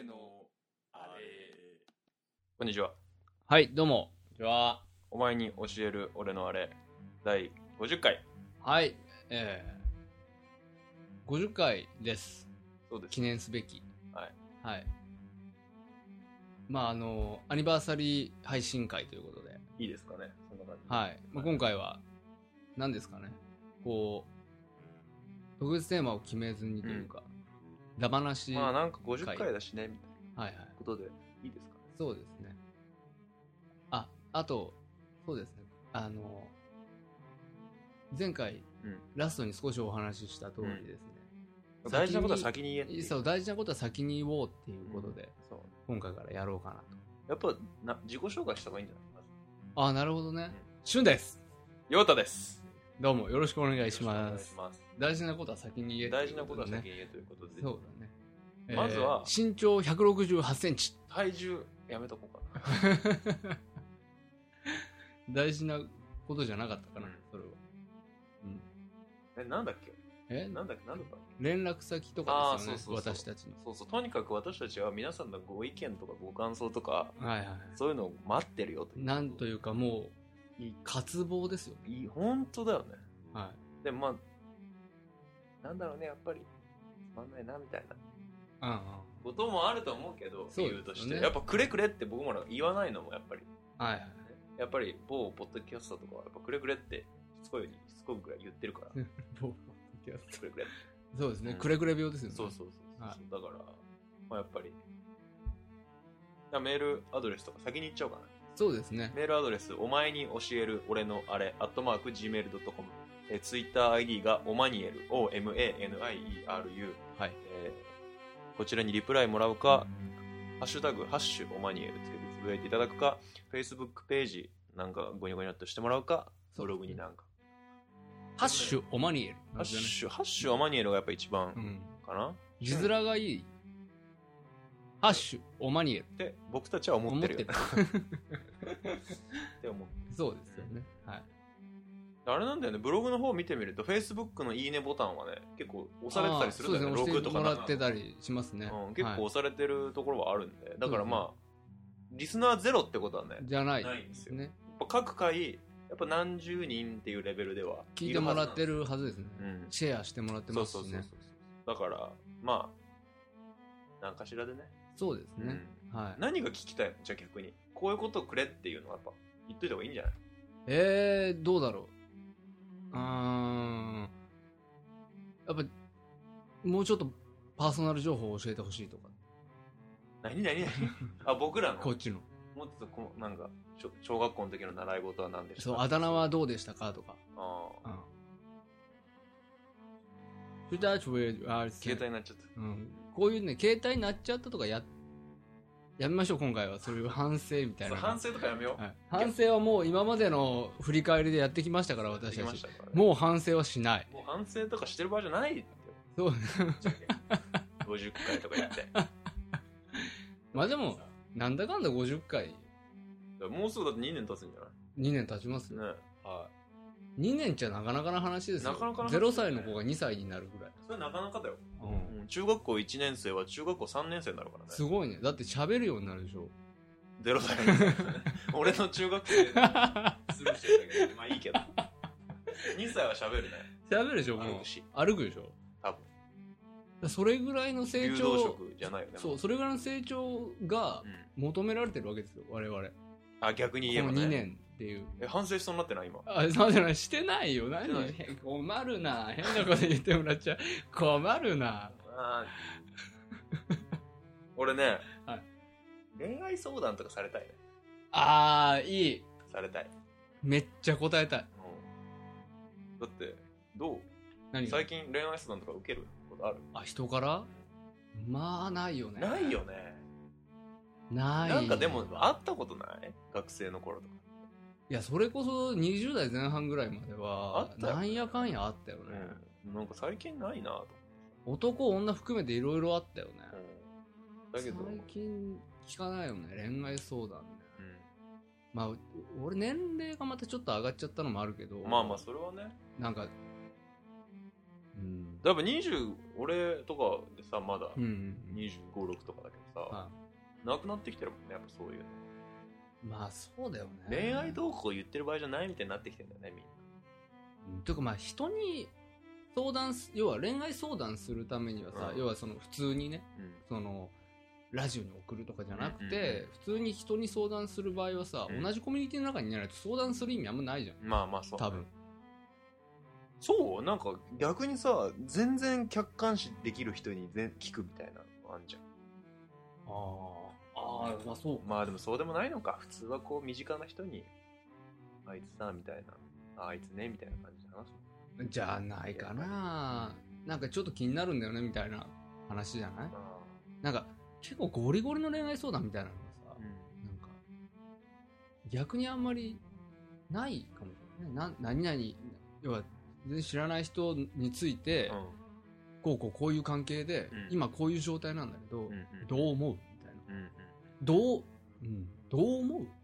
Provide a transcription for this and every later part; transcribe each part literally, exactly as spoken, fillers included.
のあれ。こんにちは。 はい、どうも。こんにちは。 お前に教える俺のあれだいごじゅっかい。 はい、えー、ごじゅっかいです。 そうです。 記念すべき。 はい。 はい。まああのアニバーサリー配信会ということで。 いいですかね。そんな感じ。 はい。まあ、今回は何ですかね。こう特別テーマを決めずにというか、うん、だ話。 まあなんかごじゅっかいだしねみたいな。 はいはい。 ことでいいですかね。 そうですね。あ、あとそうですね。あの前回、うん、ラストに少しお話しした通りですね、 うん、大事なことは先に言えっていう。 そう、大事なことは先に言おうっていうことで、うん、そう今回からやろうかなと。 やっぱな自己紹介した方がいいんじゃないですか。 ああ、なるほどね。しゅんです。 ようたです。 どうもよろしくお願いします。大事なことは先に言え、 ね、大事なことは先に言えということで。 そうだね。 まずは、 えー、身長ひゃくろくじゅうはちセンチ。 体重やめとこうかな。 大事なことじゃなかったかな、うん、それは。 うん、え、なんだっけえなんだっけなんだったっけ連絡先とかですよね。 そうそうそう私たちの。 そうそう。とにかく私たちは皆さんのご意見とかご感想とか、 はいはい、 そういうのを待ってるよという。 なんというかもう、いい渇望ですよね。 いい、本当だよね。 はい。 でもまあ、なんだろうね、やっぱり、つまんないな、みたいな。 うんうん。 こともあると思うけど、 そう理由として。やっぱくれくれって僕も言わないのもやっぱり。 はいはい。 やっぱり某ポッドキャストとかはやっぱくれくれってしつこいしつこいくらい言ってるから。 某ポッドキャスト。 くれくれ。 そうですね、うん、くれくれ病ですよね。 そうそうそうそう、はい、だから、まあ、やっぱりメールアドレスとか先に言っちゃおうかな。 そうですね。 メールアドレス、お前に教える俺のあれアットマーク ジーメールドットコム、 えツイッター アイディー がオマニエル オーエムエーエヌアイイーアールユー、 はい、 えー、こちらにリプライもらうか、ハッシュタグハッシュオマニエルつけてつぶやいていただくか、 Facebook ページなんかゴニョゴニョっとしてもらうか、ブログになんかハッシュオマニエル、 ハッシュハッシュオマニエルがやっぱ一番かな、うん、 字面がいい。ハッシュオマニエルって僕たちは思ってるよね。って思う。 そうですよね。はい。 あれなんだよね、ブログの方を見てみると Facebook のいいねボタンはね結構押されてたりするんだよね。 ろくとかもらってたりしますね、 うん、結構押されてるところはあるんで、はい、だからまあリスナーゼロってことはねじゃないないんですよね。 やっぱ各回やっぱ何十人っていうレベルでは聞いてもらってるはずですね、うん、シェアしてもらってますしね。 そうそうそうそう、だからまあ何かしらでね。 そうですね、うん、はい。 何が聞きたいの？じゃあ逆にこういうことをくれっていうのはやっぱ言っといた方がいいんじゃない？ えー、どうだろう。うーん、やっぱもうちょっとパーソナル情報を教えてほしいとか。 何何何あ、僕らのこっちのもっとこうなんか小学校の時の習い事は何でしたか、 そう、あだ名はどうでしたかとか。 ああ、 うん、携帯になっちゃった、 うん、こういうね携帯になっちゃったとかややめましょう。今回はそういう反省みたいな。 反省とかやめよう、はい、 反省はもう今までの振り返りでやってきましたから私たち、ね、もう反省はしない。 もう反省とかしてる場合じゃないって。 そうごじゅっかいとかやってまあでもなんだかんだごじゅっかい、 もうすぐだってにねん経つんじゃない？ にねん経ちますよ、 ね、 はい、にねんっちゃなかなかな話ですよ。 なかなかな話、ね、 ゼロさいの子がにさいになるぐらい。 それなかなかだよ、 うんうん、中学校いちねん生は中学校さんねん生になるからね。 すごいね。だって喋るようになるでしょ。 ゼロさいの俺の中学生スルーしてたけどまあいいけどにさいは喋るね。 喋るでしょ。もう歩くし歩くでしょ多分。それぐらいの成長、 流動食じゃないよね。 そう、それぐらいの成長が求められてるわけですよ、我々。 あ、逆に言えばね。 このにねんっていう。 え、反省しそうになってない今。 あ、そうじゃない、してないよ。何困るな。変なこと言ってもらっちゃう。困るな。 あ俺ね、 はい、 恋愛相談とかされたいね。 あー、いい。 されたい。 めっちゃ答えたい。 うん、だって、どう？ 何？ 最近恋愛相談とか受けることある？ あ、人から？まあ、ないよね。 ないよね。 ない。 なんかでも、会ったことない？学生の頃とか。 いや、それこそにじゅう代前半ぐらいまでは、なんやかんやあったよね。 うん、なんか最近ないなと。 男、女含めていろいろあったよね。 うん、だけど最近聞かないよね、恋愛相談ね。 うん、 まあ、俺年齢がまたちょっと上がっちゃったのもあるけど。 まあまあ、それはね。 なんか、うん。 だからにじゅう、俺とかでさ、まだにじゅうご、 ろくとかだけどさ。 さ、 はなくなってきてるもんね、やっぱそういうの。 まあそうだよね。 恋愛動向言ってる場合じゃないみたいになってきてるんだよね、みんな。 うんというかまあ人に相談す、要は恋愛相談するためにはさ、 うん要はその普通にね、 うんそのラジオに送るとかじゃなくうんうんて、普通に人に相談する場合はさ、 うん同じコミュニティの中にいないと相談する意味あんまないじゃん。 まあまあそう、 多分。 そうなんか逆にさ、全然客観視できる人に全聞くみたいなのあんじゃん。 ああ、ああ、まあそうか。 まあでもそうでもないのか。普通はこう身近な人にあいつさみたいな、ああいつねみたいな感じで話す。 じゃないかな。なんかちょっと気になるんだよねみたいな話じゃない？ あなんか結構ゴリゴリの恋愛相談みたいなのがさ、 ーうんなんか逆にあんまりないかもしれない。な何々、要は全然知らない人について、こうこうこういう関係で、 うん今こういう状態なんだけど、 うんうんどう思うみたいな。 うんうんどう、うん、どう思う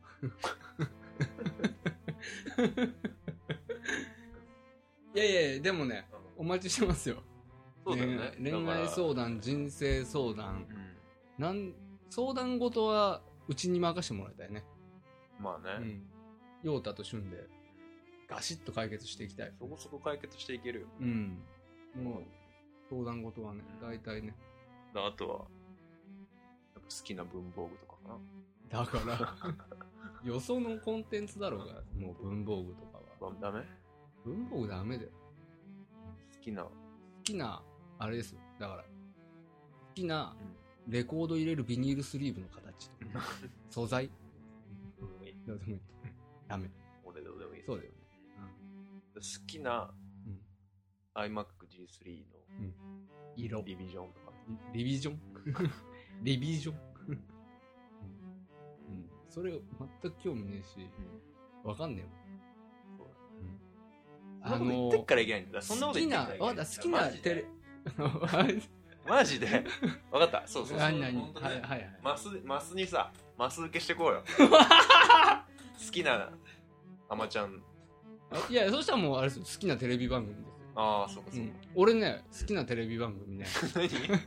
いやいやいや、でもね、お待ちしてますよ。 そうだよね。 恋愛恋愛相談、人生相談、 うんなん相談事はうちに任せてもらいたいね。 まあね、 うん。陽太と俊でガシッと解決していきたい。 そこそこ解決していけるよ。 うん。もう相談事はね、大体ね。 あとはやっぱ好きな文房具とかかな。 だからよそのコンテンツだろうが、もう文房具とかは。 まあダメ？ 文房具ダメだよ。 好きな、 好きなあれですよ。だから好きなレコード入れるビニールスリーブの形とか素材どうでもいい。ダメ。 俺どうでもいい。 そうだよね。 好きなうん。 iMac ジースリー の色。 リビジョンとか。 リビジョンリビジョンうん。うん。それ全く興味ねえし、わかんねえもん。 そんなこと言ってっからいけないんだ。そんなこと言ってっからいけない。 好きな、わかった、好きなテレ、 マジで分かった。そうそうそう。 何何本当ねはいはいはい。 マス、マスにさ、マス受けしてこうよ。好きなアマちゃん。 いや、そしたらもうあれですよ、好きなテレビ番組ですよ。 ああ、そうかそうか。 うん俺ね、好きなテレビ番組ね、 何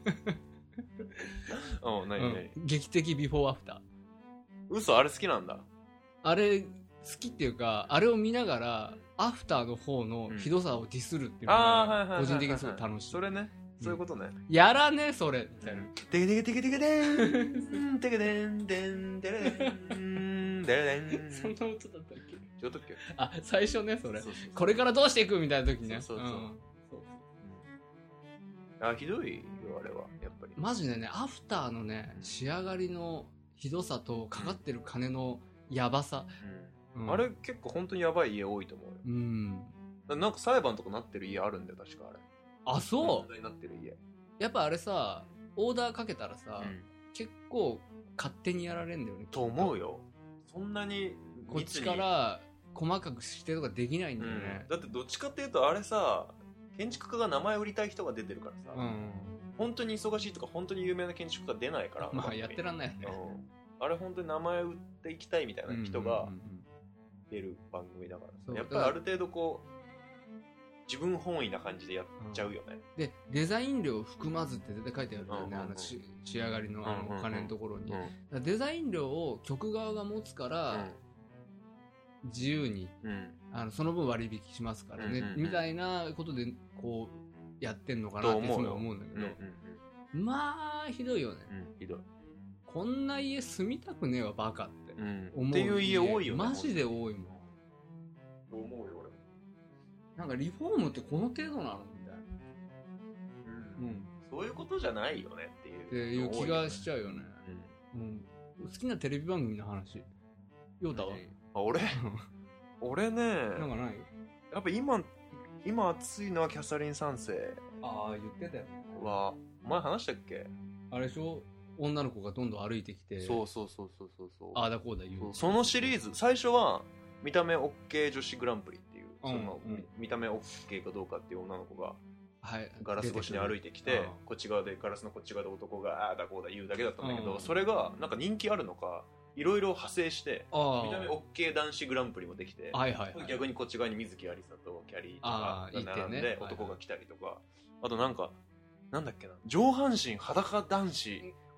うん、何う何ん劇的ビフォーアフター。 嘘、あれ好きなんだ。 あれ好きっていうか、あれを見ながらアフターの方のひどさをディスるっていうのああ、はいはいはいはいはい。 が個人的にすごい楽しい。 それね、そういうことね。 やらねそれみたいな。 テケテケテケテケテンテケテンテンテレテンテレテン。 そんな音だったっけ？ ちょっとっけ？ あ、最初ね、それそうそうそうこれからどうしていくみたいな時ね。 そうそうそううんそうあ、ひどいよ、あれは、やっぱり。 マジでね、アフターのね、仕上がりのひどさとかかってる金のやばさ。うんうんあれ結構本当にやばい家多いと思うよ。 うん。 なんか裁判とかなってる家あるんだよ、確かあれ。 あ、そ問題になってる家。 うやっぱあれさ、オーダーかけたらさ、 うん結構勝手にやられんだよね。 と思うよ。そんなにこっちから細かく指定とかできないんだよね。 だってどっちかっていうとあれさ、建築家が名前売りたい人が出てるからさ、 うん。 本当に忙しいとか本当に有名な建築家出ないから、 まあやってらんないよね。 うんあれ本当に名前売っていきたいみたいな人がうんうんうん出る番組だからさ、 そうやっぱりある程度こう自分本位な感じでやっちゃうよね。 で、デザイン料含まずって絶対書いてあるんだよね、 うんうんうんあのし仕上がりのあうんうんうんのお金のところに。 うんだからデザイン料を局側が持つから、自由にうんうんあのその分割引しますからね、 うんうんうんみたいなことでこうやってんのかなっていつも思うんだけど、 うんうんうんまあひどいよね。 うんひどい。 こんな家住みたくねえわバカってうん思う、 っていう家多いよね。 マジで多いもん。 そう思うよ俺も。 なんかリフォームってこの程度なのみたいな、うん、 そういうことじゃないよねっていう。 っていう気がしちゃうよね。 うんうん、好きなテレビ番組の話。ヨータはあ俺俺ね、 なんかないやっぱ今今熱いのはキャサリン三世ああ、言ってたよ。 は前話したっけ？ あれでしょ、女の子がどんどん歩いてきて、 そうそうそうそうそうそう。 ああだこうだ言う。 そうそのシリーズ最初は見た目 OK 女子グランプリっていう、 うんそのうん見た目 OK かどうかっていう女の子がはい、 ガラス越しに歩いてきて、こっち側でガラスのこっち側で男がああだこうだ言うだけだったんだけど、 うんそれがなんか人気あるのかいろいろ派生してあ見た目 OK 男子グランプリもできて、 はいはいはい、 逆にこっち側に水木有沙とキャリーとかあーが並んでいてね男が来たりとか、あとなんかなんだっけな、上半身裸男子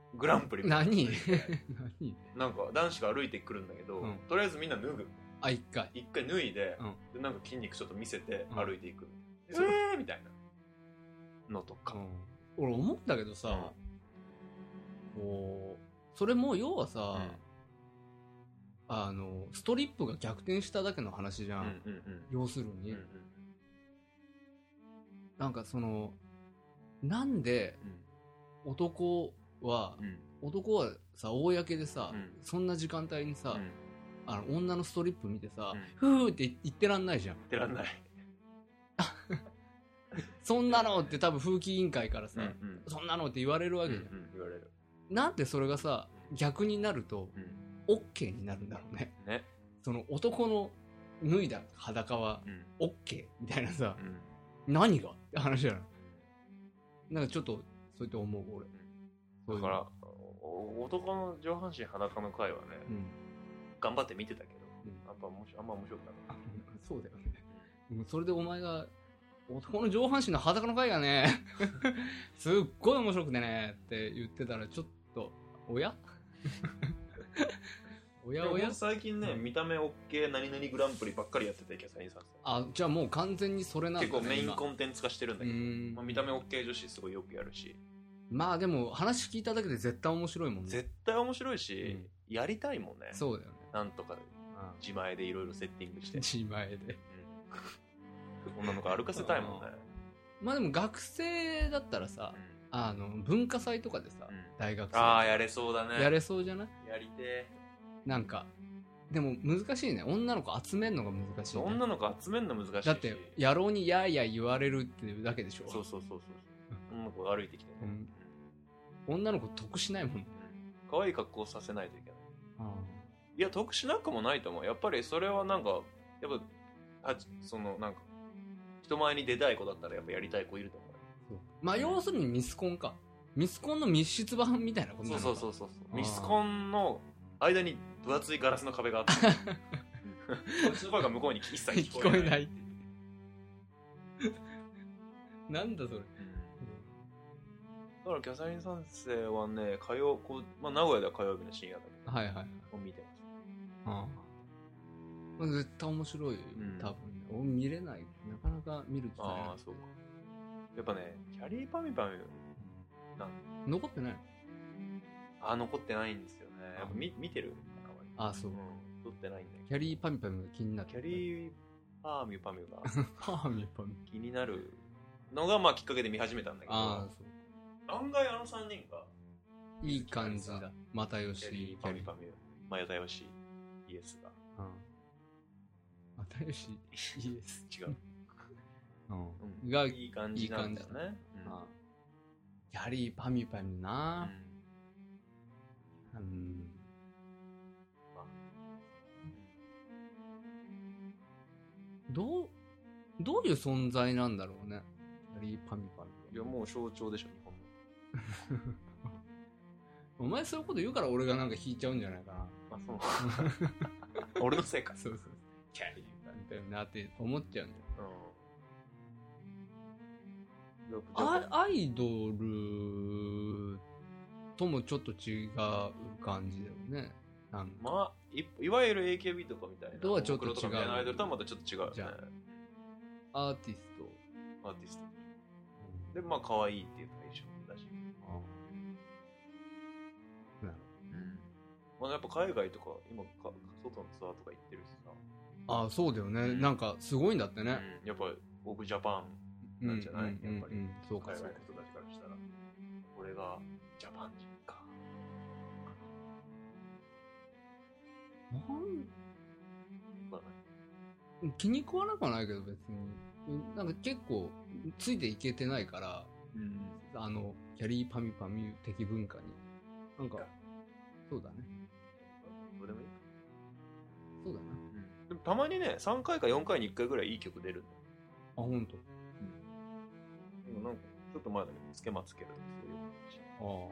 グランプリみたいな何何なんか男子が歩いてくるんだけど、 うん、 とりあえずみんな脱ぐ。 あ、一回一回脱いで、 うん、 でなんか筋肉ちょっと見せて歩いていく、 うん、 えーみたいなのとか、 うん、俺思ったけどさ、うん、こうそれも要はさ、うん、あのストリップが逆転しただけの話じゃん、うんうんうん、要するに、うんうん、なんかそのなんで男は、うん、男はさ公でさ、うん、そんな時間帯にさ、うん、あの女のストリップ見てさ、うん、ふーって言ってらんないじゃん。 言ってらんないそんなのって多分風紀委員会からさ、うんうん、そんなのって言われるわけじゃん、うんうん、 言われる。 なんでそれがさ逆になると、うん、OK になるんだろうね。 ね、 その男の脱いだ裸は OK、うん、みたいなさ、うん、何がって話じゃない。なんかちょっとそうやって思う俺、 うん、だから男の上半身裸の回はね、うん、頑張って見てたけど、うん、やっぱ面白あんま面白くなかった。 そうだよね、うん、それでお前が男の上半身の裸の回がねすっごい面白くてねって言ってたらちょっとおやおやおや最近ね、うん、見た目 OK 何々グランプリばっかりやっててキャサリンさん。 あ、じゃあもう完全にそれなんだ、ね、 結構メインコンテンツ化してるんだけど、まあ、見た目 OK 女子すごいよくやるし、 まあでも話聞いただけで絶対面白いもんね。絶対面白いし、うん、やりたいもんね。 そうだよね。 なんとか自前でいろいろセッティングして自前で、うん、 女の子歩かせたいもんね。 まあでも学生だったらさ、うん、あの文化祭とかでさ、うん、大学生ああやれそうだね。 やれそうじゃない？ やりてー。 なんかでも難しいね。女の子集めるのが難しい、ね、 女の子集めるの難しいし、 だって野郎にやーやー言われるっていうだけでしょ。 そうそうそうそう女の子が歩いてきて、ね、 うん、女の子得しないもん、ね、 可愛い格好させないといけない。あいや得しなくもないと思う。やっぱりそれはなんかやっぱあそのなんか人前に出たい子だったらやっぱやりたい子いると思う。 そうまあ要するにミスコンか。ミスコンの密室版みたいなことなのか。 そうそうそうそうミスコンの間に分厚いガラスの壁があってスーパーが向こうに一切聞こえない。聞こえないなんだそれ、うん、 だからキャサリン三世はね火曜こう、まあ、名古屋では火曜日の深夜だけど、 はいはいはい、 見てます。 ああ絶対面白いよ、うん、多分ね。俺見れない。なかなか見る機会ない。 ああそうか。やっぱねキャリーパミュパミュなん残ってない。 あ残ってないんですよね。やっぱ 見, 見てる。 あそう、うん、 撮ってないんだキャリーパミュパミュが気になって。 キャリーパミュパミュがパミュパミュ気になるのがまあきっかけで見始めたんだけど、 あそう案外あのさんにんがいい感じだ。又吉、 キャリーパミュパミュ、又吉、イエスが、 うん、又吉、イエス違う、 うん、がいい感じなんだよね。 うん、キャリーパミュパミュな、うん、うんどう、どういう存在なんだろうね。キャリーパミュパミュ。 いや、もう象徴でしょ、日本の。 お前そういうこと言うから俺がなんか引いちゃうんじゃないかな。 あ、そう。俺のせいか。 そうそう。キャリーパミュパミュなって思っちゃうんだよ。うん、あアイドルともちょっと違う感じだよね。なんかまあい、いわゆる エーケービー とかみたいなとはちょっと違う。 アイドルとはまたちょっと違うよね。 アーティストアーティスト、うん、でまあ可愛いっていう対象だし、ああなるほど、うん、まあやっぱ海外とか今か外のツアーとか行ってるしさ。 ああそうだよね、うん、なんかすごいんだってね、 うん、やっぱオブジャパンなんじゃない、うん、やっぱり、うんうん、 そうか海外の人たちからしたらこれがジャパン人か。 なん気に食わなくはないけど別になんか結構ついていけてないから、うん、あのキャリーパミュパミュ的文化になんかそうだね。 どうでもいいか。 そうだな、 うん、でもたまにねさんかいかよんかいにいっかいぐらいいい曲出るんだよ。 あほんと、 うん、でもなんかちょっと前だけどつけまつけるとかそういう話。ああ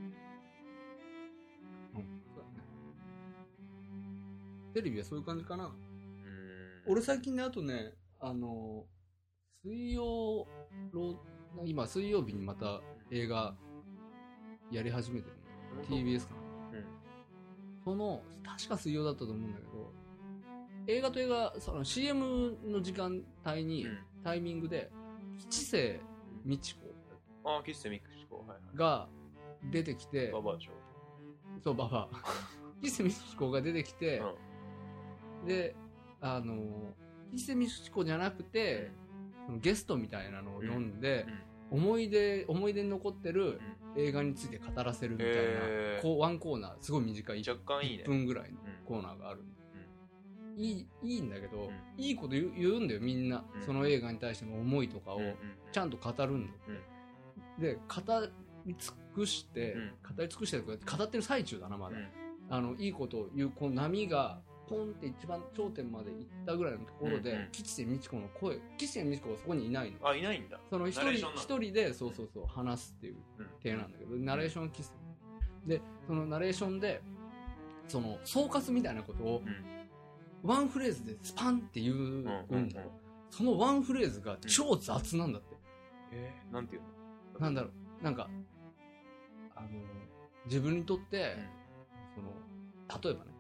テレビはそういう感じかな。うん俺最近ねあとねあの水曜今水曜日にまた映画やり始めてるティービーエス かな、うん、その確か水曜だったと思うんだけど、映画と映画その シーエム の時間帯に、うん、タイミングで吉瀬美智子、 ああ吉瀬美智子、はいはい、 が出てきて、 ババアでしょ、 そうババア吉瀬美智子が出てきて、うん、であの吉瀬美智子じゃなくて、うん、ゲストみたいなのを読んで、うんうん、思い出思い出に残ってる映画について語らせるみたいな、えー、こうワンコーナーすごい短い若干いいね、 いっぷんぐらいのコーナーがあるんで、うん、いいいいんだけど、うん、いいこと言う、言うんだよみんな、うん、その映画に対しての思いとかをちゃんと語るんだって、うん、で語り尽くして、うん、語り尽くして語ってる最中だなまだ、うん、あのいいことを言うこの波がポンって一番頂点まで行ったぐらいのところで、うんうん、吉瀬美智子の声、吉瀬美智子がそこにいないの。 あ、いないんだ。 その一人一人でそうそうそう話すっていう体なんだけど、うん、ナレーションは吉瀬で、そのナレーションでその総括みたいなことを、うん、ワンフレーズでスパンって言うんだよ、うんうんうん、そのワンフレーズが超雑なんだって。 えー、なんていうの？なんだろう、なんかあの自分にとって、うん、その例えばね。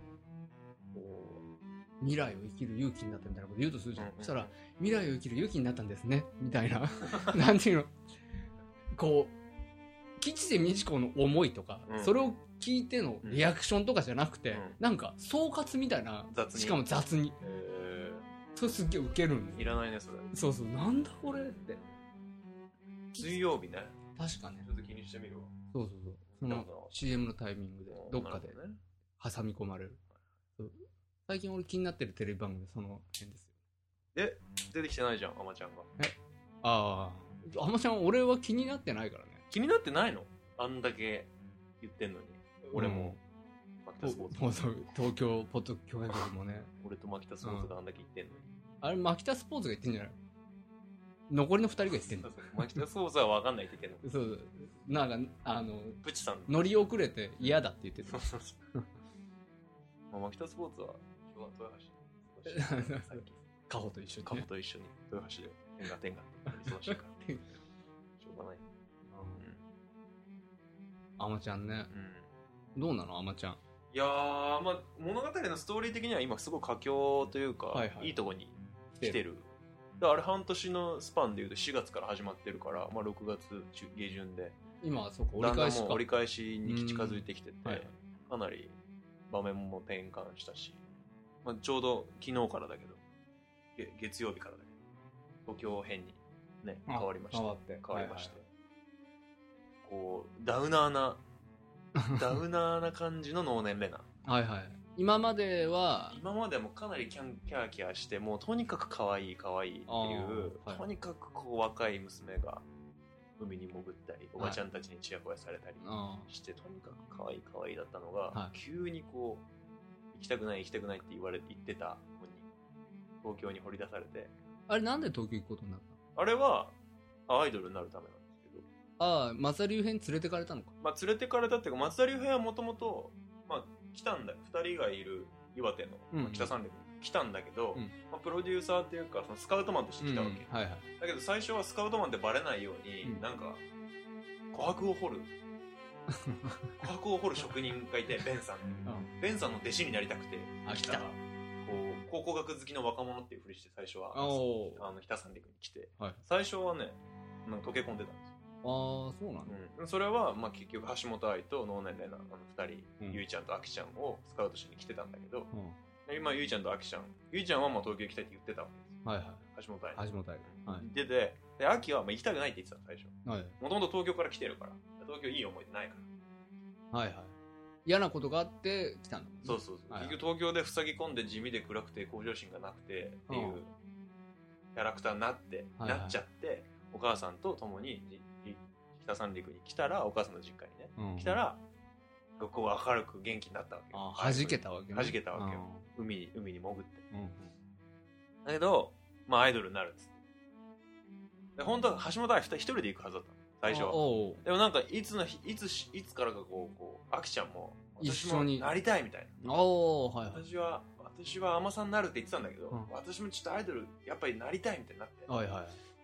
未来を生きる勇気になったみたいなこと言うとするじゃん、うんうん、そしたら未来を生きる勇気になったんですねみたいななんていうの、こう吉瀬美智子の思いとか、うん、それを聞いてのリアクションとかじゃなくて、うん、なんか総括みたいな、しかも雑に、へー、それすっげえウケるんで、 いらないねそれ。 そうそう、なんだこれって。 水曜日ね、 確かね、 ちょっと気にしてみるわ。 そうそうそう、その シーエム のタイミングでどっかで挟み込まれる。最近俺気になってるテレビ番組その辺ですよ。 え、出てきてないじゃん、あまちゃんが。 え、ああ、あまちゃん俺は気になってないからね。 気になってないの？あんだけ言ってんのに。俺も、マキタスポーツ。 東京ポッド共演局もね。 俺とマキタスポーツがあんだけ言ってんのに。 うん、あれ、マキタスポーツが言ってんじゃないの？残りの二人が言ってんの。そうそう、 マキタスポーツは分かんないって言ってんの。 そう、なんか、あの、 プチさん。 乗り遅れて嫌だって言ってた。 そうそうそう。マキタスポーツは、豊橋。 カホと一緒に、 ね、カホと一緒に豊橋で天下天下忙しいからしょうがない。 あま、うん、ちゃんね、うん、どうなのあまちゃん。 いやー、まあ物語のストーリー的には今すごい佳境というか、はいはい、いいとこに来てる。だからあれ半年のスパンでいうとしがつから始まってるから、まあ、ろくがつ下旬で今はそうか折り返しか、 だんだんもう折り返しに近づいてきてて、はい、かなり場面も転換したし、まあ、ちょうど昨日からだけど月曜日からだけど東京編にね変わりまして変わって変わりまして、はいはいはい、こうダウナーなダウナーな感じの脳年齢なはいはい。今までは今までもかなりキャンキャーキャーしてもうとにかく可愛い可愛いっていう、はい、とにかくこう若い娘が海に潜ったり、おばちゃんたちにチヤホヤされたりして、はい、とにかく可愛い可愛いだったのが、はい、急にこう行きたくない行きたくないって言われ言ってた子に東京に掘り出されて。 あれなんで東京行くことになったの？ あれはアイドルになるためなんですけど。 ああ、松田龍平に連れてかれたのか。 まあ連れてかれたっていうか、松田龍平はもともとまあ来たんだよ。二人がいる岩手の、うんまあ、北三陸に来たんだけど、うんまあ、プロデューサーっていうかそのスカウトマンとして来たわけ、うんはいはい、だけど最初はスカウトマンってバレないように、うん、なんか琥珀を掘る琥珀を掘る職人がいてベンさん、うん、ベンさんの弟子になりたくて来たこう考古学好きの若者っていうふりして最初はあの北三陸に来て、はい、最初はねなんか溶け込んでたんですよ。 ああ、そうなんだ、 うん、それは、まあ、結局橋本愛と脳年齢のあのふたり、うん、ゆいちゃんとあきちゃんをスカウトしに来てたんだけど、うん、今ゆいちゃんとあきちゃんゆいちゃんはまあ東京行きたいって言ってたわけです、はいはい、橋本愛橋本愛、 はい、言っててであきはまあ行きたくないって言ってた最初もともと東京から来てるから東京いい思い出ないからはいはい嫌なことがあって来たんだもんね。 そうそうそう、はいはい、結局東京で塞ぎ込んで地味で暗くて向上心がなくてっていうキャラクターになって、はいはい、なっちゃってお母さんと共に北三陸に来たらお母さんの実家にね、うん、来たらこう明るく元気になったわけよ。 弾けたわけね。 弾けたわけよ。海に海に潜って、うん、だけどまあアイドルになるんです。で本当は橋本愛一人で行くはずだったの最初は。でもなんかいつのいついつからかこうこうあきちゃんも私もなりたいみたいな。おー、はいはい、私は私は海女さんになるって言ってたんだけど、うん、私もちょっとアイドルやっぱりなりたいみたいになって、はいはい、じ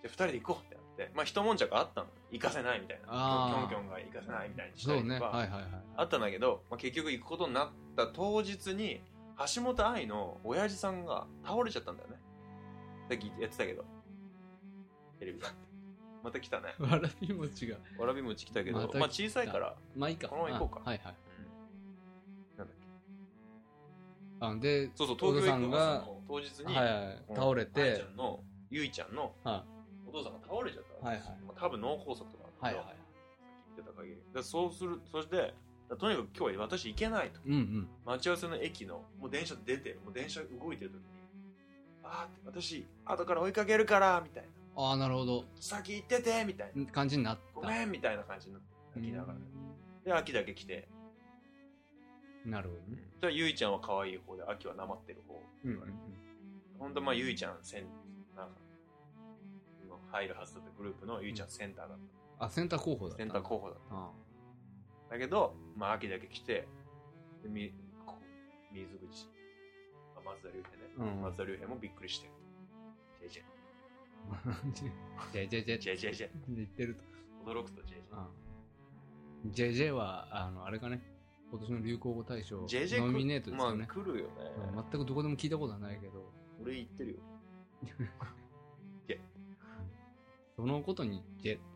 でふたりで行こうってなって、まあ一悶着あったの、行かせないみたいな、キョンキョンが行かせないみたいにしたりとか、ね、はいはいはい、あったんだけど、まあ、結局行くことになった当日に橋本愛の親父さんが倒れちゃったんだよね。さっきやってたけどテレビでまた来たね。 わらび餅がわらび餅来たけど、まあ、まあ小さいからまあいいか、 このまま行こうか。 はいはい、 うん、なんだっけ、あでそうそう東京行くの当日に、 はいはい、倒れて、 愛ちゃんのゆいちゃんのお父さんが倒れちゃったわけですよ、はいはい、まあ、多分脳梗塞とかだったけど、はいはい、聞いてた限りでそうする、そしてとにかく今日は私行けないと、うんうん、待ち合わせの駅のもう電車出てもう電車動いてる時にあーって私後から追いかけるからみたいな、 ああなるほど、 先行っててみたいな感じになった、 ごめんみたいな感じになって泣きながら、で秋だけ来て、 なるほどね、 じゃあゆいちゃんは可愛い方で秋はなまってる方、うんうんうん、ほんとまあゆいちゃんセンなんか入るはずだったグループのゆいちゃんセンターだった、 あセンター候補だった、 センター候補だった、ああだけどまあ秋だけ来てでみ水口松田龍平ね、うん、松田龍平もびっくりしてジェジェジェジェジェジェジェ言ってると驚くとジェジェジェジェはあのあれかね、今年の流行語大賞ノミネートですよね。 まあ来るよね、 まあ、全くどこでも聞いたことはないけど俺言ってるよジェそのことにジェって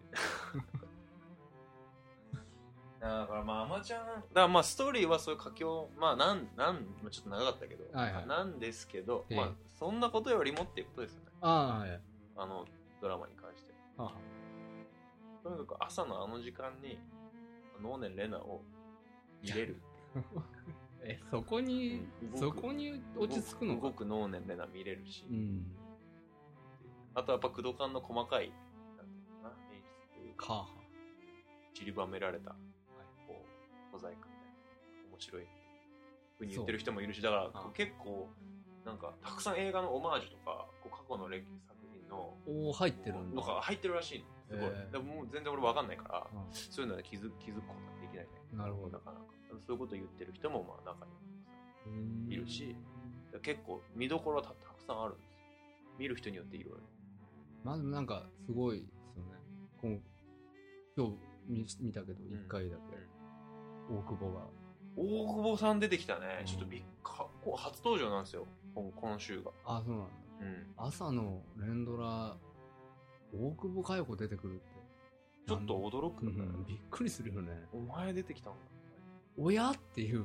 だからまあアマちゃんだからまあストーリーはそういう佳境、まあなんなんちょっと長かったけど、はいはい、なんですけど、えー、まあそんなことよりもっていうことですよね。 ああ、はい、 あのドラマに関して、ああとにかく朝のあの時間に能年玲奈を見れるえそこに、うん、そこに落ち着くのか、 動く能年玲奈見れるし、うん、あとやっぱ工藤館の細かいなんていうかな演出というか、はあ、散りばめられた小細工みたいな面白いふうに言ってる人もいるし、だから結構なんかたくさん映画のオマージュとかこう過去の歴作品のお入ってるんだ、 とか入ってるらしいのすごい、えー、でももう全然俺分かんないから、うん、そういうのは気づ気づくことができないね。 なるほど。 なかなかそういうこと言ってる人もまあ中にいるし、結構見どころは た, たくさんあるんですよ。見る人によっていろいろ。 まずなんかすごいですよね。今日 見, 見たけどいっかいだけ、うん、大久保が大久保さん出てきたね、うん、ちょっとびっか初登場なんですよ 今, 今週が。 あそうなんだ、うん、朝の連ドラ大久保佳代子出てくるってちょっと驚く、ね、 うん、びっくりするよね。 お前出てきたんだ親っていう、うん、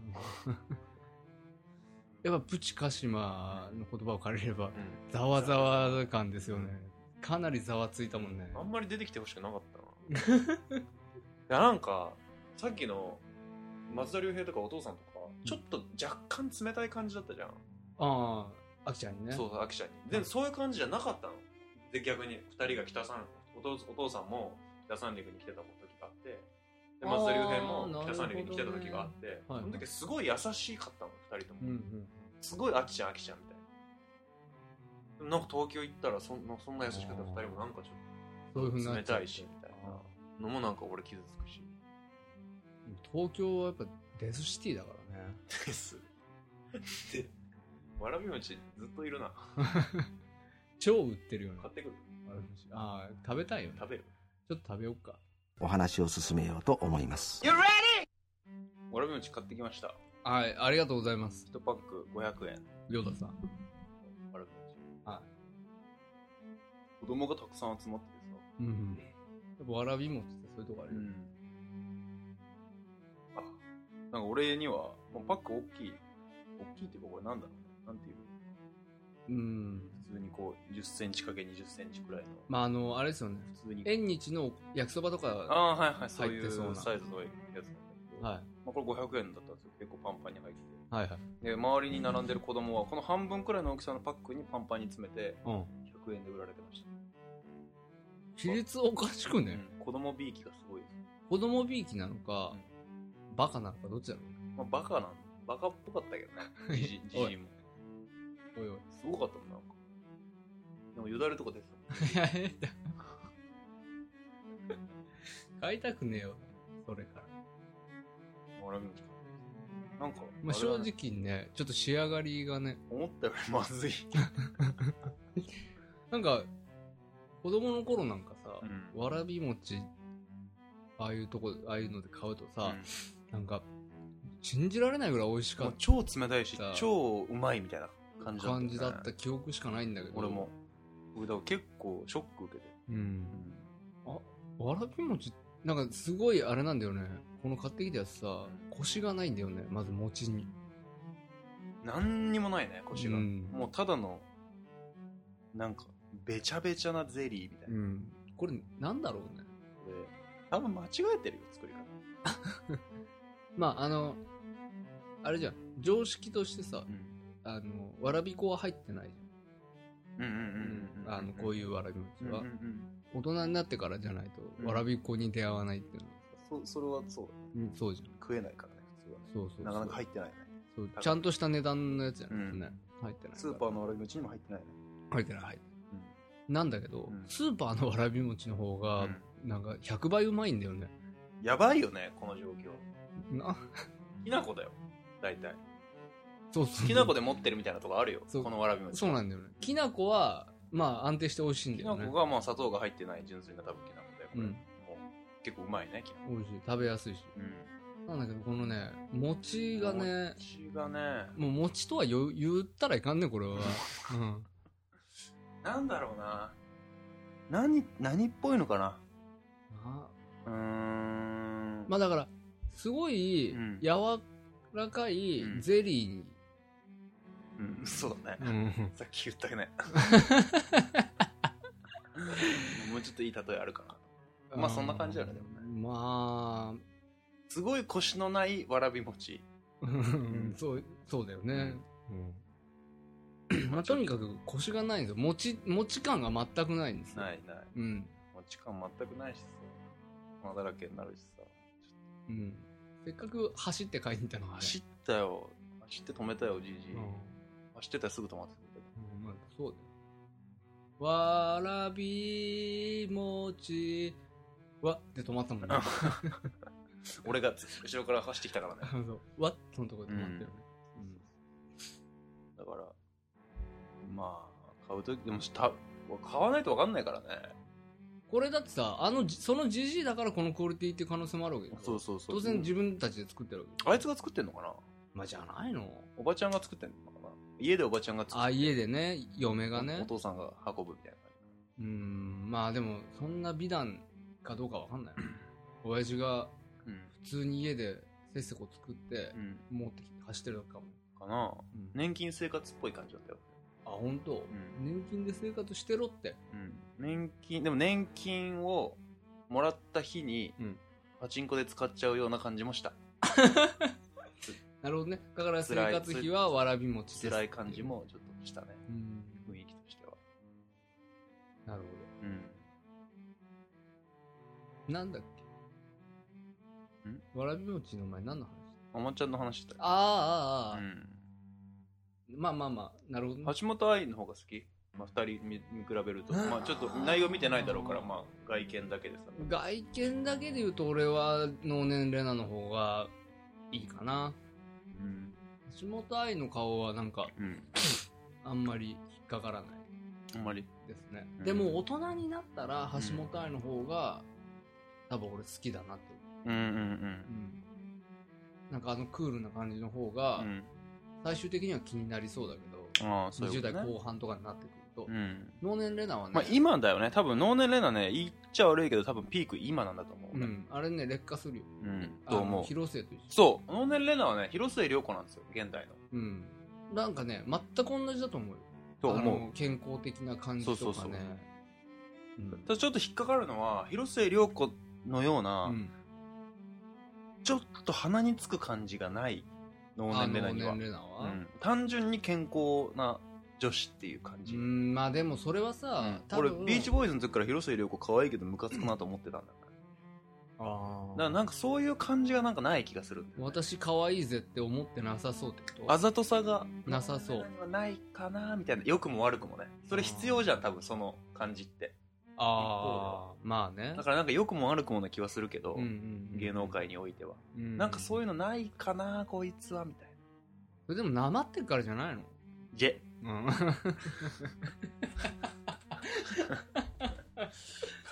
やっぱプチ鹿島の言葉を借りれば、うん、ざわざわ感ですよね、うん、かなりざわついたもんね。 あんまり出てきてほしくなかったないやなんかさっきの松田龍平とかお父さんとか、うん、ちょっと若干冷たい感じだったじゃん。あああきちゃんにね。 そうそうあきちゃんにでもそういう感じじゃなかったので、逆にふたりが北三お父、お父さんも北三陸に来てた時があって、で松田龍平も北三陸に来てた時があって、ね、その時すごい優しかったのふたりとも、うんうん、すごいあきちゃんあきちゃんみたいな。なんか東京行ったらそんなそんな優しかったふたりもなんかちょっと冷たいしみたいなのもなんか俺傷つくし。 東京はやっぱデスシティだからね。 デスでわらび餅ずっといるな超売ってるよね。 買ってくる。 ああ食べたいよね。 食べる。 ちょっと食べようか。 お話を進めようと思います。 You ready? わらび餅買ってきました。 はい、ありがとうございます。 いちパックごひゃくえん。 りょうたさん。 わらび餅。はい。子供がたくさん集まっててさ。うん。 やっぱわらび餅ってそういうとこあるよ。うん。 あ、なんか俺にはもうパック大きい大きいっていうかこれなんだろうなんていう。うん、普通にこうじゅっセンチかけるにじゅっセンチくらいの、 まああのあれですよね、普通に縁日の焼きそばとかああはいはいそういうサイズのやつなんだけど、はい、まあ、これごひゃくえんだったんですよ。結構パンパンに入って、はいはい、で周りに並んでる子供はこの半分くらいの大きさのパックにパンパンに詰めてひゃくえんで売られてました。 比率おかしくね、 うん、子供びいきがすごいです。 子供びいきなのか、うん、バカなのかどっちだろう、 まあ、バカなんバカっぽかったけどねじじいもおいおいすごかったもんなんか。でもよだれとか出てた。 買いたくねえよそれから。 わらび餅なんか、 まあ、正直ねちょっと仕上がりがね思ったよりまずいなんか子供の頃なんかさ、うん、わらび餅ああいうとこああいうので買うとさ、うん、なんか信じられないぐらい美味しかった。 超冷たいし超うまいみたいな感じだった、ね、 感じだった記憶しかないんだけど。 俺も俺だから結構ショック受けて、うん、 あわらび餅なんかすごいあれなんだよね。この買ってきたやつさ、コシがないんだよね。まず餅に何にもないね、コシが、うん、もうただのなんかべちゃべちゃなゼリーみたいな、うん、 これなんだろうね。 これ多分間違えてるよ、作り方まああのあれじゃん、常識としてさ、うん、あのわらび粉は入ってないじゃん。うんうんうんうん。あのこういうわらび餅は、うんうんうん、大人になってからじゃないとわらび粉に出会わないっていうのは、 うん、そ, それはそうだ、ね、うん、 そうじゃん。 食えないからね、普通はね。そうそうそう、なかなか入ってないね。 そうちゃんとした値段のやつじゃないですね、うん、入ってない。 スーパーのわらび餅にも入ってないね。 入ってない、入ってない、うん、なんだけど、うん、スーパーのわらび餅の方が、うん、なんかひゃくばいうまいんだよね。 やばいよね、この状況。なきなこだよ、大体。そうそう。きなこで持ってるみたいなとこあるよ、このわらび餅。 そうなんだよね。きなこは、まあ安定して美味しいんだよね。 きなこがまあ砂糖が入ってない純粋な多分きなこだよ、これ。うん、もう結構うまいね、きなこ。 美味しい。食べやすいし。うん。なんだけど、このね、餅がね、 餅がね、 もう餅とは言言ったらいかんね、これは。うん。 なんだろうな。何、何っぽいのかな。あうーん。 まあだから、すごい柔らかいゼリーに、 うん、うん、そうだね、うん、さっき言ったよねもうちょっといい例えあるかな。まあそんな感じだよね、でもね。まあすごいコシのないわらび餅うん、そうそうだよね、うん、まあとにかくコシがないんですよ。餅餅感が全くないんですよ。 ないない、うん、餅感全くないしさ、粉だらけになるしさ、 うん、せっかく走って買いに行ったのが、ね、 走ったよ、走って止めたよ、じじい、うん、走ってたらすぐ止まってた、 うん、まあ、そうだよ。わらび餅わって止まったもんね俺が後ろから走ってきたからねそうわっそのとこで止まったよね、うんうん、だからまあ買うときでもた買わないと分かんないからね。 これだってさ、あのそのジジイだからこのクオリティっていう可能性もあるわけでしょ。 そうそうそう、 当然自分たちで作ってるわけ。 あいつが作ってんのかな。 まあじゃないの、 おばちゃんが作ってんのかな。家でおばちゃんが作ってんの。 あ、家でね、嫁がね、 お父さんが運ぶみたいな。 うーん、まあでもそんな美談かどうかわかんない親父が普通に家でせっせこ作って持ってきて走ってるかもかな、うん、年金生活っぽい感じだったよ。 あ、本当、うん、年金で生活してろって、 うん、年金でも年金をもらった日に、うん、パチンコで使っちゃうような感じもしたなるほどね。だから生活費はわらび餅です。 辛い感じもちょっとしたね、うん、雰囲気としては。 なるほど、うん、なんだっけ、んわらび餅の前何の話？ おまちゃんの話だよ。 あーあーあー、うんまあまあまあ、なるほど、ね。 橋本愛の方が好き、まあ、ふたり見比べると。まあちょっと内容見てないだろうから、まあ外見だけでさ。 外見だけで言うと俺は能年玲奈の方がいいかな。うん。橋本愛の顔はなんか、うん、あんまり引っかからない。 あんまりですね。うん、でも大人になったら橋本愛の方が、うん、多分俺好きだなって。うんうんうん。うん、なんかあのクールな感じの方が、うん最終的には気になりそうだけど、ああそういうことね、にじゅう代後半とかになってくると、うん、能年玲奈はね、 まあ、今だよね。多分能年玲奈ね、言っちゃ悪いけど多分ピーク今なんだと思う、ね、 うん、あれね劣化するよ、 うん、と思う。 広末と一緒。 そう能年玲奈はね広末涼子なんですよ現代の。うんなんかね全く同じだと思うよ。と思う。健康的な感じとかね。そうそうそう、 うん、ただちょっと引っかかるのは広末涼子のような、うん、ちょっと鼻につく感じがない能年玲奈には、うん、単純に健康な女子っていう感じ。 うんまあでもそれはさ、 うん、俺ビーチボーイズの時から広末涼子可愛いけどムカつくなと思ってたんだから、うん、あだからなんかそういう感じがなんかない気がするんだよね。 私可愛いぜって思ってなさそうってこと？ あざとさがなさそうないかなみたいな。良くも悪くもね。それ必要じゃん多分その感じって。 ああまあね。 だからなんか良くも悪くもな気はするけど、うんうんうん、芸能界においては、うんうん、なんかそういうのないかなこいつはみたいな。 それでもなまってるからじゃないの？ ジェ、うん、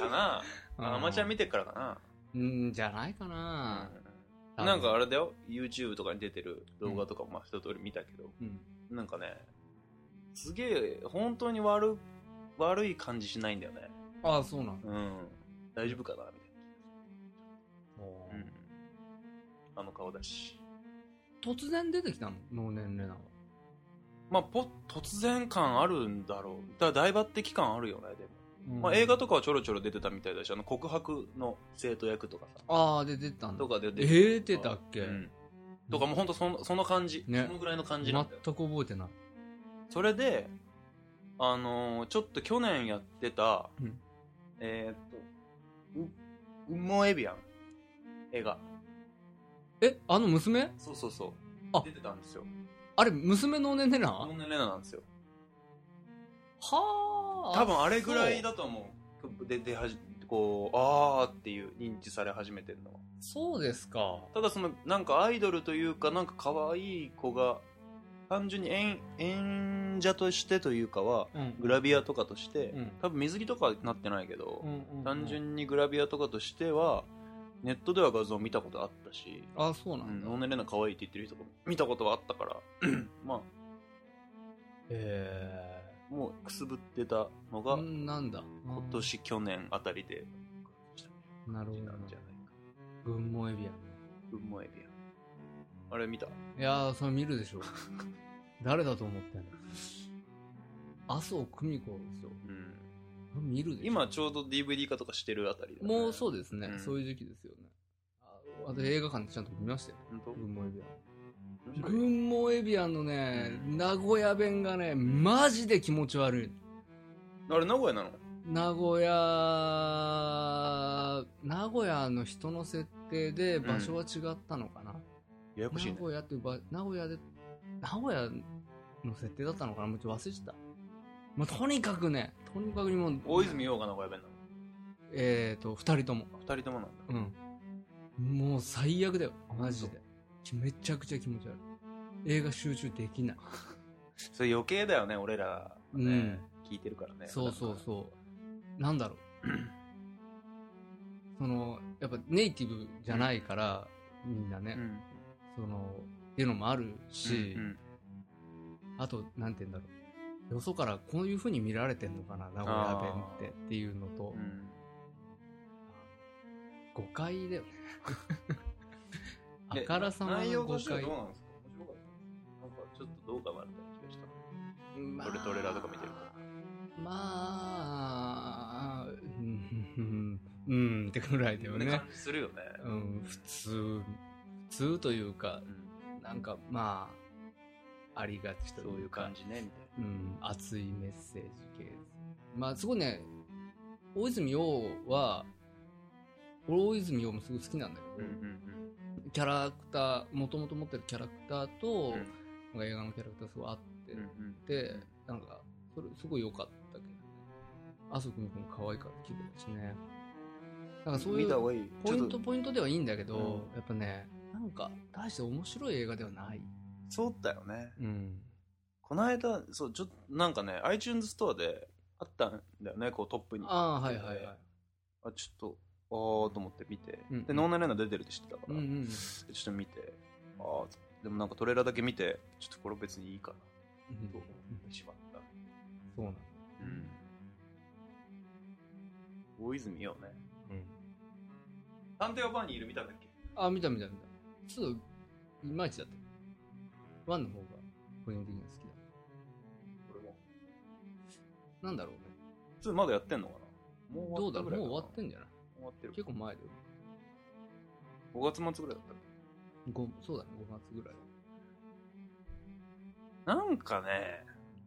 かなアマチュア見てっからかなうんじゃないかな、 うん、なんかあれだよ YouTube とかに出てる動画とかもまあ一通り見たけど、うん、なんかねすげえ本当に悪悪い感じしないんだよね。 ああそうなんだ、 うん、大丈夫かなみたいな、うん、あの顔だし。 突然出てきたの能年レナは。 まあポ突然感あるんだろう。だから大抜擢感あるよねでも。まあ、映画とかはちょろちょろ出てたみたいだし、あの告白の生徒役とかさああで出てたんだとかで出てえー、出たっけ、うん、 とかもうほんとその、その感じ、ね、そのぐらいの感じなんだよ。 全く覚えてない。 それであのー、ちょっと去年やってた、うん、えー、っとウンモエビアン映画。 えあの娘？ そうそうそうあ出てたんですよ。 あれ娘の年齢なの年齢なんですよ。 はあ多分あれぐらいだと思う。でではじこうあーっていう認知され始めてるのは。 そうですか。 ただそのなんかアイドルというかなんか可愛い子が単純に演演者としてというかは、うん、グラビアとかとして、うん、多分水着とかはなってないけど、うんうんうん、単純にグラビアとかとしてはネットでは画像見たことあったし。 あそうなんだ。 能年レナ可愛いって言ってる人も見たことはあったからまあへえもうくすぶってたのがなんだ今年去年あたりでなるほどなんじゃないか。グンモエビアングンモエビアンあれ見た？ いやーそれ見るでしょ誰だと思ってんの？麻生久美子ですよ、うん、見るでしょ。 今ちょうど ディーブイディー 化とかしてるあたりで、 ね、もうそうですね、うん、そういう時期ですよね。あと映画館でちゃんと見ましたよ。 本当？ グンモエビアングンモエビアンのね、うん、名古屋弁がねマジで気持ち悪い。 あれ名古屋なの？ 名古屋名古屋の人の設定で場所は違ったのかな、うん、 ややこしいね。 名古屋っていう場名古屋で名古屋の設定だったのかな、もうちょっと忘れてた。まあ、とにかくねとにかくにも大泉洋が名古屋弁なの？ えっとふたりともふたりともなんだ。 うんもう最悪だよマジで。めちゃくちゃ気持ち悪い。映画集中できないそれ余計だよね俺らね、うん、聞いてるからね。 そうそうそうなんだろうそのやっぱネイティブじゃないから、うん、みんなね、うん、そのっていうのもあるし、うんうん、あとなんて言うんだろうよそからこういう風に見られてんのかな名古屋弁ってっていうのと、うん、誤解だよねあからさまの誤解。 内容としてはどうなんですか？面白かった？なんかちょっとどうかなみたいな気がした。まあ、トレトレラとか見てるとまあうんうんってくらいだよね。 感じするよね。 うん普通普通というか、うん、なんかまあありがちというかそういう感じねみたいな。うん熱いメッセージ系。まあすごいね大泉洋は俺大泉洋もすごい好きなんだけど、うんうんうん、キャラクターもともと持ってるキャラクターと、うん、映画のキャラクターすごい合ってて、うんうん、なんかそれすごい良かったけど麻生久美子も可愛いから綺麗だしね。なんかそういうポイントポイントではいいんだけど、うん、やっぱねなんか大して面白い映画ではない。 そうだよね、 うん、 この間そうちょっとなんかね iTunes ストアであったんだよねこうトップに。 ああはいはいはい。 あちょっとあーと思って見て、うんうん、でノーネレナ出てるって知ってたから、うんうん、ちょっと見てあーでもなんかトレーラーだけ見てちょっとこれ別にいいかな、うん、と思ってしまった。 そうなんだ、 うん、大泉洋ね、うん、探偵はバーにいる見たんだっけ？ あ見た見た見た。ちょっといまいちだった。ワンの方が個人的には好きだ。 俺もなんだろうねツーまだやってんのかな。 もうどうだろうもう終わってんじゃない？ 終わってる。 結構前だよ。 ごがつ末ぐらいだったっけ？ ごそうだね、ごがつぐらい。 なんかね、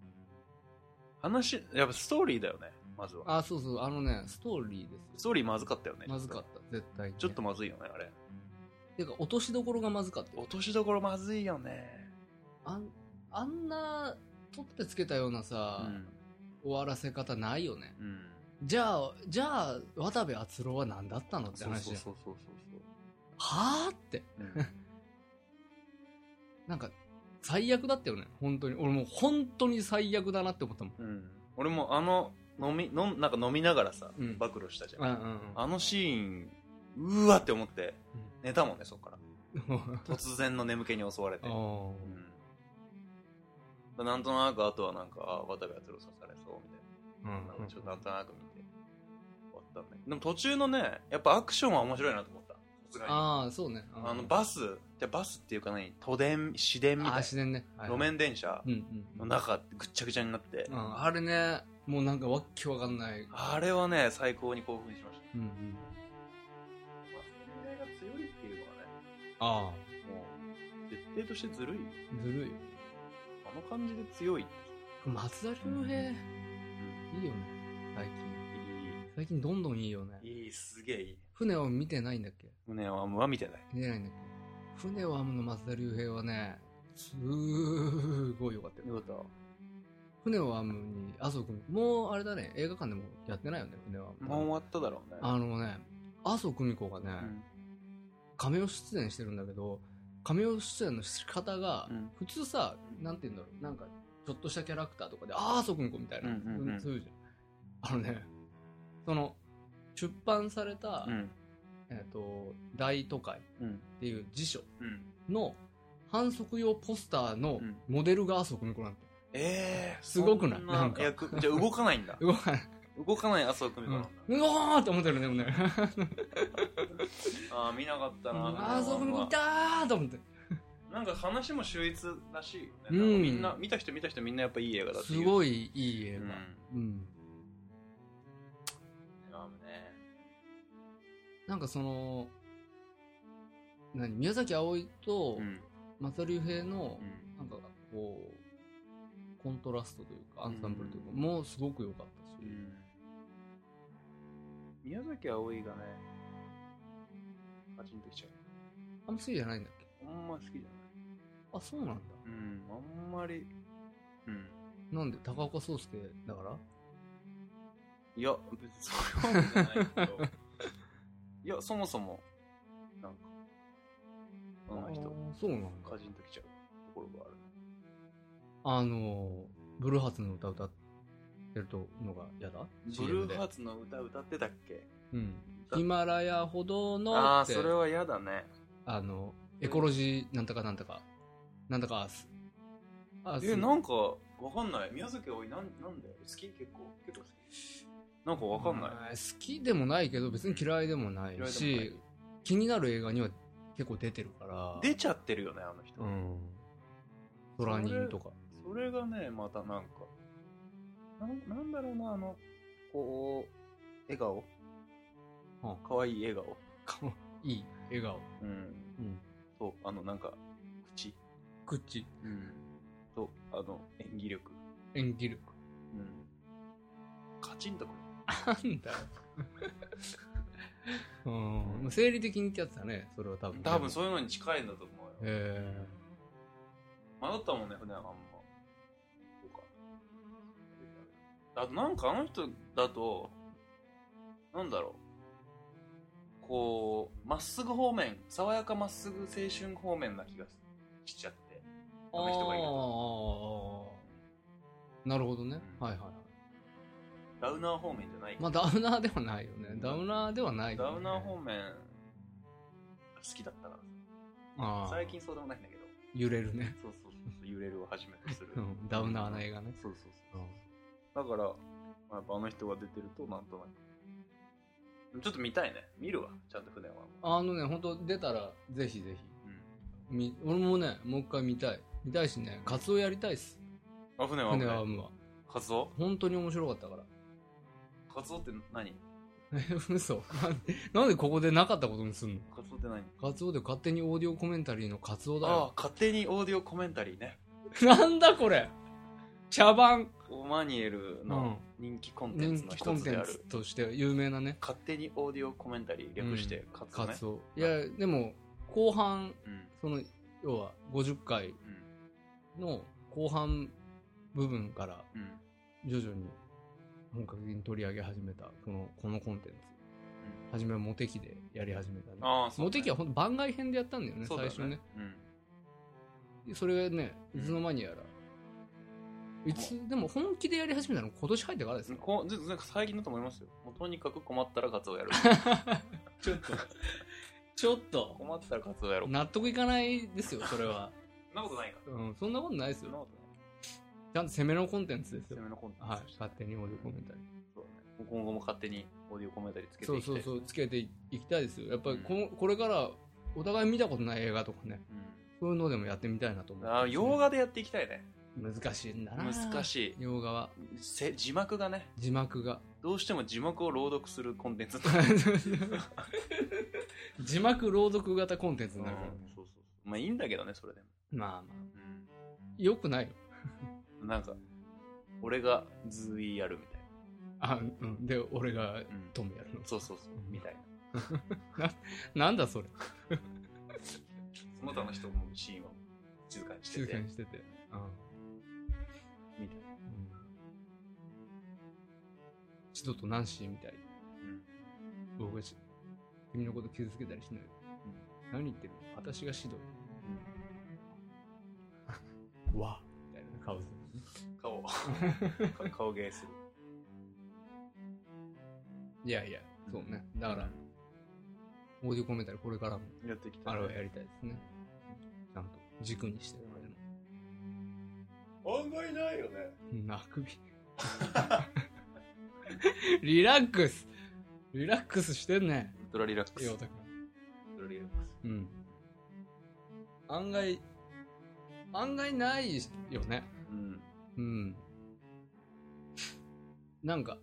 話、やっぱストーリーだよね、まずは。 あ、そうそう、あのね、ストーリーですよ。 ストーリーまずかったよね。 まずかった、絶対に、ね。 ちょっとまずいよね、あれ。 てか、落としどころがまずかった。 落としどころまずいよね。 あん、あんな、取ってつけたようなさ、うん、終わらせ方ないよね。うんじゃあ、じゃあ、渡部篤郎は何だったのって話じゃん。そうそうそうそう。はぁって。うん、なんか、最悪だったよね、本当に。俺もう本当に最悪だなって思ったもん。 うん。俺もあの飲み飲んなんか飲みながらさ、 うん、 暴露したじゃん、 うんうんうん、 あのシーンうわって思って寝たもんね、そっから突然の眠気に襲われて、うん、なんとなくあとはなんかあ渡部篤郎刺されそうみたいな、うん、なんかちょっとなんとなく見て終わったんだけど、でも途中のねやっぱアクションは面白いなと思った。 ああそうね、 あのバスじゃバスっていうか何都電市電みたいな、 市電ね、 はいはい、路面電車の中ぐっちゃぐちゃになって、 うん、あれねもうなんかわっけわかんない、 あれはね最高に興奮しました。うんうん、 まあ、それが強いっていうのはね、 ああもう設定としてずるいずるいあの感じで強い。 松田龍平、うん、いいよね最近。最近どんどんいいよね。 いい、すげえいい。 船は見てないんだっけ？ 船はは見てない。 見てないんだっけ？船はの松田龍平はね、すーごいよかったよ。 よかった。 船を編むに麻生久美子、もうあれだね、映画館でもやってないよね、船を編む。 もう終わっただろうね。 あのね、麻生久美子がね、うん、カメオ出演してるんだけど、カメオ出演の仕方が、うん、普通さ、なんて言うんだろう、なんかちょっとしたキャラクターとかで、あー麻生久美子みたいな、うんうんうん、そういうじゃん。あのね、その出版された、うん、えーと、大都会っていう辞書の反則用ポスターのモデルが麻生久美子なんて。えー、すごくない？なんかじゃあ動かないんだ。 動かない。 動かない麻生久美子なんだ。 うん、うわーって思ってるね、もうね。 あー、見なかったな。 麻生久美子いたーと思って。 なんか話も秀逸らしいよね。うん、みんな見た人見た人みんなやっぱいい映画だっていう。 すごいいい映画。うん。うん、なんかその何宮崎あおいと松田龍平のなんかこうコントラストというかアンサンブルというかもうすごく良かったし、うん、 宮崎あおいがねパチンときちゃう。 あんま好きじゃないんだっけ？ あんま好きじゃない。 あ、そうなんだ。 うん、あんまり。うん。 なんで高岡壮介だから？ いや別にそういうわけじゃないけどいやそもそもなんかあの人そうなんだ。 かじんときちゃうところがある。 あのブルーハーツの歌歌ってるのが嫌だ？ ブルーハーツの歌歌ってたっけ？ うん。ヒマラヤほどのああそれは嫌だね。 あのエコロジーなんとかなんとかなんとかアース。 アースえなんかわかんない。宮崎あおいなんなんで好き？結構結構好き。なんかわかんない。 好きでもないけど別に嫌いでもないし、ない気になる映画には結構出てるから。 出ちゃってるよねあの人。うん。 トラニンとか。 それがねまたなんかな、なんだろうなあのこう笑顔、はあ、かわいい笑顔、 かわいい笑顔。 うん。うん。とあのなんか口口。 うん。とあの演技力。 演技力。 うん。カチンとくる。 なんだうん、生理的にってやつだね、それは多分。 多分そういうのに近いんだと思うよ。へー。迷ったもんね、船はあんま。そうか。あとなんかあの人だと、なんだろう。こう、まっすぐ方面、爽やかまっすぐ青春方面な気がしちゃって。あの人がいると。 なるほどね。うん、はいはい。 ダウナー方面じゃない。 まあダウナーではないよね。ダウナーではないよね。 ダウナー方面好きだったから。あ最近そうでもないんだけど。 揺れるね。 そうそうそう揺れるをはじめとする。 ダウナーの映画ね。 そうそうそう。うん、だから、まあ、やっぱあの人が出てるとなんとなく。ちょっと見たいね。見るわ。ちゃんと船は。 あのね、本当出たらぜひぜひ。うん、み俺もね、もう一回見たい。見たいしね、カツオやりたいっす。 あ、船は、 ね、船は海は。 カツオ？ 本当に面白かったから。 カツオって何？ 嘘なんでここでなかったことにすんの？ カツオって何？ カツオで勝手にオーディオコメンタリーのカツオだよ。 ああ、勝手にオーディオコメンタリーね。 なんだこれ茶番。 オマニエルの人気コンテンツの一つである、うん、人気コンテンツとして有名なね。 勝手にオーディオコメンタリー略して、うん、カツオね。カツオ。 いや、でも後半、うん、その要はごじゅっかいの後半部分から、うん徐々に本格的に取り上げ始めたこのこのコンテンツ、うん、初めはモテ期でやり始めたね。あそうねモテ期は本当番外編でやったんだよね、最初ね、うん、それがねいつの間にやら、 いつでも本気でやり始めたの今年入ってからですよ。 こうなんか最近だと思いますよ。もうとにかく困ったらカツオやる。 ちょっとちょっと困ったらカツオやろう。 納得いかないですよそれは。 そんなことないか。 うん、そんなことないですよ。 そんなことない。 ちゃんと攻めのコンテンツですよ。 攻めのコンテンツ。 はい、勝手にオーディオコメンタリー。 そうね。今後も勝手にオーディオコメンタリーつけていきたい。そうそうそうつけていきたいですよ。やっぱりこの、うん、これからお互い見たことない映画とかね、うん、そういうのでもやってみたいなと思う、ね。 ああ、洋画でやっていきたいね。 難しいんだな。 難しい。 洋画はせ字幕がね。 字幕がどうしても字幕を朗読するコンテンツ。 字幕朗読型コンテンツになるから、ね。 うん、そうそうそう。まあいいんだけどねそれでも。 まあまあ。うん、よくないよ。 なんか俺がズーイーやるみたいな。あ、うん。で俺がトムやるの。 うん、そうそうそうみたいな。ななんだそれ。 その他の人もシーンを静かにしてて。 静かにしてて。ああみたいな。 シドとナンシーみたい。うん。僕が君のこと傷つけたりしない。うん、何言ってるの？私がシド。うん、わみたいな顔する。 顔。顔芸する。 いやいや、そうね。だから、オーディオコメンタリーこれからもやっていきたい。 あれはやりたいですね。ちゃんと軸にしてるのでも。 案外ないよね。 あくび。リラックスリラックスしてんね。 ウルトラリラックス。 ウルトラリラックス。 うん。案外、案外ないよね。うん。うん。なんか、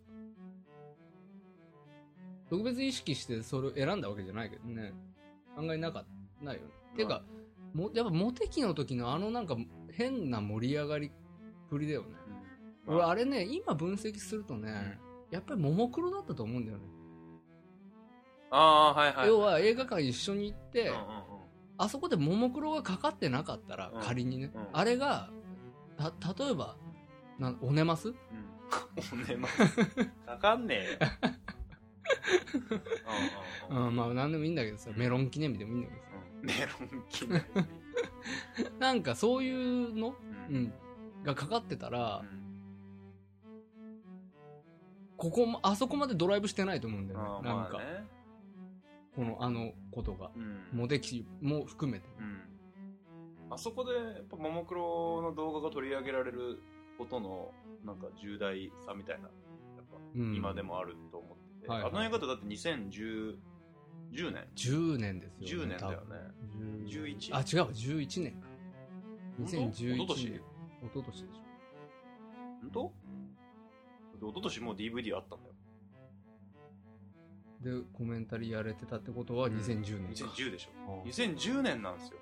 特別意識してそれを選んだわけじゃないけどね。案外なかった、ないよね。てか、もやっぱモテ期の時のあのなんか変な盛り上がりっぷりだよね。うん、俺あれね、今分析するとね、うん、やっぱりももクロだったと思うんだよね。 ああ、はいはい。 要は映画館一緒に行って、うんうんうん、あそこでももクロがかかってなかったら、うん、仮にね、うん、あれが、た、例えば、なオネマス、うん、 オネマスかかんねえよ。 うんうん、まあ何でもいいんだけどさ、メロン記念日でもいいんだけどさ、 うん、メロン記念日なんかそういうの、うんうん、がかかってたら、うん、ここもあそこまでドライブしてないと思うんだよね。なんか、まあね、このあのことが、うん、モテ期も含めて、うん、 あそこでやっぱももクロの動画が取り上げられることのなんか重大さみたいなやっぱ今でもあると思って。はいはい、あの映画ってだってにせんじゅう、じゅうねん ?じゅう年ですよね。 じゅうねんだよね。じゅういち? あ、違う、じゅういちねんか。にせんじゅういちねん。 おととしおととしでしょ。 本当？おととしもう ディーブイディー あったんだよ。で、コメンタリーやれてたってことはにせんじゅうねんか。 にせんじゅうでしょ。にせんじゅうねんなんですよ。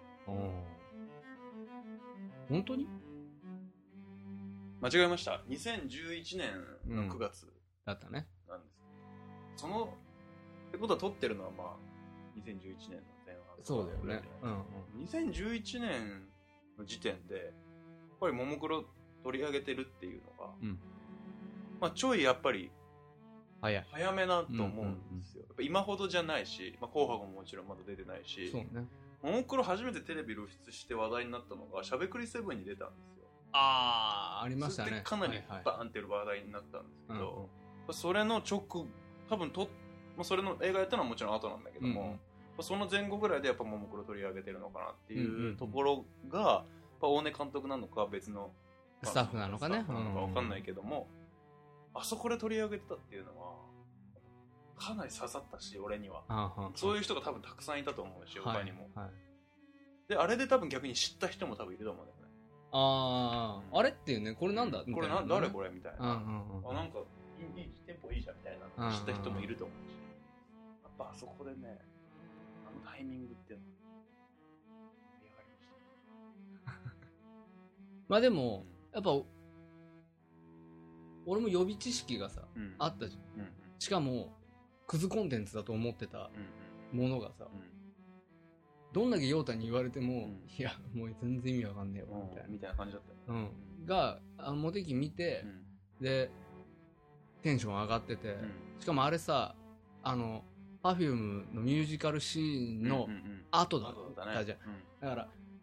本当に？ 間違えました。にせんじゅういちねんのくがつ、うん、 だったね。 なんです。そのってことは撮ってるのはまあにせんじゅういちねんの前半。 そうだよね。うんうん、にせんじゅういちねんの時点でやっぱりももクロ取り上げてるっていうのが、うん、まあちょいやっぱり早い早めなと思うんですよ。やっぱ今ほどじゃないし、まあ、紅白ももちろんまだ出てないし、 そうね。 ももクロ初めてテレビ露出して話題になったのがしゃべくりセブンに出たんですよ。 ああありましたね。 それでかなりバーンって話題になったんですけど、はいはい、それの直多分と、まあ、それの映画やったのはもちろん後なんだけども、うんうん、その前後ぐらいでやっぱももクロ取り上げてるのかなっていうところが、やっぱ大根監督なのか別のスタッフなのかね、 スタッフなのか分かんないけども、うん、あそこで取り上げてたっていうのはかなり刺さったし、俺にはそういう人が多分たくさんいたと思うし、他にも、はいはい、であれで多分逆に知った人も多分いると思うんだよね。 ああ、うん、あれっていうね、これなんだ、 うん、これな誰これみたいな、うんうんうん、あなんかいいいいテンポいいじゃんみたいな知った人もいると思うし、やっぱあそこでね、あのタイミングっていうのは盛り上がりました。 まあでも、うん、やっぱ俺も予備知識がさ、うん、あったじゃん、うんうん、しかもクズコンテンツだと思ってたものがさ、うんうん、どんだけ陽太に言われても、うん、いやもう全然意味わかんねえわみたいな、 みたいな感じだったよ、 うん、があのモテ期見て、うん、でテンション上がってて、うん、しかもあれさ、あの Perfume のミュージカルシーンの後だったじゃん、だから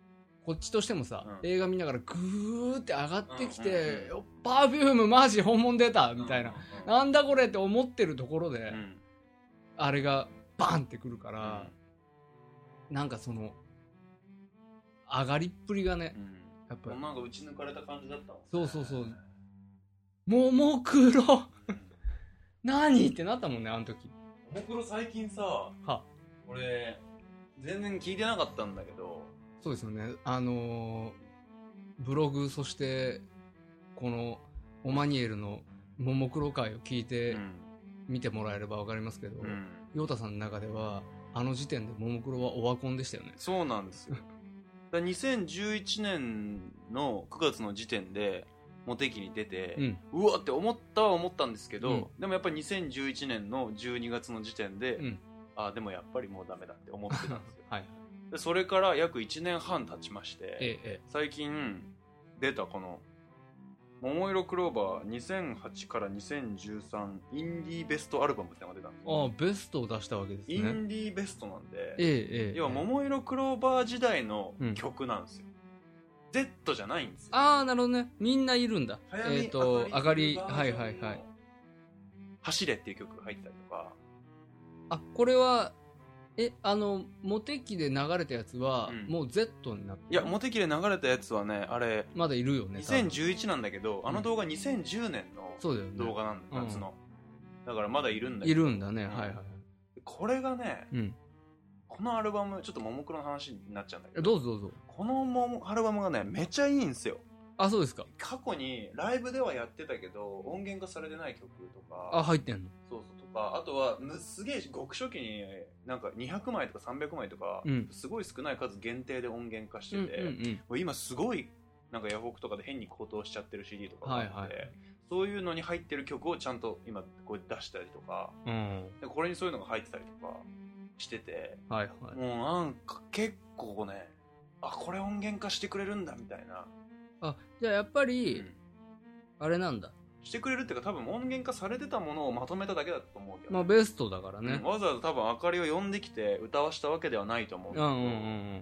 こっちとしてもさ、 うん、 映画見ながらグーって上がってきて、うんうんうん、パーフュームマジ本物出たみたいな、うんうんうん、なんだこれって思ってるところで、うん、あれがバンってくるから、うん、なんかその上がりっぷりがね、うん、やっぱりなんか打ち抜かれた感じだったもんね。 そうそうそう、ももクロ何ってなったもんね、あの時。 ももクロ最近さ、は俺全然聞いてなかったんだけど。 そうですよね、あのー、ブログ、そしてこのオマニエルのももクロ回を聞いて見てもらえれば分かりますけど、うん、陽太さんの中ではあの時点でももクロはオワコンでしたよね。 そうなんですよだにせんじゅういちねんのくがつの時点でモテ期に出て、うん、うわって思ったは思ったんですけど、うん、でもやっぱりにせんじゅういちねんのじゅうにがつの時点で、うん、あでもやっぱりもうダメだって思ってたんですよ、はい、でそれから約いちねんはん経ちまして、ええ、最近出たこの桃色クローバーにせんはちからにせんじゅうさんインディーベストアルバムってのが出たんですよ。 ああ、ベストを出したわけですね。 インディーベストなんで、 ええ、 要は桃色クローバー時代の曲なんですよ、うん、Z じゃないんですよ。 ああ、なるほどね。みんないるんだ。えっ、ー、と上がり、はいはいはい。 走れっていう曲が入ったりとか。 あ、これはえ、あのモテ期で流れたやつは、うん、もう Z になってる。 いや、モテ期で流れたやつはね、あれまだいるよね。 にせんじゅういちなんだけど、あの動画にせんじゅうねんの動画なんだ、夏の、うん、だからまだいるんだけど。 いるんだね、うん、はいはい。 これがね、うん、このアルバムちょっとももクロの話になっちゃうんだけど、 どうぞどうぞ。 このもアルバムがねめちゃいいんですよ。 あ、そうですか。 過去にライブではやってたけど音源化されてない曲とか、 あ、入ってんの。 そうそうとか、あとはすげえ極初期になんかにひゃくまいとかさんびゃくまいとか、うん、すごい少ない数限定で音源化してて、うんうんうん、もう今すごいなんかヤフオクとかで変に高騰しちゃってる シーディー とかがあって、はいはい、そういうのに入ってる曲をちゃんと今こう出したりとか、うん、でこれにそういうのが入ってたりとかしてて、はいはい、もうなんか結構ね、あ、これ音源化してくれるんだみたいな。 あ、じゃあやっぱり、うん、あれなんだ、 してくれるっていうか、多分音源化されてたものをまとめただけだと思うけど、ね、 まあベストだからね、 うん、わざわざ多分あかりを呼んできて歌わしたわけではないと思うんだけど、うんうんうん、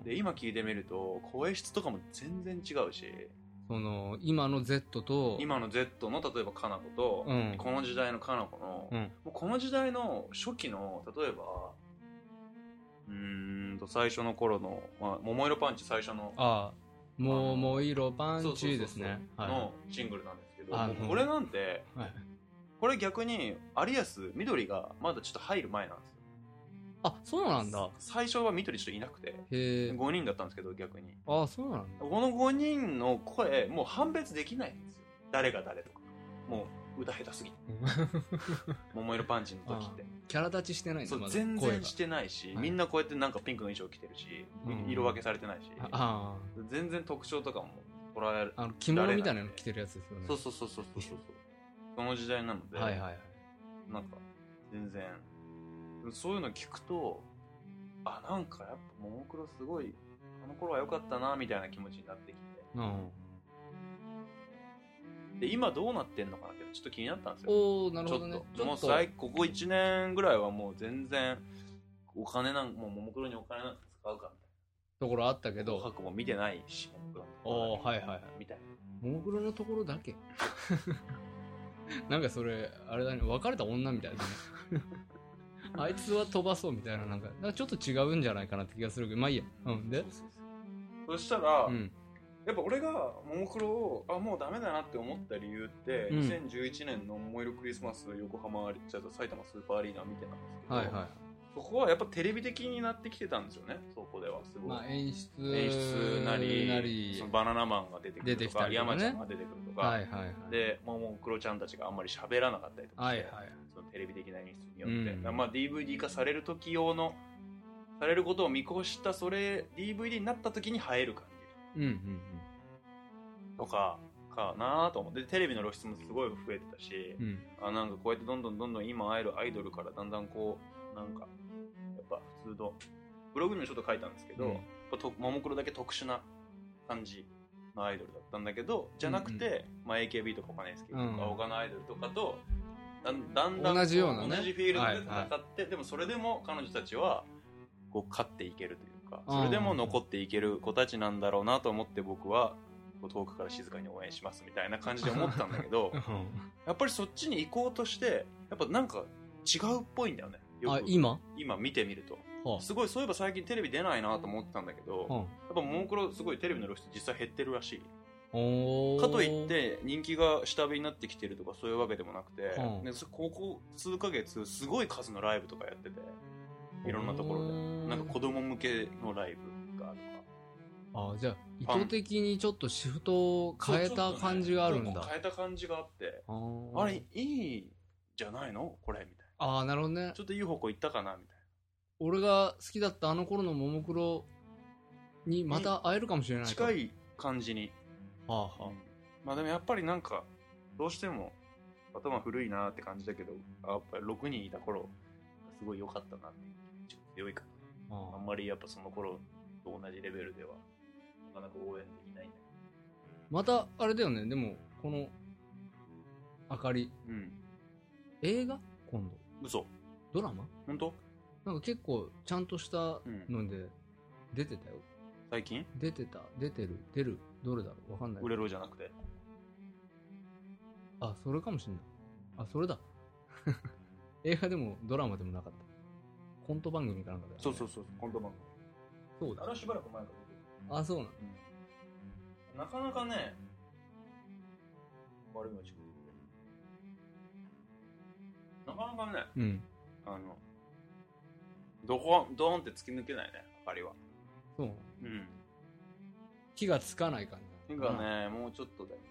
で今聞いてみると声質とかも全然違うし、 その今の Z と今の Z の例えばかな子と、うん、この時代のかな子の、うん、もうこの時代の初期の例えばうーんと最初の頃の、まあ、桃色パンチ最初のああ桃色パンチですねのシングルなんですけど、もうこれなんて、はい、これ逆に有安緑がまだちょっと入る前なんですよ。 あ、そうなんだ。 最初は緑ちょっといなくてへごにんだったんですけど、逆に。 あ、そうなんだ。 このごにんの声もう判別できないんですよ、誰が誰とか。もう歌下手すぎて桃色パンチの時ってキャラ立ちしてないんだ。 そう、全然してないし、みんなこうやってなんかピンクの衣装着てるし、色分けされてないし、ああ全然特徴とかも捉える、 あの着物みたいなの着てるやつですよね。 そうそうそうそうそうそうその時代なので、はいはいはい、なんか全然そういうの聞くと、あ、なんかやっぱももクロすごいあの頃は良かったなみたいな気持ちになってきて、うん、で今どうなってんのかなってちょっと気になったんですよ。 おー、なるほどね。 ちょっともう最ここいちねんぐらいはもう全然お金なんもうももクロにお金なんか使うかみたいなところあったけど、 紅白も見てないし、ももクロのおー、はいはいはい、 みたいな。ももクロのところだけなんかそれあれだね、別れた女みたいだねあいつは飛ばそうみたいな、なんかなんかちょっと違うんじゃないかなって気がするけど、まあいいや。うんで、そうそうそう、そしたら、うん、やっぱ俺がももクロをあもうダメだなって思った理由って、うん、にせんじゅういちねんの桃色クリスマス横浜アリーナ、埼玉スーパーアリーナ見てたんですけど、はいはい、そこはやっぱテレビ的になってきてたんですよね。そこではすごい、 まあ、演出演出なりなり、そのバナナマンが出てくるとか、ね、山ちゃんが出てくるとか、はいはいはい、でももクロちゃんたちがあんまり喋らなかったりとかして、はいはい、そのテレビ的な演出によって、うん、まあ ディーブイディー 化される時用のされることを見越した、それ ディーブイディー になった時に映える感じ、うんうんうん、とかかなと思って、テレビの露出もすごい増えてたし、うん、あなんかこうやってどんどんどんどん今会えるアイドルからだんだんこうなんかやっぱ普通のブログにもちょっと書いたんですけど、うん、やっぱももクロだけ特殊な感じのアイドルだったんだけど、じゃなくて、うんうん、まあ、エーケービー とか他の エスケービー とか、うん、他のアイドルとかとだんだんだん同じようなね、 同じフィールドで戦って、はいはい、でもそれでも彼女たちはこう勝っていけるというか、それでも残っていける子たちなんだろうなと思って僕は遠くから静かに応援しますみたいな感じで思ったんだけどやっぱりそっちに行こうとしてやっぱなんか違うっぽいんだよね。よくあ、今今見てみると、はあ、すごいそういえば最近テレビ出ないなと思ってたんだけど、はあ、やっぱももクロすごいテレビの露出実際減ってるらしい。かといって人気が下火になってきてるとかそういうわけでもなくて、はあ、でここ数ヶ月すごい数のライブとかやってて、いろんなところでなんか子供向けのライブがあるとか。 ああ、じゃあ意図的にちょっとシフトを変えた感じがあるんだ。 ね、変えた感じがあって、あ, あれいいじゃないのこれみたいな。 ああ、なるほどね。 ちょっといい方向行ったかなみたいな。 俺が好きだったあの頃のももクロにまた会えるかもしれない。 近い感じに。 はあはあ、 うん、まあでもやっぱりなんかどうしても頭古いなって感じだけど、やっぱりろくにんいた頃すごい良かったなって強いかな。 あ, あんまりやっぱその頃と同じレベルではなかなか応援できないんだけど。 またあれだよね。でもこのあかり、うん、映画今度。 嘘。 ドラマ？ 本当？ なんか結構ちゃんとしたので出てたよ、うん、 最近出てた。出てる出るどれだろうわかんない。 売れろじゃなくて。 あ、それかもしんない。あ、それだ映画でもドラマでもなかった。コント番組かなんかだよ、ね、 そうそうそう、コント番組。 そうだ。 あれしばらく前から出てる。 あ、そうなの、 うん、なかなかね、悪いのちなかなかね、うん、あのドコンドーンって突き抜けないね、あかりは。 そう。 うん。 火がつかない感じ。 火がね、もうちょっとだよ。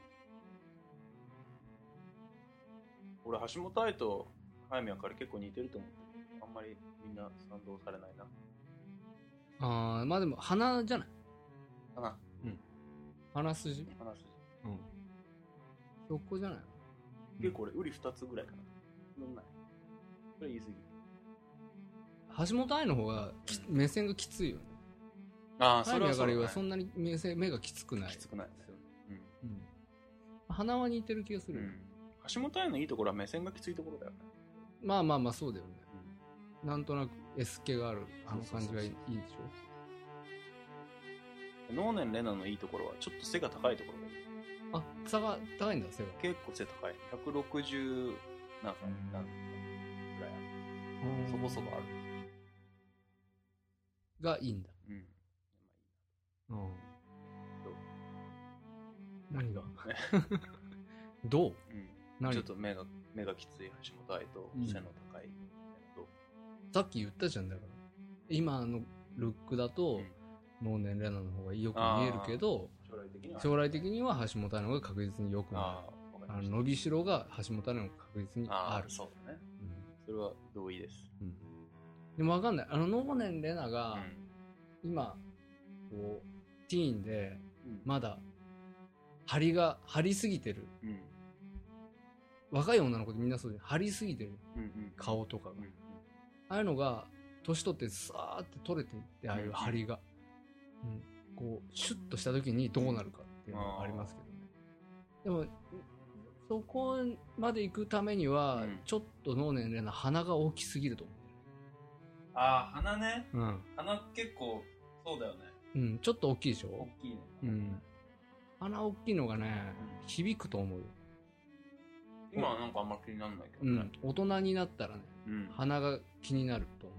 俺橋本愛と早見あかり結構似てると思う。あんまりみんな賛同されないな。 ああ、まあでも鼻じゃない？ 鼻。 うん。鼻筋？ 鼻筋。 うん。そこじゃない？ 結構俺ウリ二つぐらいかな。そんな。それ言い過ぎ。 橋本愛の方が、うん、目線がきついよね。 ああ、 それはそうだね。早見あかりはそんなに目線目がきつくない。 きつくないですよね。 うん。うん。鼻は似てる気がする。うん。 橋本愛のいいところは目線がきついところだよね。 まあまあまあそうだよね。うん、なんとなく S 気があるあの感じがいいでしょ。能年玲奈のいいところはちょっと背が高いところがいい。 あ、差が高いんだ、背が。 結構背高い。ひゃくろくじゅうなんかなんぐらいある。そこそこある。 がいいんだ。 うん。 うん。何がどう、うん、 何ちょっと目が目がきつい橋本愛と背の高い、うん、 さっき言ったじゃん。だから今のルックだと能年玲奈の方がよく見えるけど、 将来的には将来的には橋本愛の方が確実によく見える。あの伸びしろが橋本愛の方が確実にある。 あ、そうだね、うん、それは同意です、うん、 でも分かんない。あの能年玲奈が今こうティーンでまだ張りが張りすぎてる、うん、若い女の子でみんなそうで張りすぎてる、うんうん、顔とかが、うんうん、ああいうのが年取ってさーって取れていって、ああいう張りが、うんうん、こうシュッとした時にどうなるかっていうのがありますけどね。でもそこまで行くためには、うん、ちょっと能年玲奈鼻が大きすぎると思う。 ああ、鼻ね、うん、鼻結構そうだよね。 うん、ちょっと大きいでしょ。 大きいね。 うん。鼻大きいのがね、うん、響くと思うよ。 今はなんかあんまり気にならないけどね。 うん、大人になったらね、うん、鼻が気になると思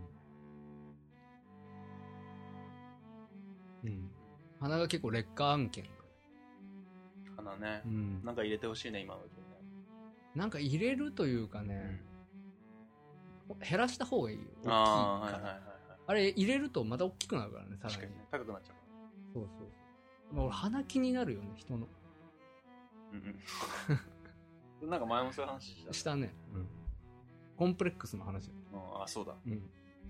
う。うん。鼻が結構劣化案件。 鼻ね、うん。なんか入れてほしいね、今のうちにね。 なんか入れるというかね、うん、減らした方がいいよ。大きいから。 あ、はいはいはいはい、あれ入れるとまた大きくなるからね、さらに。 確かにね、高くなっちゃう。 そうそうそう。まあ、俺鼻気になるよね、人の。 うんうん。なんか前もそういう話した。 したね。うん。コンプレックスの話だ。 ああ、そうだ。うん。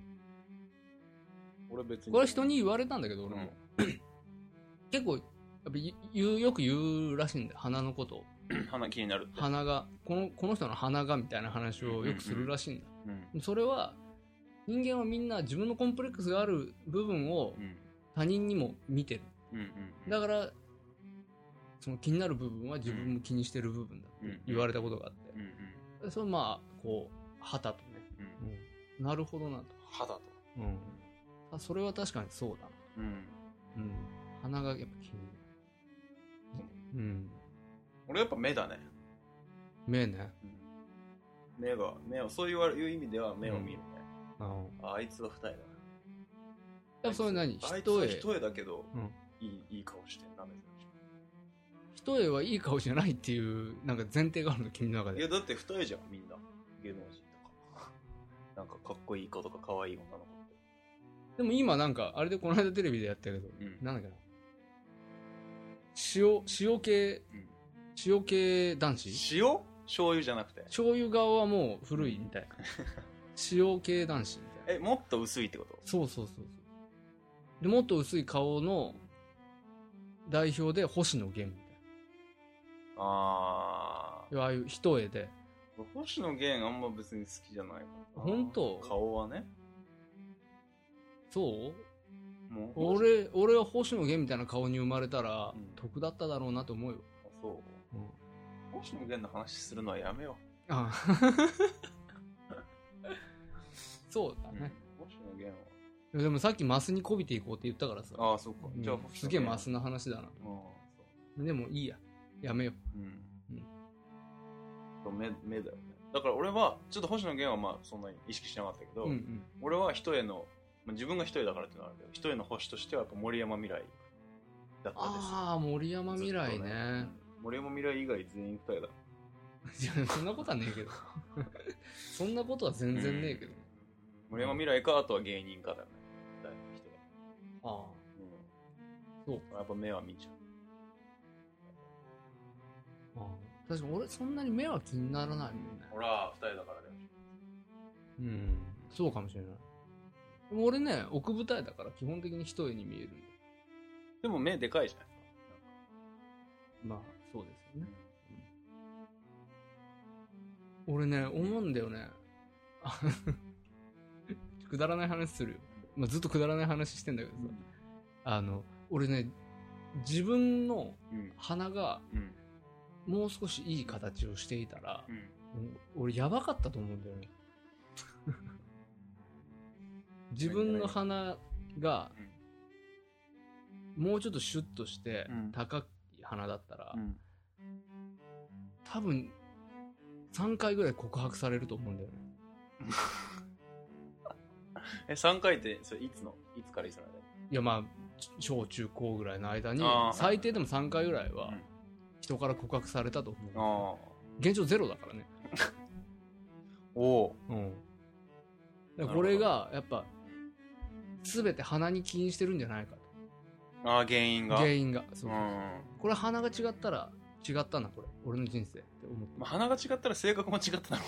俺別に。 これ人に言われたんだけど、俺も。うん、結構、やっぱ言う、よく言うらしいんだよ、鼻のことを。 鼻気になるって。 鼻が、この、この人の鼻がみたいな話をよくするらしいんだ。うんうんうん、それは、人間はみんな自分のコンプレックスがある部分を他人にも見てる。うんうんうん、だから、その気になる部分は自分も気にしてる部分だって言われたことがあって。うんうん、それまあ、こう、旗とね、うんうん。なるほどなと。 肌と。 うん。それは確かにそうだなと。 うん。うん。鼻がやっぱ気になる。うん。 俺やっぱ目だね。 目ね。 うん、目が、目を、そういう意味では目を見るね。うん、あ, あいつは二重だな。 やっぱそれ何？ あいつは一重だけど、うん、いい、いい顔してんな、珍しい。 一重はいい顔じゃないっていう、なんか前提があるの、君の中で。 いや、だって二重じゃん、みんな。芸能人とか。なんかかっこいい子とか可愛い女の子って。 でも今なんか、あれでこの間テレビでやったけど、うん、なんだっけな。塩、塩系、うん、塩系男子？ 塩？醤油じゃなくて。 醤油側はもう古いみたい。塩系男子みたいな。え、もっと薄いってこと？ そうそうそうそう。で、もっと薄い顔の代表で星野源みたいな。ああ。ああいう一重で。 星野源あんま別に好きじゃないかな。 本当？ 顔はね。 そう？もう俺、俺は星野源みたいな顔に生まれたら、 うん、 得だっただろうなと思うよ。 あ、そう。うん、星野源の話するのはやめよう。 ああそうだね。 うん、星野源は。 でもさっきマスにこびていこうって言ったからさ。 ああ、そうか。じゃあ、 すげえマスの話だな。ああ、そう。でもいいや。やめよう。うん。 うん。目、目だよね。だから俺は、ちょっと星野源はまあそんなに意識しなかったけど、うんうん、俺は一重の、まあ、自分が一重だからっていうのはあるけど、一重の星としてはやっぱ森山未来だったです。 ああ、森山未来ね、ね。 森山未来以外全員二重だ。 いや、そんなことはねえけど。そんなことは全然ねえけど。うん、 森山未来か、あとは芸人かだよね。大の人が。ああ。うん。そう。やっぱ目は見ちゃう。ああ。確かに俺そんなに目は気にならないもんね。 ほら、二重だからね。 うん。そうかもしれない。でも俺ね、奥二重だから基本的に一重に見えるんだよ。 でも目でかいじゃないですか。 まあ、そうですよね。うん、俺ね、思うんだよね。くだらない話するよ。まあ、ずっとくだらない話してんだけどさ。うん、あの、俺ね、自分の鼻がもう少しいい形をしていたら、うん、俺やばかったと思うんだよね。自分の鼻がもうちょっとシュッとして高い鼻だったら、うん、多分さんかいぐらい告白されると思うんだよね。 え、さんかいってそれいつのいつからいつまで？ いや、まあ小中高ぐらいの間に最低でもさんかいぐらいは人から告白されたと思う。現状ゼロだからね。 おお。うん。 だからこれがやっぱ全て鼻に起因してるんじゃないかと。 ああ、原因が。 原因が。そう。うん、これ鼻が違ったら違ったな、これ。俺の人生って思って。 まあ、鼻が違ったら性格も違ったな。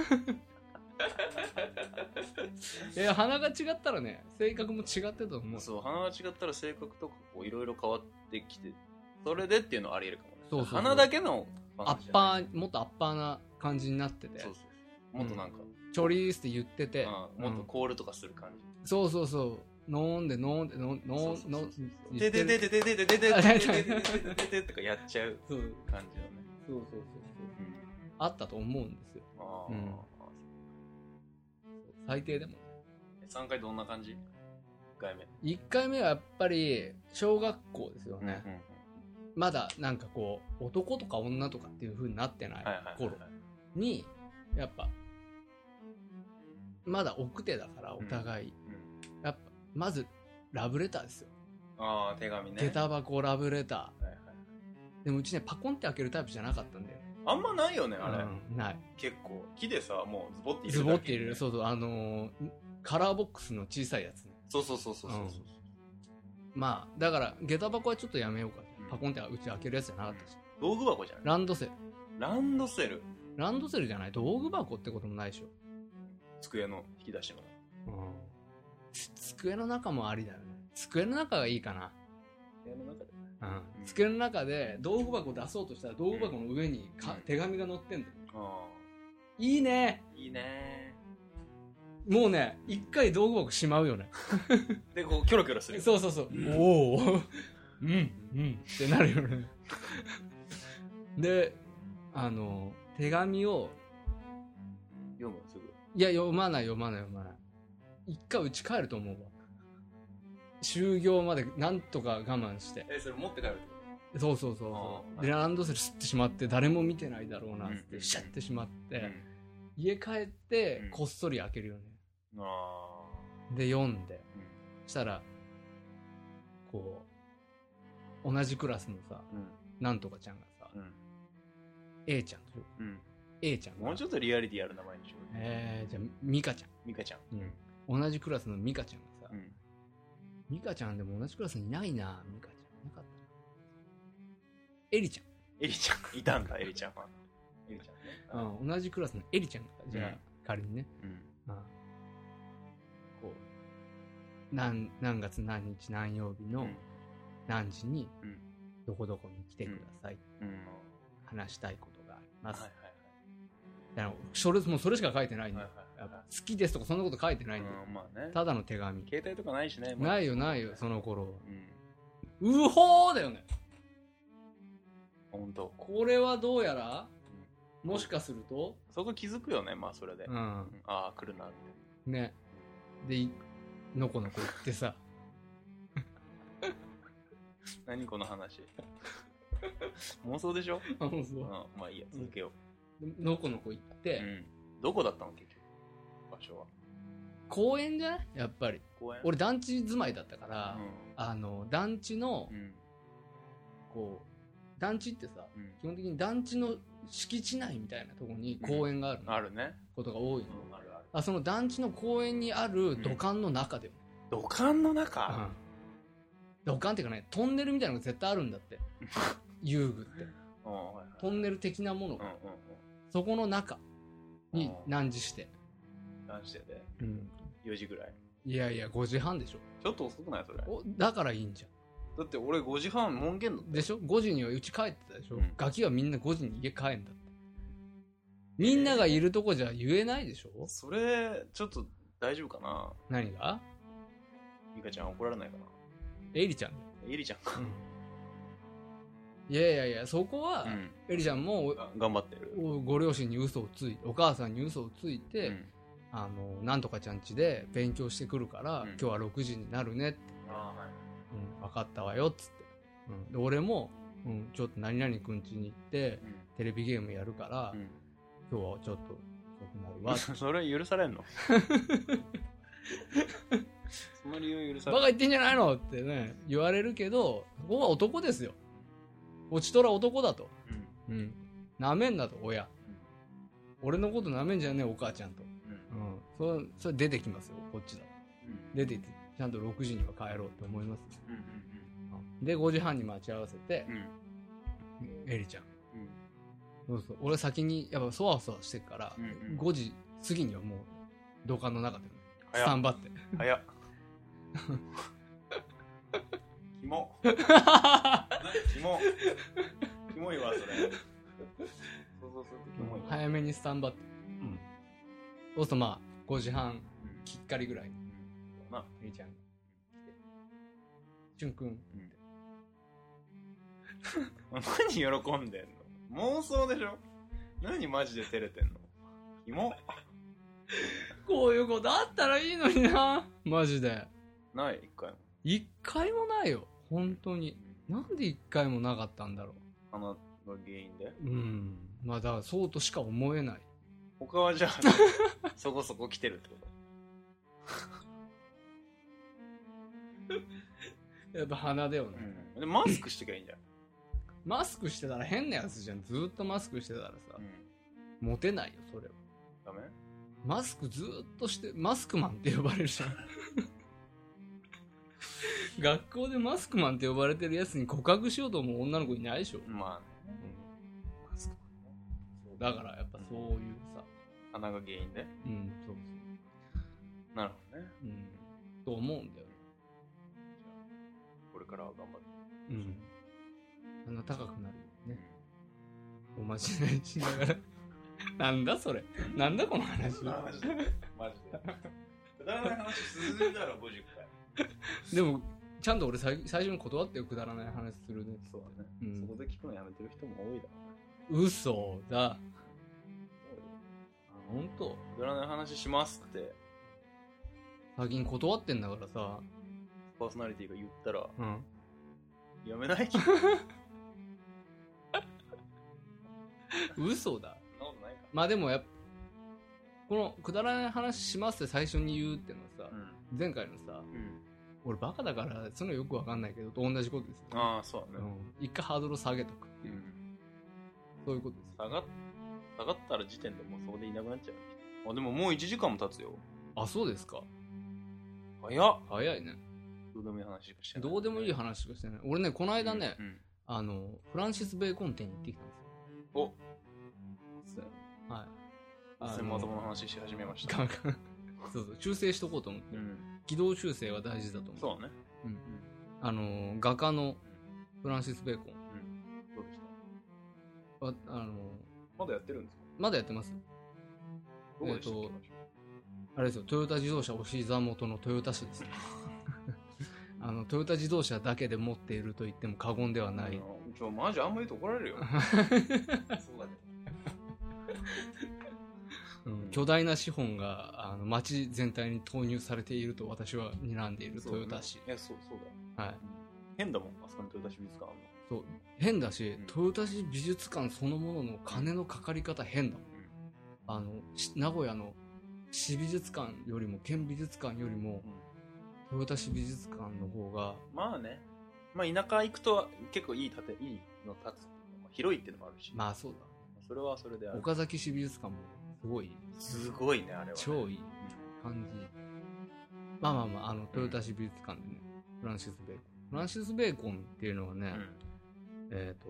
いや、鼻が違ったらね、性格も違ってたと思う。 そう、鼻が違ったら性格とかいろいろ変わってきて、それでっていうのはあり得るかもね。そうそうそう。鼻だけのアッパー、もっとアッパーな感じになってて。そうそう。 もっとなんか。うん、 チョリースって言ってて、 うん、もっとコールとかする感じ。 そうそうそう。飲んで飲んで飲んで飲んで。 ででででででででででででとかやっちゃう感じのね。 そうそうそうそう。あったと思うんですよ。ああ。最低でも。 さんかいどんな感じ？いっかいめ。 いっかいめはやっぱり小学校ですよね。まだなんかこう男とか女とかっていう風になってない頃にやっぱまだ奥手だからお互い、うんうん、やっぱまずラブレターですよ。 ああ、手紙ね。 下駄箱ラブレター、はいはい、でもうちねパコンって開けるタイプじゃなかったんだよ。 あんまないよねあれ、 うん、ない。 結構木でさもうズボって入れる、ね、 ズボって入れる。そうそう、あのー、カラーボックスの小さいやつね。 そうそうそうそうそう、うん、 まあだから下駄箱はちょっとやめようか、うん、パコンってうち開けるやつじゃなかったし、 うん、道具箱じゃない？ ランドセル。 ランドセルランドセルじゃない。道具箱ってこともないでしょ。 机の引き出しの、うん、 机の中もありだよね。机の中がいいかな。 机の中で、 うん、机の中で道具箱出そうとしたら道具箱の上にか、うん、手紙が載ってんだよ、うん、いいね。 いいね。 もうね一回道具箱しまうよね。 でこうキョロキョロする。 そうそうそう、うん、おおうんうんってなるよね。であの手紙を読むすぐ。 いや読まない読まない読まない。一回家帰ると思うわ。 就業までなんとか我慢して。 え、それ持って帰るってそうそうそうそうでランドセル吸ってしまって誰も見てないだろうなってシャッてしまって、うん、家帰ってこっそり開けるよね、うん、あで読んで、うん、したらこう同じクラスのさ、うん、なんとかちゃんがさ、うん、A ちゃんと、うん、A ちゃんもうちょっとリアリティある名前にしよう。 えー、じゃあミカちゃんミカちゃん、 うん、同じクラスのミカちゃんがさ、うん、ミカちゃんでも同じクラスにいないな。ミカちゃんいなかった。エリちゃんエリちゃんいたんだ。エリちゃんはエリちゃんね、うん、同じクラスのエリちゃんがじゃあ、うん、仮にね、うん、ああこう 何, 何月何日何曜日の何時にどこどこに来てください、うんうん、話したいことがあります、はいはいはい、だからそれもうそれしか書いてないんだよ、はいはいはい、やっぱ好きですとかそんなこと書いてないんだよ、うんまあね、ただの手紙。 携帯とかないしね。 ないよないよその頃、うん、うほーだよね。 本当。 これはどうやら、うん、もしかするとそこ気づくよね。まあそれで、うん、ああ来るなってね。でのこのこ言ってさ何この話妄想でしょ。 妄想、うん、 まあいいや続けよう、うん、のこのこ行って、うん、 どこだったの結局場所は。 公園じゃないやっぱり。公園。俺団地住まいだったから、うん、あの団地の、うん、こう団地ってさ、うん、基本的に団地の敷地内みたいなところに公園があるの、うん、 あるねことが多いの、うん、あるある。あその団地の公園にある土管の中で、 うん、土管の中、 うん、土管っていうかねトンネルみたいなのが絶対あるんだって遊具って、はいはい、トンネル的なものが、うんうんうん、そこの中に何時して何時で、うん、よじぐらい。 いやいやごじはんでしょ。 ちょっと遅くないそれ。 おだからいいんじゃん。 だって俺ごじはん門限だったでしょ。ごじにはうち帰ってたでしょ、うん、ガキはみんなごじに家帰んだって。みんながいるとこじゃ言えないでしょ、えー、 それちょっと大丈夫かな。 何が。 ミカちゃん怒られないかな。 エリちゃんエリちゃんか、うん、 いやいやいやそこは、うん、エリちゃんも頑張ってる。 ご両親に嘘をついてお母さんに嘘をついて、うん、あのなんとかちゃん家で勉強してくるから、うん、今日はろくじになるねって。あ、はい、うん、分かったわよっつって、うん、で俺も、うん、ちょっと何々くん家に行って、うん、テレビゲームやるから、うん、今日はちょっと遅くなるわそれ許されんのその理由許されんの。 バカ言ってんじゃないのってね言われるけど、ここは男ですよ。落ちとら男だと、うんうん、なめんなと親、うん、俺のことなめんじゃねえお母ちゃんと、うんうん、そ, それ出てきますよこっちだ、うん、出てきてちゃんとろくじには帰ろうと思います、うんうんうん、でごじはんに待ち合わせて、うん、エリちゃん、うん、そうそう俺先にやっぱそわそわしてるから、うんうん、ごじ過ぎにはもう土管の中で、ね、スタンバって早っキモキモキモいわそれ想像するとキモいわ。 早めにスタンバって、うん、そうするとまあごじはんきっかりぐらいにまあエリちゃんが来てしゅんくんって、 うん、何喜んでんの。妄想でしょ。何マジで照れてんの。キモこういうことあったらいいのになマジで。 ない一回も。 一回もないよ本当に。なんで一回もなかったんだろう。 花が原因で。 うんまあだからそうとしか思えない。 他はじゃあそこそこ来てるってことやっぱ鼻だよね、 うん、でマスクしときゃいいんじゃんマスクしてたら変なやつじゃん。ずーっとマスクしてたらさ、うん、モテないよそれは。 ダメ。 マスクずーっとしてマスクマンって呼ばれるじゃん学校でマスクマンって呼ばれてるやつに告白しようと思う女の子いないでしょ。まあね、うん、マスクマンね。だからやっぱそういうさ、 鼻が原因で。うんそうそうなるほどね。 うんと思うんだよね。 じゃあこれからは頑張って。 うん鼻高くなるよね、うん、おまじないしながらなんだそれなんだこの話マジでマジでくだらない話続いたらごじゅっかいでもちゃんと俺最初に断ってよくだらない話するね。 そうだね、うん、そこで聞くのやめてる人も多いだろうね。嘘だ。あ本当。 くだらない話しますって最近断ってんだからさ。 パーソナリティが言ったら、 うん、 やめない嘘だ。 そんなことないか。 まあでもやっぱこのくだらない話しますって最初に言うってのはさ、うん、前回のさ、うん、俺バカだからそのよくわかんないけどと同じことですよ、ね、 ああそうだね、 うん、一回ハードル下げとくっていう、うん、そういうことです。 下がっ下がったら時点でもうそこでいなくなっちゃう。あでももういちじかんも経つよ。 あそうですか。 早っ。 早いね。 どうでもいい話しかしてない、 どうでもいい話しかしてない。俺ねこの間ね、うんうん、あのフランシス・ベーコン店に行ってきたんですよ。 おはい。 専門の話し始めました。 そうそう修正しとこうと思って、うん、軌道修正は大事だと思う。 そうね。 うん。あの画家のフランシス・ベーコン。うん。 どうでした？あ、あのまだやってるんですか？ まだやってます。 どうでしたっけ？ えーとあれですよ、トヨタ自動車お膝元の豊田市ですね。あのトヨタ自動車だけで持っていると言っても過言ではない。 ちょマジあんまり言うと怒られるよ。そうだけど。 うん、巨大な資本があの街全体に投入されていると私は睨んでいる豊田市。 いやそうそうだよ。はい。変だもんあそこに豊田市美術館あるの。 そう変だし、うん、豊田市美術館そのものの金のかかり方変だもん。うん、あの名古屋の市美術館よりも県美術館よりも、うん、豊田市美術館の方がまあね、まあ田舎行くと結構いい建ていいの建つ、広いっていうのもあるし。 まあそうだ。 それはそれである。 岡崎市美術館もすごいすごいねあれは、ね、 超いい感じ。まあまあまああの豊田市美術館でね、うん、フランシス・ベーコンフランシス・ベーコンっていうのはね、うん、えっ、ー、と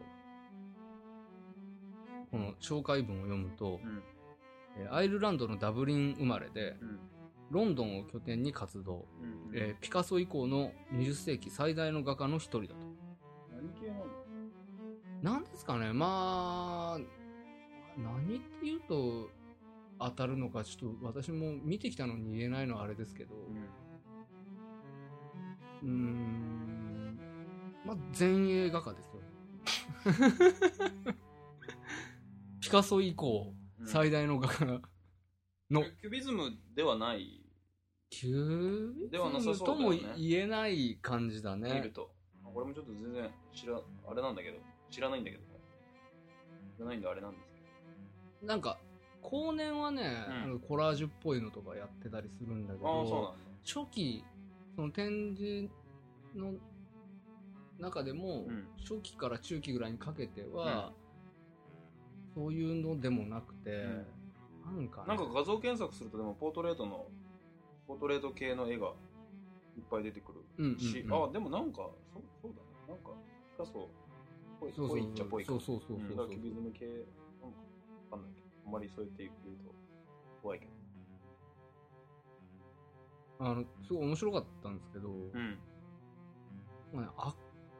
この紹介文を読むと、うんアイルランドのダブリン生まれで、うん、ロンドンを拠点に活動、うんうんえー、ピカソ以降のにじゅっ世紀最大の画家の一人だと。 何系なの？ なんですかね、まあ何って言うと当たるのかちょっと私も見てきたのに言えないのはあれですけど、うん、うーんまあ前衛画家ですよ。ピカソ以降最大の画家のキュビズムではないキュビズムとも言えない感じだね。 見ると俺もちょっと全然知らあれなんだけど知らないんだけど知らないんであれなんですけどなんか後年はね、うん、コラージュっぽいのとかやってたりするんだけどあそうなんだ初期その展示の中でも、うん、初期から中期ぐらいにかけては、うん、そういうのでもなくて、うん、なんか、ね、 なんか画像検索するとでもポートレートのポートレート系の絵がいっぱい出てくるし、うんうんうん、あでもなんかそうそうだねなんかピカソぽいぽいっちゃぽいかそうそうそうそうそうそう、 うん、キュビズム系なんかわかんないけどあんまりそうやって言うと怖いけどあのすごい面白かったんですけど、うんまあね、あ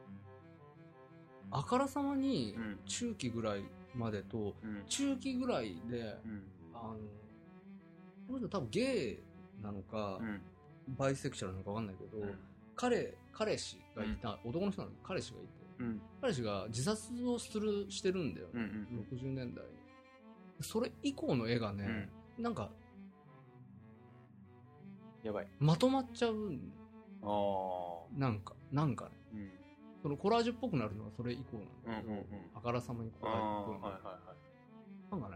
あからさまに中期ぐらいまでと、うん、中期ぐらいで、うん、あのこの人多分ゲイなのか、うん、バイセクシャルなのか分かんないけど、うん、彼彼氏がいた、うん、男の人なのに彼氏がいて、うん、彼氏が自殺をするしてるんだよ、うんうん、ろくじゅうねんだいにそれ以降の絵がね、うん、なんかやばいまとまっちゃうんあなんかなんかね、うんそのコラージュっぽくなるのはそれ以降なんだけど、うんうんうん、あからさまにこう、はいはいはい、なんかね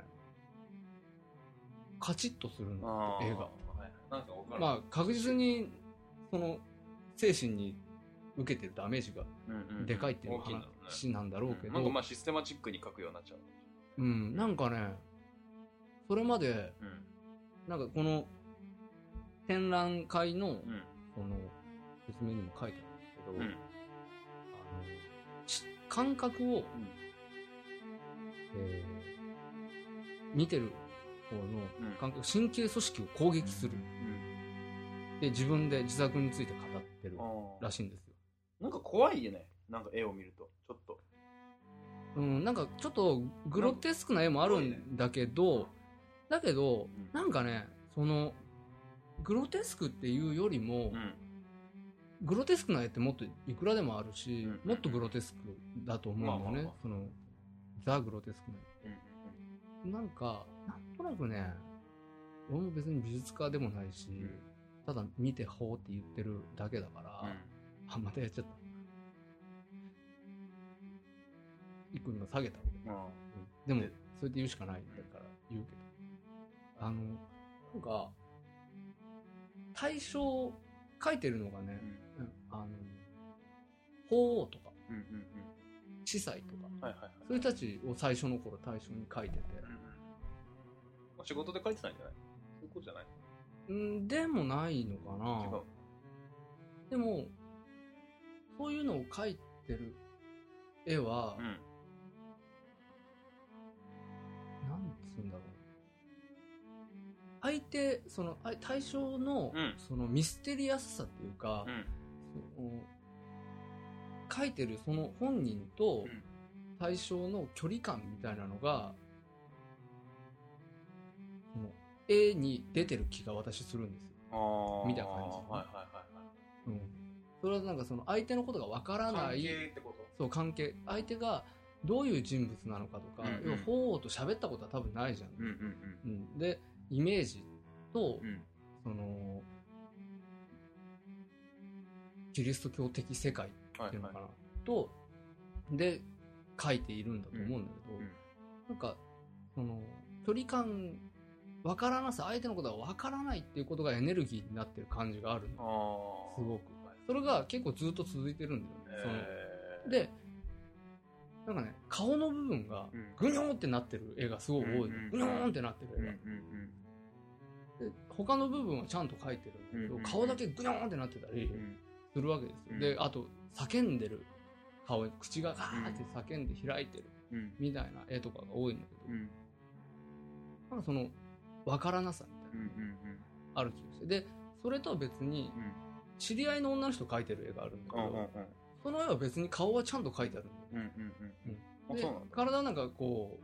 カチッとするんだって絵が、はい、なんか分かるまあ確実にその精神に受けてるダメージがでかいっていう話なんだろうけど、 うんうん、なんかまあシステマチックに描くようになっちゃううんなんかねそれまで、うん、なんかこの展覧会の、うん、その説明にも書いてあるんですけど、うん感覚を、うんえー、見てる方の感覚、うん、神経組織を攻撃する、うん、で自分で自作について語ってるらしいんですよ。 なんか怖いよねなんか絵を見るとちょっとうんなんかちょっとグロテスクな絵もあるんだけど、ね、だけど、うん、なんかねそのグロテスクっていうよりも、うんグロテスクな絵ってもっといくらでもあるし、うんうん、もっとグロテスクだと思うんだよね、まあまあまあ、そのザ・グロテスクな絵、うんうん、なんかなんとなくね俺も別に美術家でもないし、うん、 ただ見てほーって言ってるだけだから、うん、あまたやっちゃったいっこ今下げたわけ、うん、でもそれで言うしかないんだから言うけど、あのなんか対象書いてるのがね、うん、あの法王とか、うんうんうん、司祭とか、はいはいはい、そういう人たちを最初の頃対象に書いてて、 うんうん、仕事で書いてたんじゃない？そういうことじゃない？ んでもないのかな。違う。でもそういうのを描いてる絵は、うん、なんつうんだろう。相手その対象の、うん、そのミステリアスさっていうか、うん、その描いてるその本人と対象の距離感みたいなのが、その絵に出てる気が私するんですよ。みたいな感じ、ね。はいはいはいはい。うん。それはなんかその相手のことがわからない。関係ってこと？そう、関係。相手がどういう人物なのかとか、うんうん、要は法王と喋ったことは多分ないじゃん。うんうんうんうん、で、イメージと、うん、そのキリスト教的世界っていうのかな、はいはい、とで書いているんだと思うんだけど、うんうん、なんかその距離感わからなさ、相手のことがわからないっていうことがエネルギーになってる感じがあるの。すごく。それが結構ずっと続いてるんだよね。そので、なんかね、顔の部分がグニョーってなってる絵がすごい多いの。グニョーンってなってる絵が。で他の部分はちゃんと描いてるんだけど、顔だけグニョーンってなってたりするわけですよ。で、あと叫んでる顔、口がガーって叫んで開いてるみたいな絵とかが多いんだけど、なんかそのわからなさみたいなある気がして、でそれとは別に知り合いの女の人描いてる絵があるんだけど、その絵は別に顔はちゃんと描いてあるんだよ。で体なんかこ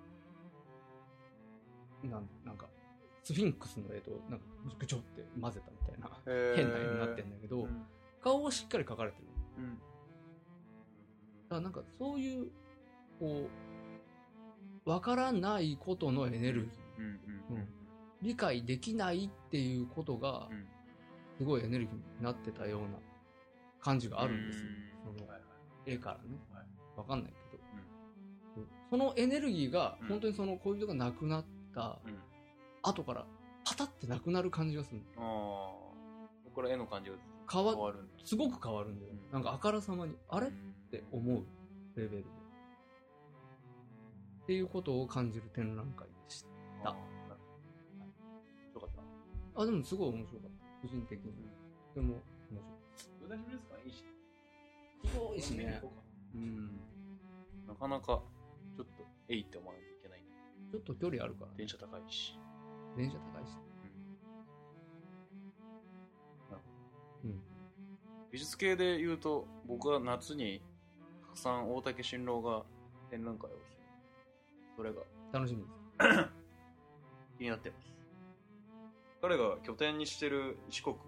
うなんなんかスフィンクスの絵となんかぐちょって混ぜたみたいな変な絵になってんだけど、うん、顔はしっかり描かれてる、うん、だからなんかそういうこうわからないことのエネルギー、うんうんうん、理解できないっていうことがすごいエネルギーになってたような感じがあるんですよ、うん、その絵からね、はい、わかんないけど、うん、そのエネルギーが本当にその恋人が亡くなった後からパタってなくなる感じがする。ああ、 これ絵の感じが変わるんだ。すごく変わるんだよ、うん、なんかあからさまにあれって思うレベルでっていうことを感じる展覧会でした。あ、 面白かった。 あ、でもすごい面白かった、個人的に、うん、でも面白い。どうですか？いいし広いしね、うん、 なかなかちょっとえいって思わないといけない。 ちょっと距離あるから、ね、 電車高いし電車高いし、 うんうん、美術系で言うと僕は夏にたくさん大竹新郎が展覧会をする。それが楽しみです気になってます。彼が拠点にしてる四国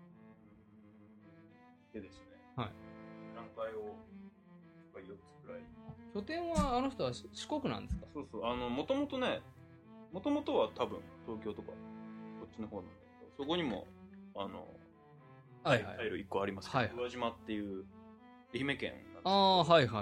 でですね、はい、展覧会をよっつくらい。 拠点はあの人は四国なんですか？ そうそう、あのもともとね、もともとは多分東京とかこっちの方なんだけど、そこにもあのはいはい、 タイルいっこありますけど、はいはい、宇和島っていう愛媛県なんですけど、 ああはいはいはい、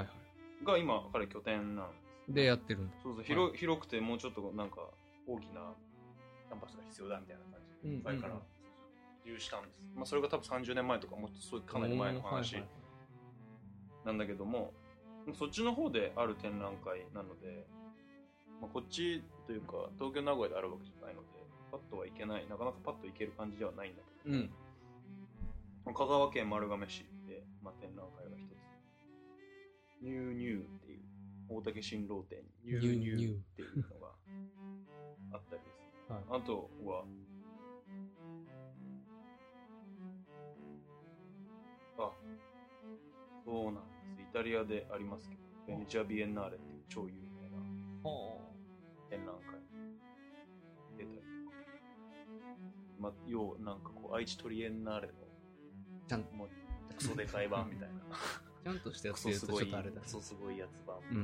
が今彼拠点なんです、 ね、でやってるんだ。 そうそう、広、はい、広くてもうちょっとなんか大きなキャンパスが必要だみたいな感じで、前から移住したんです。まあそれが多分さんじゅうねんまえとかもっとそういうかなり前の話なんだけども、そっちの方である展覧会なので、まあ、こっちというか東京名古屋であるわけじゃないのでパッとはいけない、なかなかパッと行ける感じではないんだけど、うん、香川県丸亀市で、まあ、展覧会が一つ、ニューニューっていう大竹新郎展ニューニューっていうのがあったりですね、はい、あとはあ、そうなんです、イタリアでありますけどベネチアビエンナーレっていう超有名な展覧会出たりとか、まあ、要なんかこう愛知トリエンナーレのちゃんともうクソでかい版みたいなちゃんとしたやつで言うとちょっとあれだね、 クソすごいやつ版、 うんうん、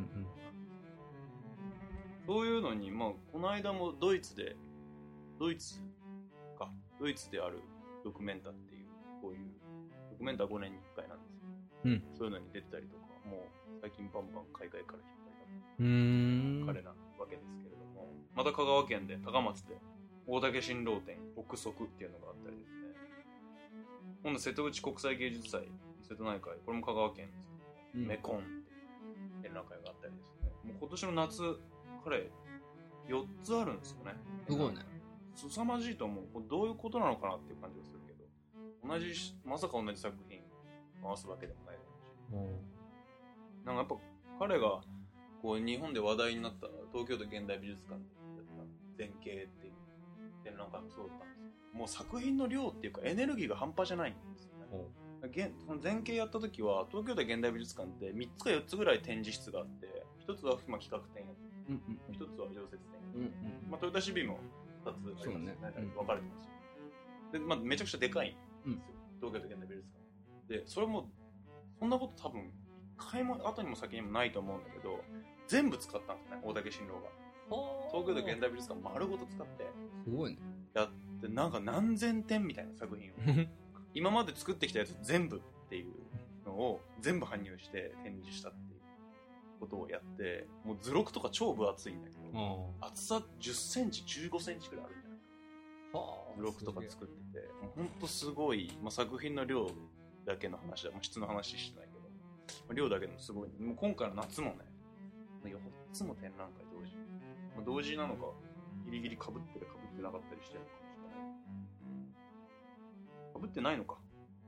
そういうのに、まあこの間もドイツでドイツかドイツであるドキュメンタっていうこういうドキュメンタごねんにいっかいなんですよ、 うん、 そういうのに出てたりとか、もう最近バンバン海外から引っ張りだ彼なわけですけれども、また香川県で高松で大竹新郎展憶測っていうのがあったりですね、今度瀬戸内国際芸術祭瀬戸内海、これも香川県ですけど、うん、メコンっていう展覧会があったりですね、もう今年の夏彼よっつあるんですよね。 すごいね。 凄まじいと思う。これどういうことなのかなっていう感じがするけど、同じまさか同じ作品回すわけでもないだろうし、なんかやっぱ彼がこう日本で話題になった東京都現代美術館でやった前景っていう展覧会もそうだったんですけど、もう作品の量っていうかエネルギーが半端じゃないんですよね。その前景やった時は東京都現代美術館ってみっつかよっつぐらい展示室があって、ひとつはまあ企画展やって、うんうん、ひとつは常設展やって、うんうん、まあ、トヨタシビもふたつありますよね、分かれてますよ、で、まあ、めちゃくちゃでかいんですよ、うん、東京都現代美術館で。それもそんなこと多分一回も後にも先にもないと思うんだけど、全部使ったんですね、大竹新郎が東京都現代美術館丸ごと使ってすごいねやって、なんか何千点みたいな作品を今まで作ってきたやつ全部っていうのを全部搬入して展示したっていうことをやって、もう図録とか超分厚いんだけど、厚さじゅっセンチじゅうごセンチくらいあるんじゃないか、図録とか作ってて、もうほんとすごい、まあ、作品の量だけの話だ、まあ、質の話してないけど、まあ、量だけでもすごい、ね、もう今回の夏もねよっつも展覧会同時、まあ、同時なのかギリギリ被ってる被ってなかったりしてるのかもしれない。被ってないのか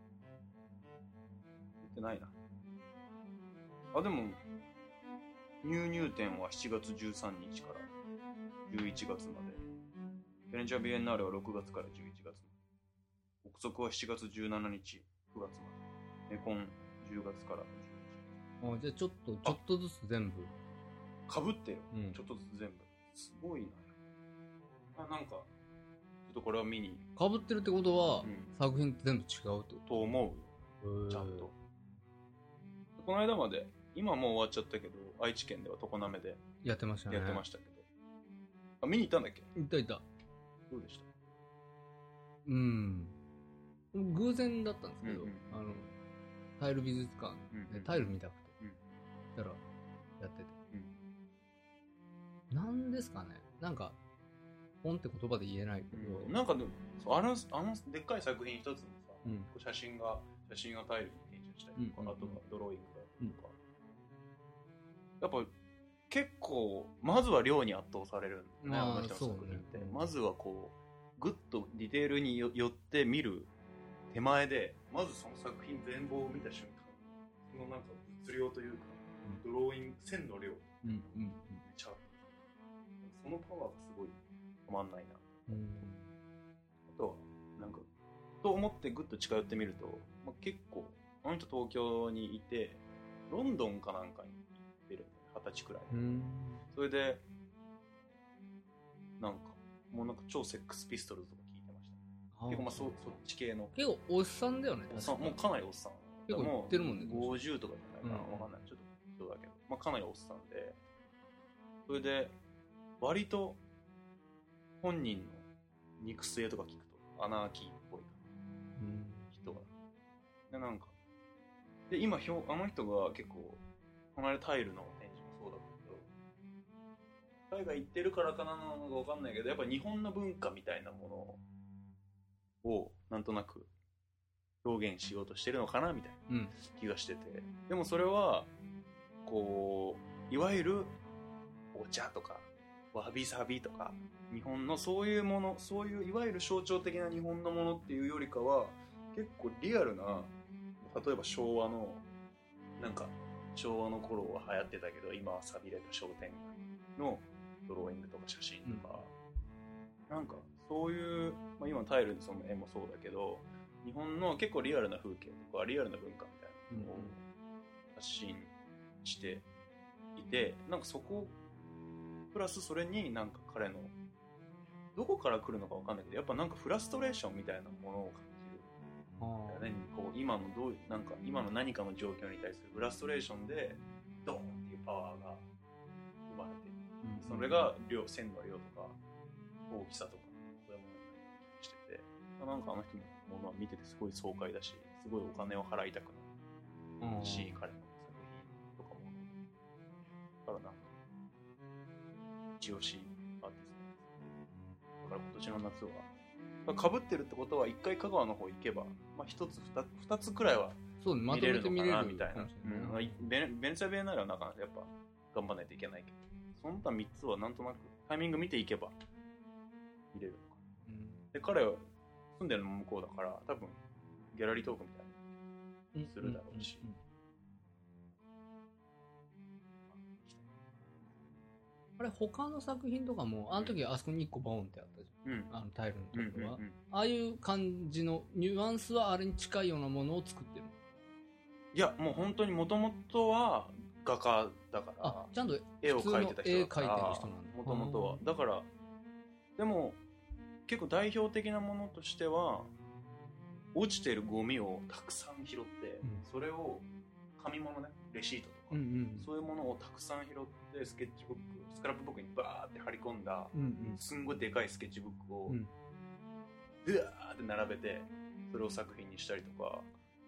被ってないなあ。でも入入展はしちがつじゅうさんにちからじゅういちがつまで、ベネチアビエンナーレはろくがつからじゅういちがつまで、憶測はしちがつじゅうしちにちくがつまで、メコンじゅうがつからじゅういちがつ。 あ、じゃあちょっとちょっとずつ全部かぶってよ、うん、ちょっとずつ全部すごいなあ。なんかちょっとこれは見にかぶってるってことは、うん、作品って全部違うってと思う、ちゃんと。この間まで今はもう終わっちゃったけど、愛知県では常滑でやってましたね。 やってましたけど、あ、見に行ったんだっけ？ 行った行った。 どうでした？ うん。偶然だったんですけど、うんうん、あのタイル美術館でタイル見たくて、うんうん、だからやってて、うん、なんですかね、なんか本って言葉で言えないけど、 うん、なんかでもあのあのでっかい作品一つのさ、うん、写真が写真がタイルに転写したりとか、うんうんうん、あとはドローイングとか。うん、やっぱ結構まずは量に圧倒されるんだね、あの人の作品って、ね、まずはこうグッとディテールによって見る手前で、まずその作品全貌を見た瞬間、そのなんか物量というか、うん、ドローイング線の量、うんうんうん、めちゃそのパワーがすごい止まんないな、うん、あとはなんかと思ってグッと近寄ってみると、まあ、結構あの人東京にいてロンドンかなんかに行ってる二十歳くらい、うん、それでなんかもうなんか超セックスピストルズとか聞いてました。結構まあ そ, そっち系の結構おっさんだよね。 おっさんもうかなりおっさん。 結構言ってるもんね。 ごじゅうとかじゃないかな、わ、うん、かんない。ちょっとそうだけど、まあかなりおっさんで、それで割と本人の肉声とか聞くとアナーキーっぽい、うん、人が。でなんかで今ひょあの人が結構この間タイルの展示もそうだったけど、海外行ってるからかなのかわかんないけど、やっぱ日本の文化みたいなものをなんとなく表現しようとしてるのかなみたいな気がしてて、うん、でもそれはこういわゆるお茶とかわびさびとか日本のそういうもの、そういういわゆる象徴的な日本のものっていうよりかは結構リアルな、例えば昭和のなんか昭和の頃は流行ってたけど今は寂れた商店街のドローイングとか写真とか、うん、なんかそういう、まあ、今タイルのその絵もそうだけど日本の結構リアルな風景とかリアルな文化みたいなのを発信していて、なんかそこプラスそれになんか彼のどこから来るのかわかんないけどやっぱなんかフラストレーションみたいなものを感じる。ね、こう今のどうなんか今の何かの状況に対するフラストレーションでドーンっていうパワーが生まれて、うん、それが量線の量とか大きさとかそういうものにしてて、なんかあの人のもまあ、見ててすごい爽快だし、すごいお金を払いたくなるし、うん、彼の作品とかも。だからなんか、一押しアーティスト。だから今年の夏は、被ってるってことは、一回香川の方行けば、まあ一つ二つ、二つくらいは見れるのかな、みたいな。うん、ベネツィア・ビエンナーレはなかなかやっぱ頑張らないといけないけど、その他三つはなんとなくタイミング見ていけば見れるのかな。うん、で、彼は住んでるのも向こうだから、多分ギャラリートークみたいにするだろうし。うんうんうんうん、あれ他の作品とかもあの時あそこにいっこボーンってあったじゃん、うん、あのタイルのところは、うんうんうん、ああいう感じのニュアンスはあれに近いようなものを作ってる。 いやもう本当にもともとは画家だからあちゃんと絵を描いてた人だから絵描いてる人なんだ。 もともとはだからでも結構代表的なものとしては落ちてるゴミをたくさん拾って、うん、それを紙物ねレシートとか、うんうん、そういうものをたくさん拾ってスケッチブックスクラップブックにバーって貼り込んだ、うんうん、すんごいでかいスケッチブックを、うん、ドゥワーって並べてそれを作品にしたりとか、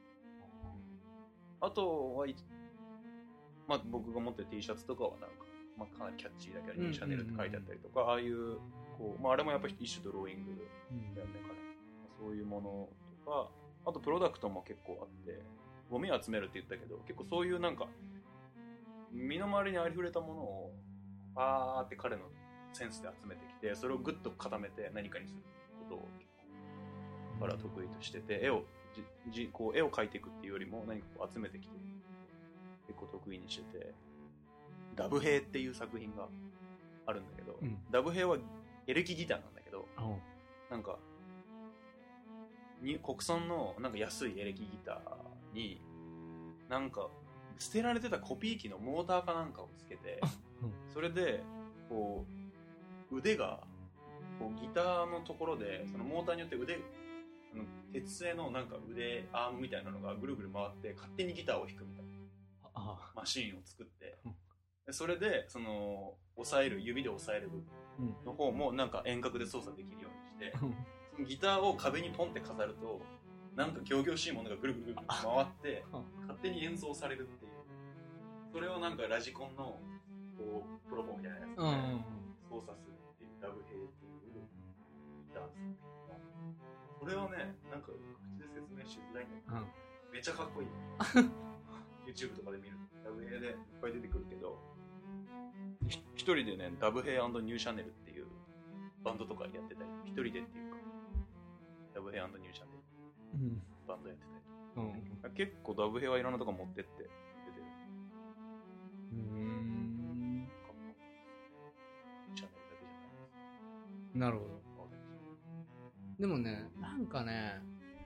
あとは、まあ、僕が持ってる T シャツとかはなんか、まあ、かなりキャッチーだけどニューシャネルって書いてあったりとか、ああいうこう、まあ、あれもやっぱり一種ドローイングだよね、彼、そういうものとか、あとプロダクトも結構あって、ゴミを集めるって言ったけど結構そういうなんか身の回りにありふれたものをパーって彼のセンスで集めてきて、それをグッと固めて何かにすることを結構彼は得意としてて、絵をじじこう絵を描いていくっていうよりも何かこう集めてきて結構得意にしてて、ダブヘイっていう作品があるんだけど、うん、ダブヘイはエレキギターなんだけど、うん、なんかに国産のなんか安いエレキギターになんか捨てられてたコピー機のモーターかなんかをつけて、うん、それでこう腕がこうギターのところでそのモーターによって腕あの鉄製のなんか腕アームみたいなのがぐるぐる回って勝手にギターを弾くみたいなマシーンを作って、でそれでその押さえる指で押さえる部分の方もなんか遠隔で操作できるようにして、そのギターを壁にポンって飾るとなんか仰々しいものがぐるぐるぐるぐる回って勝手に演奏されるっていう、それをなんかラジコンのこうプロポみたいなやつで操作するっていうダブヘイっていうダンス。それをね、なんか口で説明しづらいんだけど、うん、めっちゃかっこいい。YouTube とかで見るダブヘイでいっぱい出てくるけど、一人でね、ダブヘイ&ニューシャネルっていうバンドとかやってたり、一人でっていうか、ダブヘイ&ニューシャネル、うん、バンドやってたりとか、うん、結構ダブヘイはいろんなとこ持ってって出てる。 うーん。 シャネルだけじゃない。 なるほど。でもね、なんかね、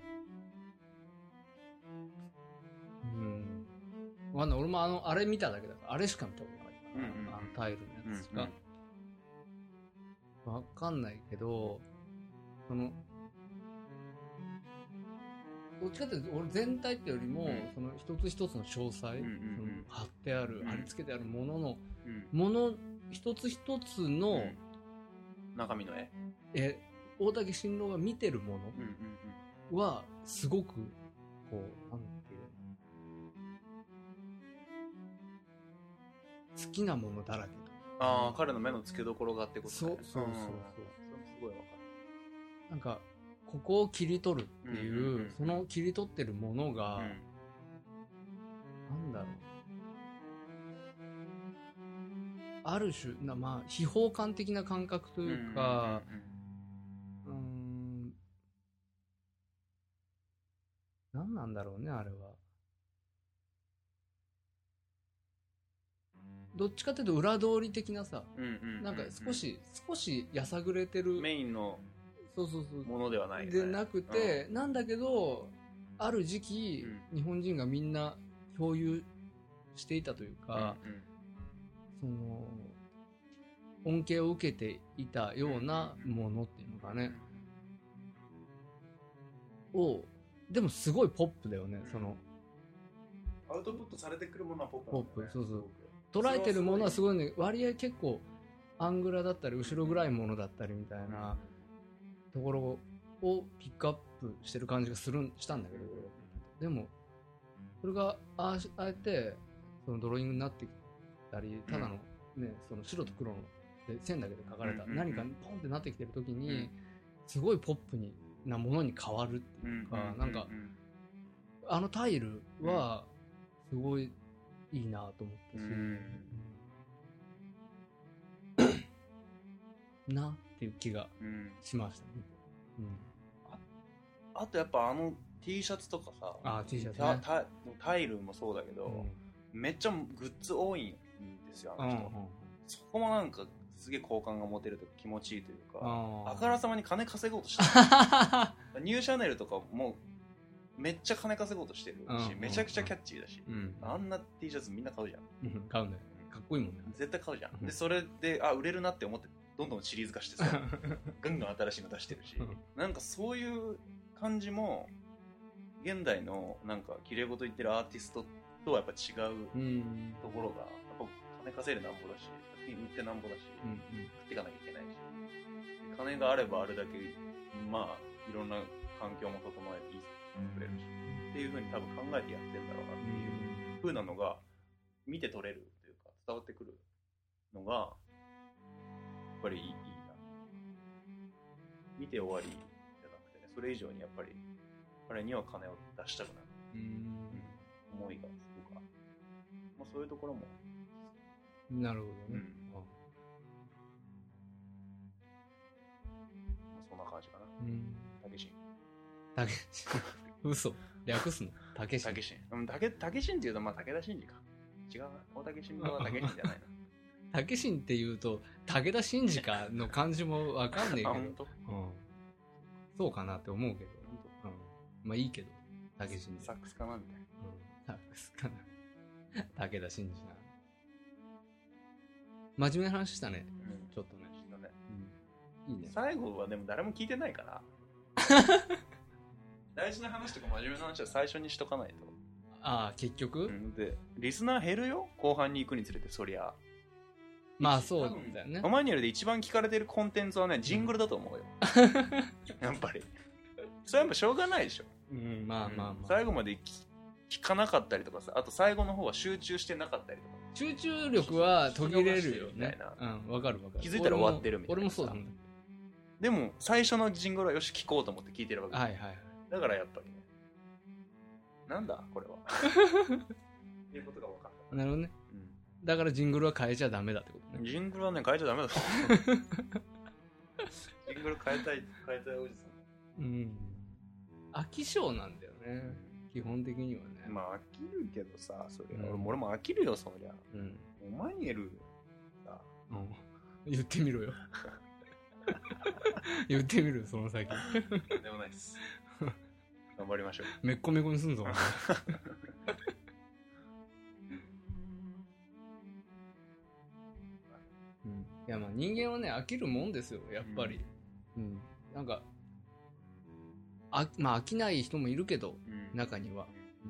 うん。わかんない。俺もあの、あれ見ただけだから、あれしか見たことないから、うんうん、あのタイルのやつしか。うんうん、わかんないけど、その、どっちかっていうと、俺全体ってよりも、うん、その一つ一つの詳細、うんうんうん、その貼ってある、うん、貼り付けてあるものの、うん、もの一つ一つの、うん、 中身の絵。 え、大竹新郎が見てるものはすごくこうなんていうの好きなものだらけと。 ああ、彼の目の付けどころがってことね。 そうそうそうそう。 うん、すごいわかる。 なんかここを切り取るっていう、うんうんうん、その切り取ってるものが、うん、なんだろう。ある種なまあ秘宝感的な感覚というか。うんうんうんうん、何なんだろうね、あれは。どっちかというと裏通り的なさ、うんうんうんうん、なんか少し少しやさぐれてるメインのものではない、ね、 でなくて、うん、なんだけどある時期、うん、日本人がみんな共有していたというか、うんうん、その恩恵を受けていたようなものっていうのがね、をでもすごいポップだよね、そのアウトプットされてくるものはポップなんだね。 ポップ、そうそう。捉えてるものはすごいね、割合結構アングラだったり後ろ暗いものだったりみたいなところをピックアップしてる感じがするしたんだけど、でもそれがああえてそのドローイングになってきたり、ただのね、その白と黒ので線だけで描かれた何かポンってなってきてる時に、すごいポップになものに変わるっていうか、なんかあのタイルはすごいいいなと思ったし、うん、なっていう気がしましたね。うん、 あ, あとやっぱあの T シャツとかさ、 あ T シャツ、ね、 タ, タイルもそうだけど、うん、めっちゃグッズ多いんですよあの人、うんうん、そこもなんかすげえ好感が持てるというか気持ちいいというか、あからさまに金稼ごうとしてるニューシャネルとかもめっちゃ金稼ごうとしてるし、うん、めちゃくちゃキャッチーだし、うん、あんな T シャツみんな買うじゃん、 うん、買うね、かっこいいもんね、 絶対買うじゃん、うん、でそれであ売れるなって思ってどんどんシリーズ化してさぐんぐん新しいの出してるしなんかそういう感じも現代のなんか綺麗事言ってるアーティストとはやっぱ違うところが、やっぱ金稼いでなんぼだし作品売ってなんぼだし、うんうん、食っていかなきゃいけないし、金があればあるだけまあいろんな環境も整えていい作れるしっていう風に多分考えてやってんだろうなっていう風なのが見て取れるというか伝わってくるのがやっぱりいい、いいな。見て終わりじゃなくてね、それ以上にやっぱり彼には金を出したくなる、うん、思いがすごくある。まあそういうところもなるほどね、うん、 まあ、そんな感じかな。たけしんたけしん嘘略すのたけしんたけしんたけたけしんっていうとまあ武田真治か違うな、大竹しんはたけしんじゃないなたけしんっていうと武田真治かの感じもわかんねえけど、うん、そうかなって思うけど、うん、まあいいけどたけしんサックスかなみたいな、 うん、サックスかな武田真治な、真面目な話したね、うん、ちょっとね、 したね、 うん、いいね。 最後はでも誰も聞いてないから大事な話とか真面目な話は最初にしとかないと。 ああ結局、 うん、でリスナー減るよ後半に行くにつれて。そりゃまあそうだよね。 オマニュエルで一番聞かれてるコンテンツはねジングルだと思うよ、うん、やっぱりそれはやっぱしょうがないでしょ、 うん、まあまあまあ、うん、 最後まで聞かなかったりとかさ、あと最後の方は集中してなかったりとか、 集中力は途切れるよね。うん、わかるわかる。 気づいたら終わってるみたいな。 俺もそうだもん。 でも最初のジングルはよし聞こうと思って聞いてるわけ。 はいはいはい。 だからやっぱりね、なんだこれはっていうことが分かった。 なるほどね、うん。だからジングルは変えちゃダメだってことね。 ジングルはね変えちゃダメだ。ジングル変えたい変えたいおじさん。うん。飽き性なんだよね。基本的にはね。 まあ飽きるけどさ、それ、うん、俺も俺も飽きるよそりゃ。うん。オマニエルさ、 うん、言ってみろよ。言ってみるよその先。 でもないです。頑張りましょう。 めっこめこにすんぞ。うん、いやまあ人間はね飽きるもんですよやっぱり。うん。うん、なんかあまあ飽きない人もいるけど、うん、中には。うん、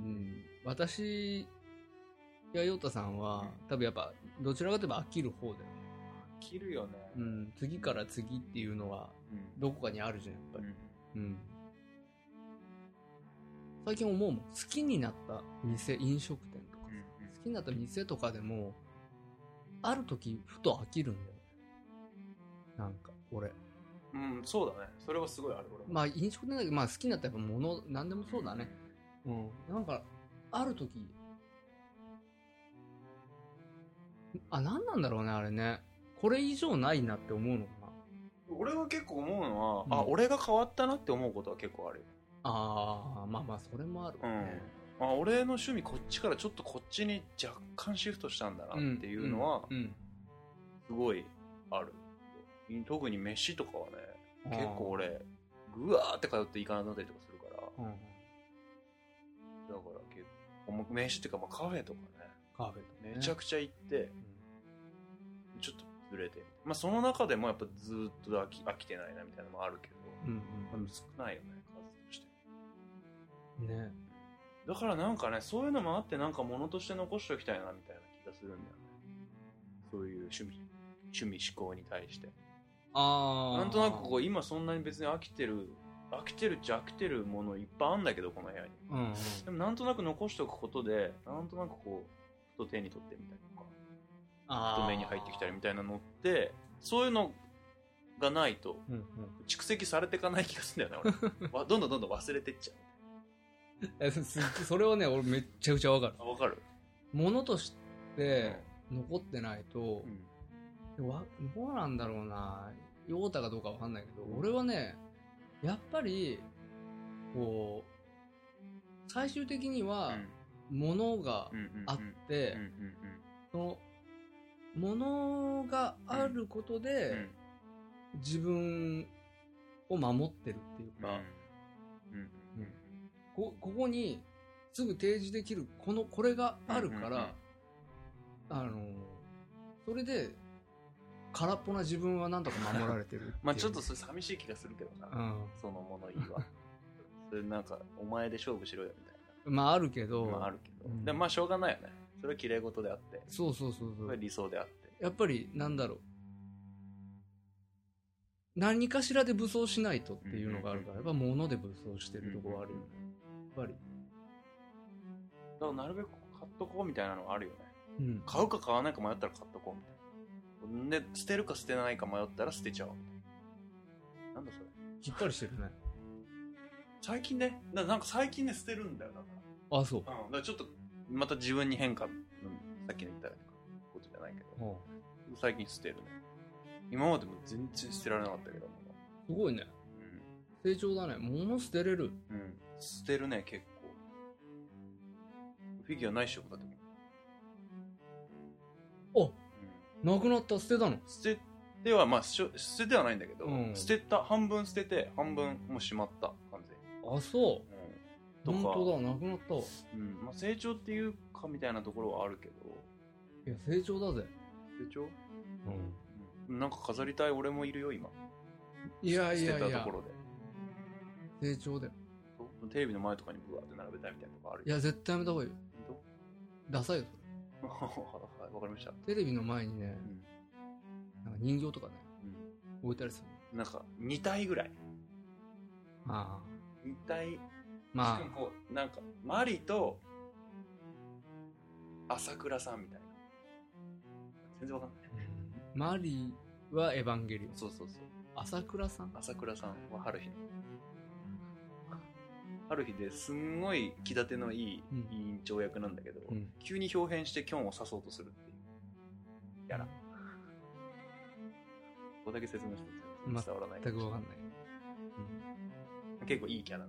私やヨタさんは、うん、多分やっぱどちらかといえば飽きる方だよね。 飽きるよね。 うん、次から次っていうのは、うん、どこかにあるじゃんやっぱり。うん。うん、最近思うもん、好きになった店、飲食店とか、うんうん、好きになった店とかでもある時ふと飽きるんだよ。なんか俺。 うん、そうだね。それはすごいある俺も。 まあ飲食店だけど、まあ好きになったやっぱ物何でもそうだね。うん。うん、なんかある時あ何なんだろうねあれね。これ以上ないなって思うのかな。 俺は結構思うのは、うん、あ俺が変わったなって思うことは結構あるよ。 ああまあまあそれもある、ね。 うん。あ俺の趣味こっちからちょっとこっちに若干シフトしたんだなっていうのは、うんうんうん、すごいある。特に飯とかはね結構俺ぐわーって通って行かなくなったりとかするから、うん、だから結構飯っていうかまあカフェとかねカフェとかねめちゃくちゃ行って、うん、ちょっとずれてまあその中でもやっぱずっと飽き、飽きてないなみたいなのもあるけど、うんうん、少ないよね数としてね。だからなんかねそういうのもあってなんか物として残しておきたいなみたいな気がするんだよね。そういう趣味趣味思考に対して。 あなんとなくこう今そんなに別に飽きてる飽きてるっちゃ飽きてるものいっぱいあるんだけどこの部屋に、うんうん、でもなんとなく残しておくことでなんとなくこうふと手に取ってみたりとかふと目に入ってきたりみたいなのってそういうのがないと蓄積されていかない気がするんだよね俺どんどんどんどん忘れてっちゃうそれはね俺めっちゃくちゃわかる。 わかる。 物として残ってないと、うん、わどうなんだろうな陽太かどうかわかんないけど、うん、俺はねやっぱりこう最終的には物があってその物があることで自分を守ってるっていうか、うんうんうん、こ, ここにすぐ提示できるこのこれがあるから、うんうんうん、あのそれで空っぽな自分はなんとか守られてるまあちょっとそれ寂しい気がするけどな、うん、その物言いはそれなんかお前で勝負しろよみたいなまああるけどまああるけど、うん、でもまあしょうがないよね。それは綺麗事であってそうそうそうそうそれは理想であってやっぱりなんだろう何かしらで武装しないとっていうのがあるから、やっぱ物で武装してるところあるよね、やっぱり。 だからなるべく買っとこうみたいなのがあるよね、うん、買うか買わないか迷ったら買っとこうみたいなで捨てるか捨てないか迷ったら捨てちゃおうみたいな。なんだそれしっかりしてるね最近ねな、なんか最近ね捨てるんだよだから。あ、そう、うん、 だからちょっとまた自分に変化、うん、さっきの言ったことじゃないけど最近捨てるね。今までも全然捨てられなかったけどすごいね、うん、成長だね。物捨てれる、 うん、捨てるね結構。フィギュアないっしょだってもうあ、うん、なくなった。捨てたの？ 捨ててはまあ捨ててはないんだけど、うん、捨てた半分捨てて半分もうしまった完全に。 あ、そう、うん、本当だなくなったわ、 うんまあ、成長っていうかみたいなところはあるけど。 いや成長だぜ。 成長？うん、なんか飾りたい俺もいるよ今。 いやいやいや捨てたところで成長だよ。 テレビの前とかにブワーって並べたいみたいなとこある。 いや絶対やめた方がいいよ。ダサいよそれわかりました。 テレビの前にね、うん、なんか人形とかね、うん、置いたりする。 なんかに体ぐらい。 ああに体。 まあしかもこうなんかマリと朝倉さんみたいな。全然わかんない。 マリはエヴァンゲリオン。 そうそうそう。 朝倉さん朝倉さんは春日の春日ですんごい気立てのいい、うん、委員長役なんだけど、うん、急に表変してキョンを刺そうとするっていうやら、うん、ここだけ説明して伝わらない。 全く分かんない、 うん、結構いいキャラ、うん、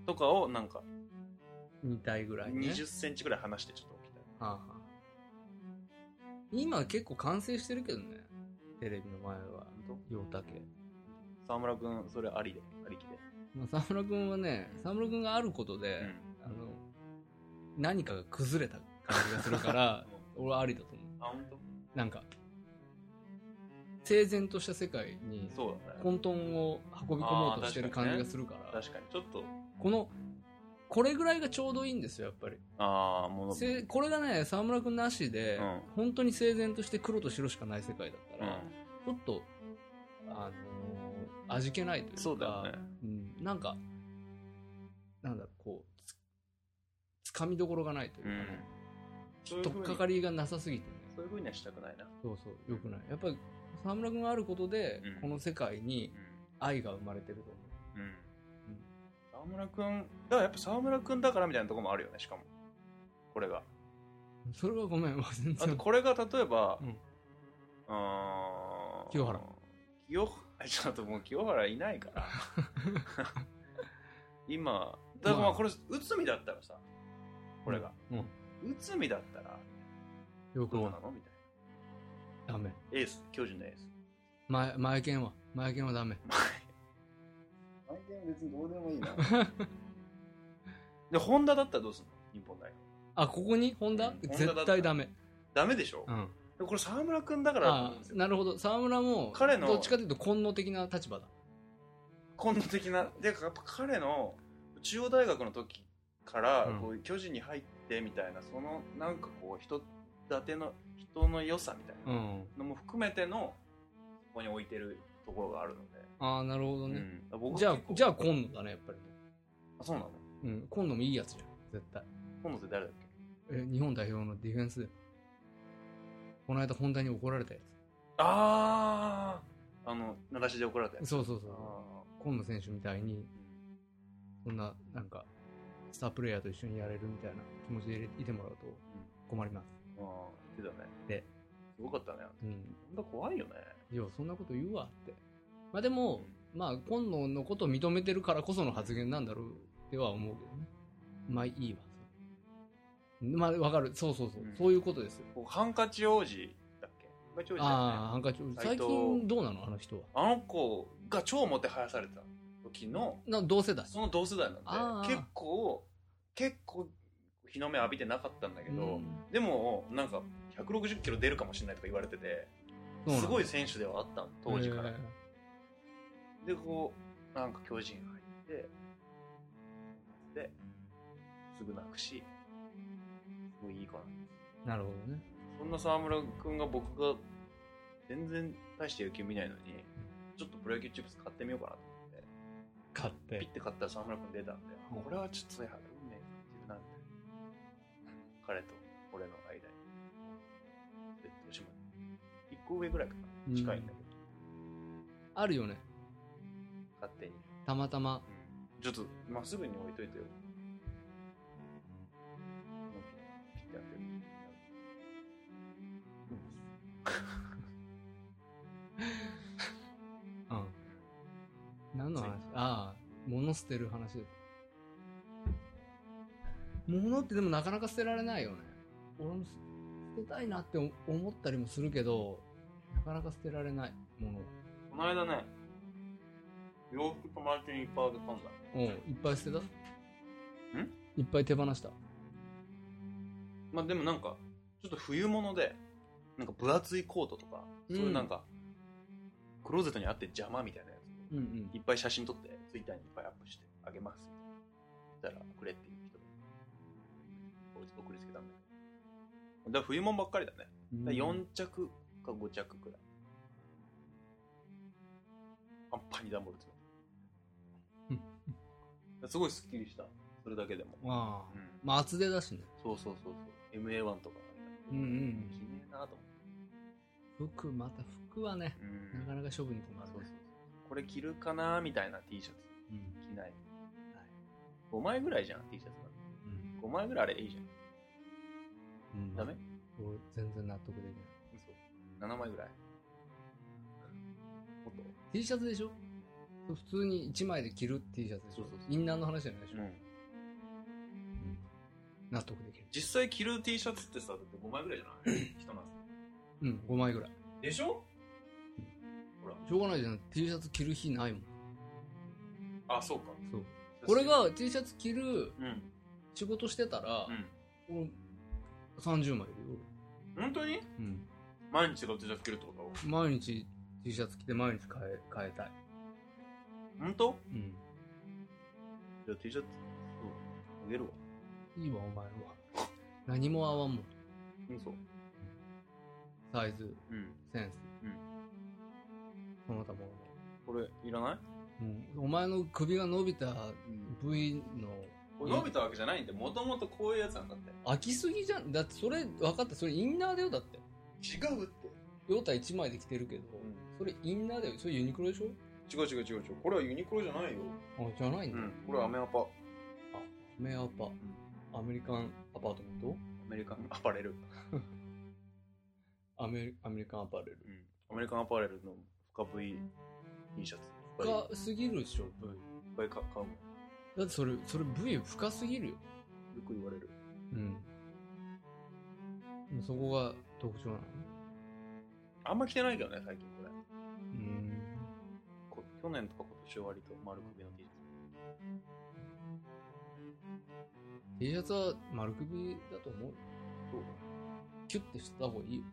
とかをなんかに体ぐらいねにじゅっセンチぐらい離してちょっと置きたい、はあはあ、 今結構完成してるけどねテレビの前は陽太家。 沢村くんそれありでありきで。 まあ、沢村くんはね沢村くんがあることで、うん、あの何かが崩れた感じがするから俺はありだと思う。 あ、本当？ なんか整然とした世界に混沌を運び込もうとしてる感じがするから、 確かに、ね、確かにちょっとこのこれぐらいがちょうどいいんですよやっぱり。 あものこれがね沢村くんなしで、うん、本当に整然として黒と白しかない世界だったら、うん、ちょっとあのー、味気ないというか。 そうだよね、 うん、なんかなんだろうこう つ, つかみどころがないというかね、うん、とっかかりがなさすぎてね。 そういう風にはしたくないな。 そうそうよくない。やっぱり沢村くんがあることで、うん、この世界に愛が生まれてると思う、うんうん、 沢村くんだからやっぱ沢村くんだからみたいなところもあるよね。しかもこれがそれはごめん全然。 あとこれが例えば、うん、 あ清原清原ちょっともう清原いないから今だからまあこれ内海だったらさこれが、うんうん、内海だったらどうなのみたいな。ダメ。 エース巨人のエース前前剣は前剣はダメ。 前剣は別にどうでもいいなでホンダだったらどうすんの日本代表。 あここにホンダ、うん、絶対ダメ。 ダメでしょ。うんこれ沢村くんだからだと思うんですよ。 なるほど。沢村も彼のどっちかというと本能的な立場だ。 本能的なでやっぱ彼の中央大学の時からこう巨人に入ってみたいな、うん、そのなんかこう人立ての人の良さみたいなのも含めてのここに置いてるところがあるので、 ああ、なるほどね。 うん、 じゃあ、じゃあ今野だね、やっぱりね。 あ、そうなの？ うん、今野もいいやつじゃん、絶対。 今野って誰だっけ？ え、日本代表のディフェンス。この間、本田に怒られたやつ。 ああ、あの、名指しで怒られたやつ。 そうそうそう。今野選手みたいに、そんな、なんか、スタープレイヤーと一緒にやれるみたいな気持ちでいてもらうと困ります。 うん、ああ、言ってたね。 で、 すごかったね。うん。そんな怖いよね。 いや、そんなこと言うわって。まあでも、うん、まあ、今野のことを認めてるからこその発言なんだろうっては思うけどね。まあいいわ。まあわかる。そうそうそう。うん、そういうことですよ。 ハンカチ王子だっけ？ハンカチ王子だよね。 ああ、ハンカチ王子。最近どうなのあの人は。 あの子が超もてはやされた時の、 な同世代。 その同世代なんで、結構、結構日の目浴びてなかったんだけど、うん、でも、なんか、ひゃくろくじゅっキロ出るかもしれないとか言われてて、すごい選手ではあったの、当時から。で、こう、なんか巨人入って、で、すぐなくし、すごいいい子なんです。 なるほどね。 そんな沢村君が僕が全然大して野球見ないのに、ちょっとプロ野球チップス買ってみようかなと思って。 買って。 ピッて買ったら沢村君出たんで、これはちょっとや、運命なんだ。彼と俺の間に。で、年もいっこ上ぐらいかな。近いんだけど。 あるよね。 勝手に。 たまたま。 うん、ちょっと、まっすぐに置いといてよ。ピッてやってる。 うん。何の話？ああ、物捨てる話で。物ってでもなかなか捨てられないよね。俺も捨てたいなって思ったりもするけど、なかなか捨てられないもの。 この間ね、洋服友達にいっぱいあげたんだ。 おう、いっぱい捨てた？ん？いっぱい手放した。 まあでもなんか、ちょっと冬物で、なんか分厚いコートとか、うん、そういうなんか、クローゼットにあって邪魔みたいなやつ、うんうん、いっぱい写真撮って、ツイッターにいっぱいアップしてあげますみたいな。そしたら、くれっていう人で、送りつけたんだけど。だから冬物ばっかりだね。だよん着かご着くらい。パンパンに段ボール詰めて。すごいスッキリした。それだけでも。 ああ。うん、まあ厚手だしね。 そうそうそうそう。エムエーワン とか。 うんうん。 きれいなと思って。 服、また服はね、うん、なかなか処分に困る、ね。そうそうそう。 これ着るかなみたいな T シャツ。うん、着ない。はい。ごまいぐらいじゃん、T シャツなんて。うん。ごまいぐらいあれいいじゃん。うん。ダメ？ 俺全然納得できない。 嘘。ななまいぐらい。もっと T シャツでしょ？普通にいちまいで着る T シャツでしょ？そうそうそう。インナーの話じゃないでしょ？うん。うん、納得できる。 実際着る T シャツってさ、だってごまいぐらいじゃない人なんすか？ うん、ごまいぐらい。 でしょ？うん、 ほら。しょうがないじゃん。T シャツ着る日ないもん。 あ、そうか。 そう。俺が T シャツ着る仕事してたら、うん、さんじゅうまいいるよ。 本当に？うん。毎日が T シャツ着るってこと？ 毎日 T シャツ着て毎日変え、変えたい。 本当？うん。じゃあ T シャツ、あげるわ。 いいわ、お前は。何も合わんもん。 うん、そう。 サイズ、うん、センス、うん、その他もの。 これ、いらない？ うん。お前の首が伸びた部位の、 これ伸びたわけじゃないんで、もともとこういうやつなんだって。 飽きすぎじゃん。だってそれ、分かった。それインナーだよ、だって。 違うって。 ヨタいちまいで着てるけど、うん、それインナーだよ。それユニクロでしょ？ 違う違う違う違う。これはユニクロじゃないよ。 あ、じゃないんだ。うん。 これはアメアパ。あ、 アメアパ。うん、アメリカンアパートメント？ アメリカンアパレル。 アメリ、アメリカンアパレル。 うん。アメリカンアパレルの深 V T シャツ。 深すぎるでしょ、V。 深いか買うもん。 だってそれ、それ V 深すぎるよ。 よく言われる。 うん。そこが特徴なの？ あんま着てないけどね、最近これ。うん。去年とか今年は割と丸首の T シャツ。 T シャツは丸首だと思う。そう。キュッてした方がいいよ。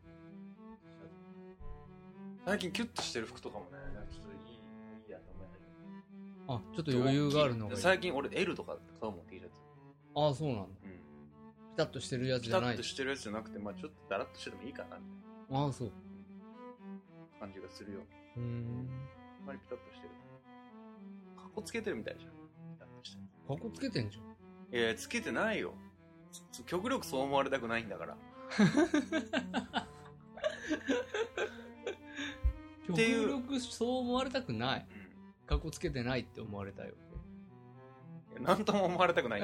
最近キュッとしてる服とかもね、ちょっといい、いいやと思えない。 あ、ちょっと余裕があるのがいい。 最近俺 L とか買うもん、T シャツ。 ああ、そうなんだ。うん。ピタッとしてるやつじゃない。 ピタッとしてるやつじゃなくて、まあちょっとダラッとしててもいいかな、みたいな。 ああ、そう。 感じがするよ。 うーん。 まりピタッとしてる。かっこつけてるみたいじゃん。ピタッとしてる。 かっこつけてんじゃん。 いや、つけてないよ。極力そう思われたくないんだから。 極力そう思われたくない。うん、かっこつけてないって思われたいわけ。なんとも思われたくない。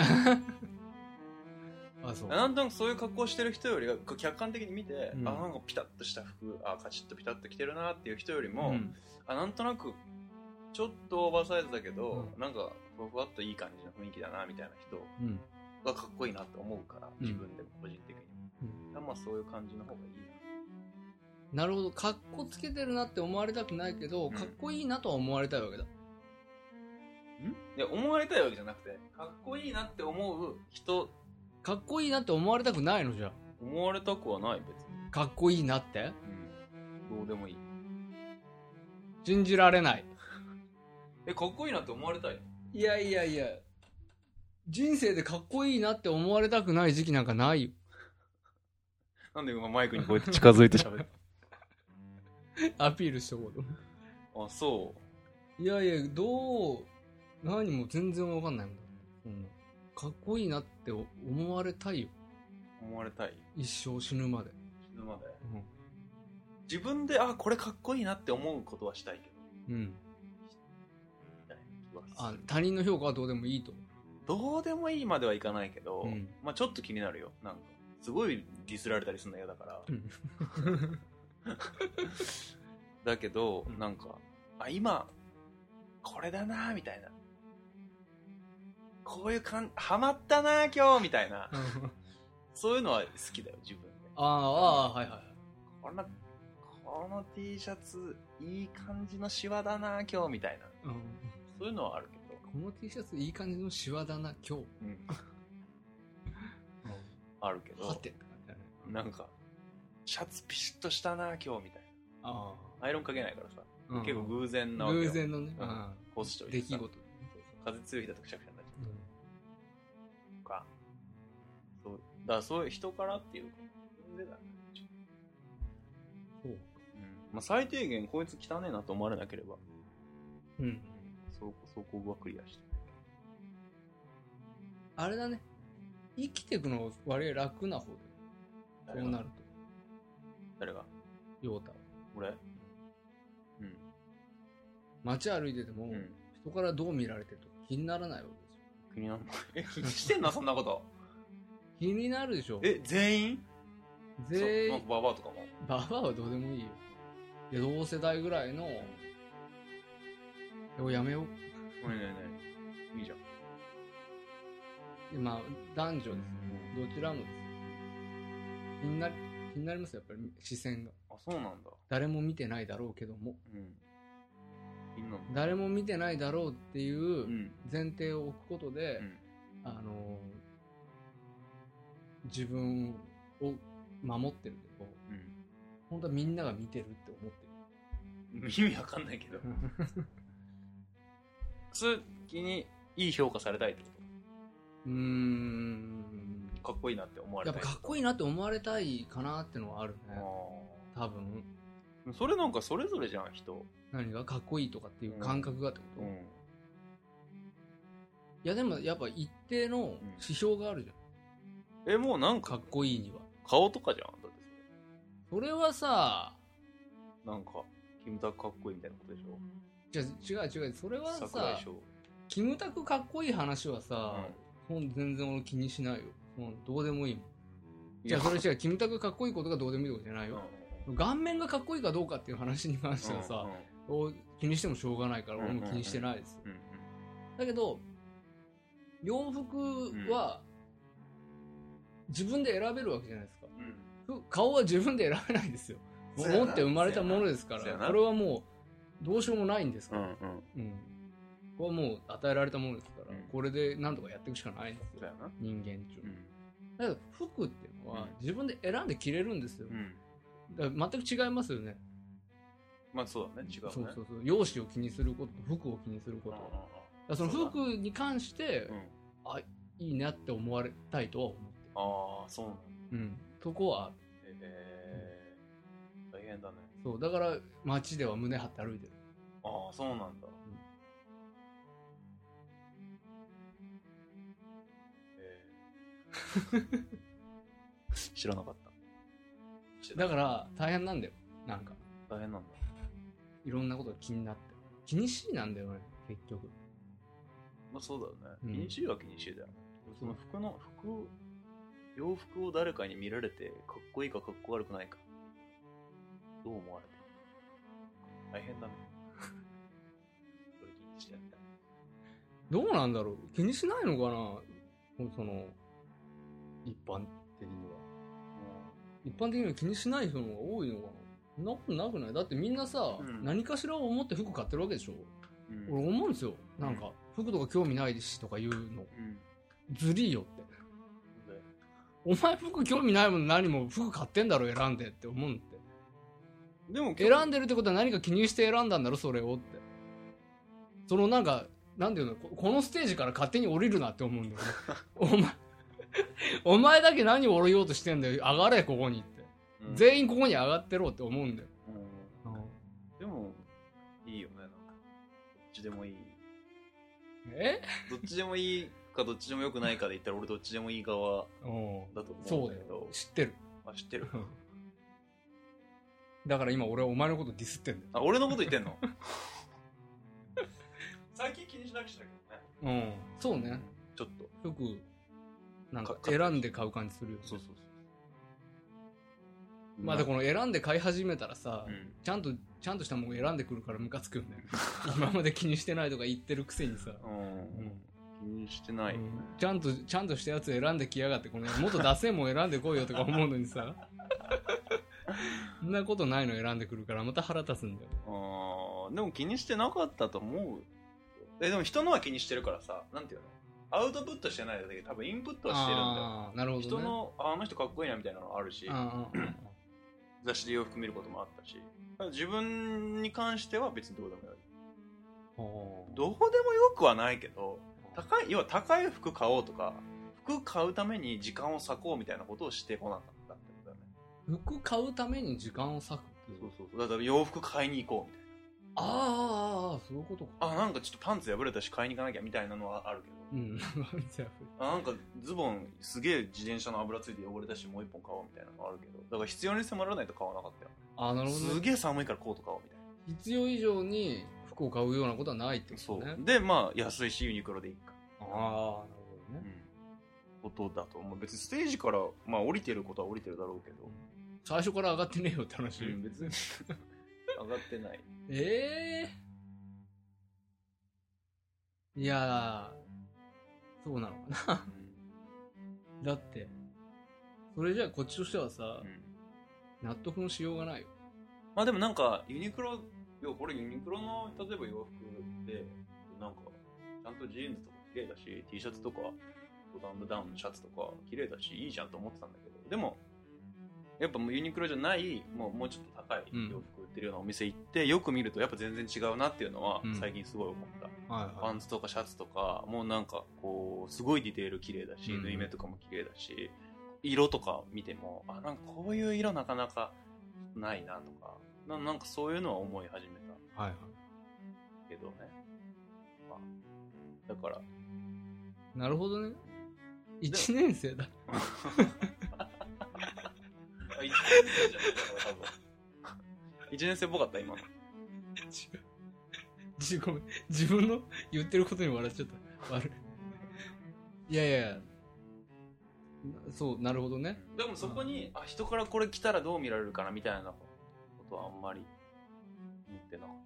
あ、そう。 なんとなくそういう格好してる人よりは客観的に見て、うん、あ、なんかピタッとした服、あ、カチッとピタッと着てるなっていう人よりも、うん、あ、なんとなくちょっとオーバーサイズだけど、うん、なんかふわっといい感じの雰囲気だなみたいな人がかっこいいなって思うから、自分でも個人的に。うん、まあそういう感じの方がいいな。なるほど。かっこつけてるなって思われたくないけど、うん、かっこいいなとは思われたいわけだ。 ん？いや、思われたいわけじゃなくて、かっこいいなって思う人。 かっこいいなって思われたくないのじゃ。 思われたくはない、別に。 かっこいいなって？ うん。どうでもいい。 信じられない。 え、かっこいいなって思われたい？ いやいやいや。人生でかっこいいなって思われたくない時期なんかないよ。 なんで今マイクにこうやって近づいて喋るアピールしとこうと。 あ、そう。 いやいや、どう、何も全然わかんないもんだ。うん、かっこいいなって思われたいよ。 思われたい？ 一生死ぬまで。 死ぬまで、うん、自分で、あ、これかっこいいなって思うことはしたいけど。うん。 あ、他人の評価はどうでもいいと。 どうでもいいまではいかないけど、うん、まあちょっと気になるよ。なんか、すごいディスられたりするの嫌だから。だけど、なんか、あ、今、これだなみたいな。こういう感じ、ハマったな今日みたいな。そういうのは好きだよ、自分で。 ああ、はいはい。 こんな、この T シャツ、いい感じのシワだな今日みたいな。うん、そういうのはあるけど。 この T シャツいい感じのシワだな今日。うん、 あるけど。はてなんか、シャツピシッとしたな今日みたいな。ああ。アイロンかけないからさ。うん、結構偶然なわけよ。 偶然のね。 うん。干しといてさ。 出来事。 風強い日だとくしゃくしゃになっちゃう。うん、とか。そう。だからそういう人からっていうか、自分でだね。そう。うん。まあ最低限こいつ汚ねえなと思われなければ。うん。そこ、そこはクリアして。 あれだね。生きていくの割合楽な方で。そうなると。 誰が？ ヨータは。 俺？うん。 街歩いてても、うん、人からどう見られてるとか気にならないわけですよ。 気にならない。え、気にしてんのそんなこと。 気になるでしょ。 え、全員？ 全員。 なんかババアとかも？ ババアはどうでもいいよ。いや、同世代ぐらいの、うん、やめよう。 ねえねえねえ。いいじゃん。 まあ、男女ですよ。どちらもです。気になり、気になりますよ、やっぱり視線が。 あ、そうなんだ。 誰も見てないだろうけども。うん。 みんな誰も見てないだろうっていう前提を置くことで、うん、あのー、自分を守ってるけど、うん、本当はみんなが見てるって思ってる。意味わかんないけど。普通にいい評価されたいってこと？うーん。かっこいいなって思われたい。 やっぱかっこいいなって思われたいかなってのはあるね。多分。 それなんかそれぞれじゃん、人。 何がかっこいいとかっていう感覚がってこと？うんうん、いやでもやっぱ一定の指標があるじゃん。うん、え、もうなんか。 かっこいいには。 顔とかじゃん、だってそれ。それはさ、 なんか、キムタクかっこいいみたいなことでしょ？ じゃ違う違う、それはさ、キムタクかっこいい話はさ、うん、全然俺気にしないよ。もうどうでもいいもん。じゃあそれ違う、キムタクかっこいいことがどうでもいいことじゃないよ。うん、顔面がかっこいいかどうかっていう話に関してはさ、うんうん、気にしてもしょうがないから俺も気にしてないですよ。うんうんうん、だけど、洋服は自分で選べるわけじゃないですか。うん、顔は自分で選べないですよ。持って生まれたものですから、これはもうどうしようもないんですから。うんうんうん、これはもう与えられたものですから、うん、これで何とかやっていくしかないんですよ。人間中。うん、だけど服っていうのは自分で選んで着れるんですよ。うん、だから全く違いますよね。 まあそうだね、違うね。 そうそうそう。容姿を気にすることと服を気にすること。だからその服に関して、うん、あ、いいなって思われたいとは思ってる。 ああ、そうなんだ。 うん。そこはある。 へえー、大変だね。 そう、だから街では胸張って歩いてる。 ああ、そうなんだ。うん、えー、知らなかった。 だから大変なんだよ。なんか大変なんだ。 いろんなことが気になって気にしいなんだよね結局。 まあそうだよね、うん、気にしいは気にしいだよ。その服の服洋服を誰かに見られてかっこいいかかっこ悪くないかどう思われて大変だね。それ気にしてやった。 どうなんだろう、気にしないのかな、その一般的には。うん、一般的には気にしない人の方が多いのかな。そんなことなくない？だってみんなさ、うん、何かしらを思って服買ってるわけでしょ。うん、俺思うんですよ。なんか、うん、服とか興味ないしとか言うの、うん、ずりーよって。お前服興味ないもん何も服買ってんだろ選んでって思うんって。でも選んでるってことは何か気にして選んだんだろそれをって。そのなんかなんていうの、このステージから勝手に降りるなって思うんだよね。お前お前だけ何を降りようとしてんだよ、上がれここにって、うん、全員ここに上がってろって思うんだよ。うんうん、 でもいいよね、なんかどっちでもいい。 えどっちでもいいかどっちでもよくないかで言ったら俺どっちでもいい側だと思うんだけど。 そうだよ、知ってる。 あ、知ってる。 だから今俺はお前のことディスってんだよ。 あ、俺のこと言ってんの？最近気にしなくしたけどね。うん、そうね。 ちょっと服なんか選んで買う感じするよね。 そうそうそう。 まあでこの選んで買い始めたらさ、うん、ちゃんとちゃんとしたもの選んでくるからムカつくよね。今まで気にしてないとか言ってるくせにさ。うん。 うん気にしてない、ねうん、 ちゃんとちゃんとしたやつ選んできやがってこのもっとダセえもん選んでこいよとか思うのにさそんなことないの選んでくるからまた腹立つんだよ。 あでも気にしてなかったと思う。えでも人のは気にしてるからさ、なんていうの、アウトプットしてないだけで多分インプットはしてるんだよ。 あなるほど、ね、 人の あ, あの人かっこいいなみたいなのあるし雑誌で洋服見ることもあったし、自分に関しては別にどうでもよい。どうでもよくはないけど、高い要は高い服買おうとか服買うために時間を割こうみたいなことをしてこなかったってことだよね。 服買うために時間を割くって。 そうそうそう。だから洋服買いに行こうみたいな。 ああそういうことか。 あなんかちょっとパンツ破れたし買いに行かなきゃみたいなのはあるけど。 うんパンツ破れあなんかズボンすげえ自転車の油ついて汚れたしもう一本買おうみたいなのあるけど、だから必要に迫らないと買わなかったよ。 あなるほど、ね、 すげえ寒いからコート買おうみたいな。 必要以上に服を買うようなことはないってことね。 そうでまあ安いしユニクロでいいか。 ああなるほどね、 うん、ことだと思う。別にステージからまあ降りてることは降りてるだろうけど最初から上がってねえよって話、 うん、別に上がってない。 ええー、いやーそうなのかな、うん、だってそれじゃあこっちとしてはさ、うん、納得のしようがないよ。 まあでもなんかユニクロいやこれユニクロの例えば洋服でなんかちゃんとジーンズとか綺麗だし T シャツとかボタンダウンのシャツとか綺麗だしいいじゃんと思ってたんだけど、でもやっぱもうユニクロじゃないもう、もうちょっと高い洋服売ってるようなお店行って、うん、よく見るとやっぱ全然違うなっていうのは最近すごい思った、うんはいはい、パンツとかシャツとかもうなんかこうすごいディテール綺麗だし、うん、縫い目とかも綺麗だし色とか見てもあなんかこういう色なかなかないなとか な, なんかそういうのは思い始めた、はいはい、けどね、まあ、だからなるほどね。いちねん生だいちねん生じゃないかな多分いちねん生っぽかった今の。 違うごめん自分の言ってることに笑っちゃった悪い。いやいやいやそうなるほどね。 でもそこに、うん、あ人からこれ着たらどう見られるかなみたいなことはあんまり思ってなかった。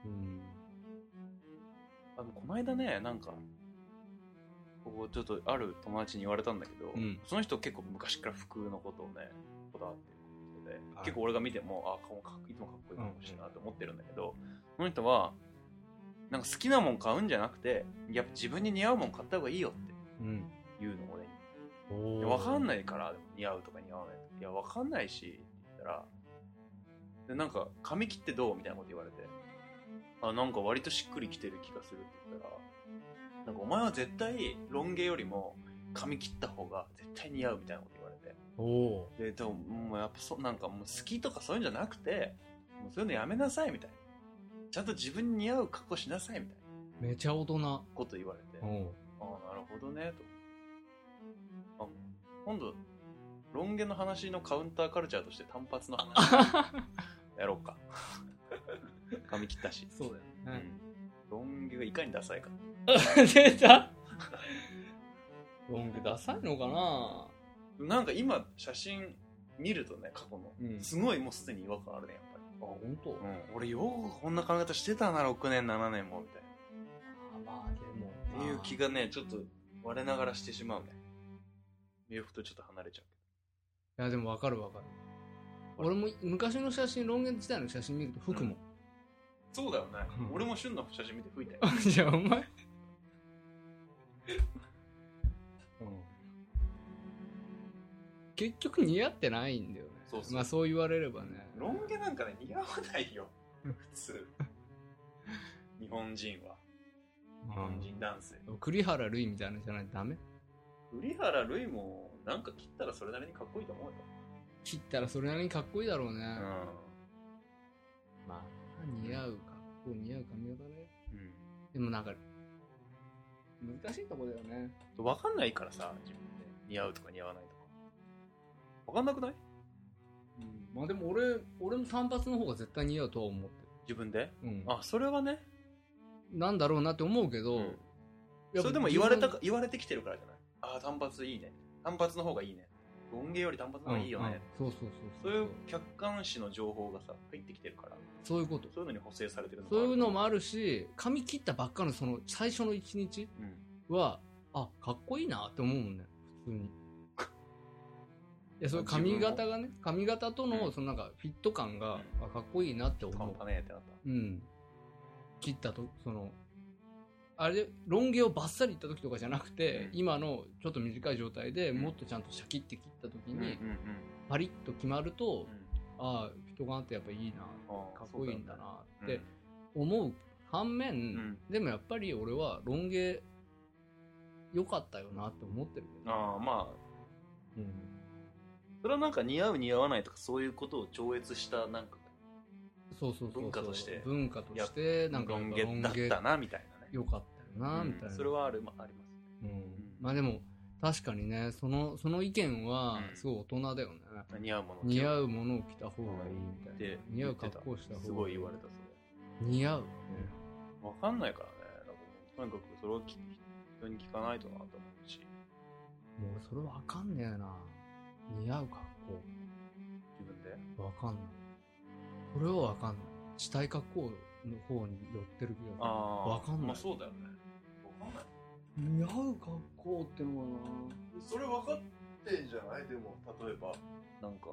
うんあのこの間ねなんかこうちょっとある友達に言われたんだけど、うん、その人結構昔から服のことをねこだわってる人で、はい、結構俺が見てもあ顔かっいつもかっこいいかもしれないなと思ってるんだけど、うん、その人はなんか好きなもん買うんじゃなくてやっぱ自分に似合うもん買った方がいいよって言うの俺に、うん、分かんないからでも似合うとか似合わないとかいや分かんないしって言ったらでなんか髪切ってどうみたいなこと言われてあなんか割としっくりきてる気がするって言ったらなんかお前は絶対ロン毛よりも髪切った方が絶対似合うみたいなこと言われておででももうやっぱそなんかもう好きとかそういうんじゃなくてもうそういうのやめなさいみたいなちゃんと自分に似合う格好しなさいみたいな。めちゃ大人。 こと言われて。ああ、なるほどね、と。あ、今度、ロン毛の話のカウンターカルチャーとして単発の話やろうか。髪切ったし。 そうだよね。 うん、ロン毛がいかにダサいか。 出たロン毛ダサいのかな。 なんか今写真見るとね、過去の、うん、すごいもうすでに違和感あるね、やっぱり。 あ、本当。 うん、俺よくこんな髪型してたな、ろくねんななねんもみたいな。あ、まあでもっていう気がね、ちょっと我ながらしてしまうね。洋服とちょっと離れちゃう。 いやでも分かる分かる。俺も昔の写真、ロン毛時代の写真見ると服も、うん、 そうだよね、うん、俺も旬の写真見て吹いたよ。 じゃあお前うん、結局似合ってないんだよね。そうそう、まあそう言われればね。 ロン毛なんかね似合わないよ普通日本人は。日本人男性、 うん、栗原類みたいなのじゃないとダメ。 栗原類もなんか切ったらそれなりにかっこいいと思うよ。 切ったらそれなりにかっこいいだろうね。うん、まあ似合う格好、似合う髪型ね。うん、でもなんか難しいとこだよね。 分かんないからさ、自分で似合うとか似合わないとか分かんなくない？ うん、まあでも俺俺も単発の方が絶対似合うとは思ってる。 自分で？うん。あ、それはね。 なんだろうなって思うけど、うん、 それでも言われたか言われてきてるからじゃない？ああ、単発いいね。単発の方がいいね。ロン毛より単発の方がいいよね。 うんうん、そうそうそうそう。 そういう客観視の情報がさ入ってきてるから。 そういうこと。 そういうのに補正されてるのもある。そういうのもあるし、髪切ったばっかのその最初の一日は、うん、あ、かっこいいなって思うもんね、普通に。いや、そういう髪型がね、髪型とのそのなんかフィット感が、うん、あ、かっこいいなって思う。 かったねってなった。 うん。切ったと、その。あれでロン毛をバッサリいった時とかじゃなくて、うん、今のちょっと短い状態でもっとちゃんとシャキッて切った時に、うんうんうん、パリッと決まると、うん、ああフィット感ってやっぱいいな、かっこいいんだなって思う反面、うん、でもやっぱり俺はロン毛良かったよなって思ってるけど、 ああまあ、うん、それはなんか似合う似合わないとかそういうことを超越したなんかそうそうそうそう文化として文化としてなんかロン毛だったなみたいな。 よかったよな、うん、みたいな。 それはある、まあ、あります、 うんうん、まあでも確かにね、そのその意見はすごい大人だよね、 うん、似合うもの似合うものを着た方がいいみたいな、で似合う格好した方がいい。 すごい言われた。それ似合うね。 分かんないからね。なんかとにかくそれを人に聞かないとなと思うし、 もうそれ分かんねえな。似合う格好自分で分かんない。これは分かんない。したい格好の方に寄ってる気がする。あ分かんない。 まあそうだよね。分かんない。 似合う格好ってのかな。 それ分かってんじゃない？でも例えばなんか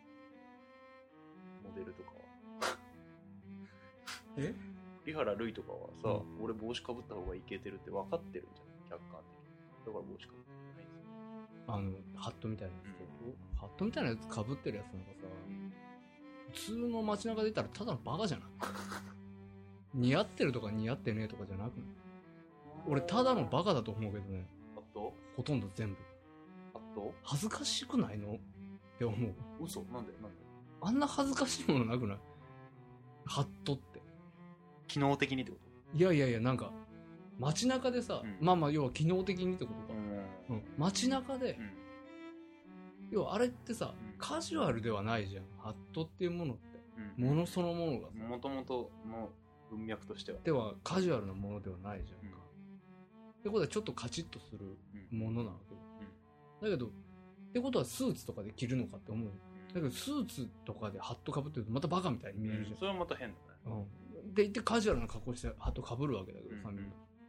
モデルとかはえ？ 栗原類とかはさ、うん、俺帽子かぶった方がイケてるって分かってるんじゃない？客観的に。だから帽子かぶってないんですよ。 あのハットみたいなやつ、うん、ハットみたいなやつかぶってるやつなんかさ、普通の街中でいたらただのバカじゃない？似合ってるとか似合ってねえとかじゃなくない？俺ただのバカだと思うけどね。 ハット？ ほとんど全部。 ハット？ 恥ずかしくないのって思う。 嘘？なんで？なんで？ あんな恥ずかしいものなくない？ハットって。 機能的にってこと？ いやいやいや、なんか街中でさ、うん、まあまあ要は機能的にってことか。うん、うん、街中で、うん、要はあれってさ、うん、カジュアルではないじゃん。ハットっていうものって、うん、ものそのものがさ、 もともとの文脈としてはではカジュアルなものではないじゃんか、うん、ってことはちょっとカチッとするものなわけよ、うん、だけどってことはスーツとかで着るのかって思うよ、うん、だけどスーツとかでハットかぶってるとまたバカみたいに見えるじゃん、うん、 それはまた変だね、 うん、で言ってカジュアルな格好してハットかぶるわけだけどさ、うんうん、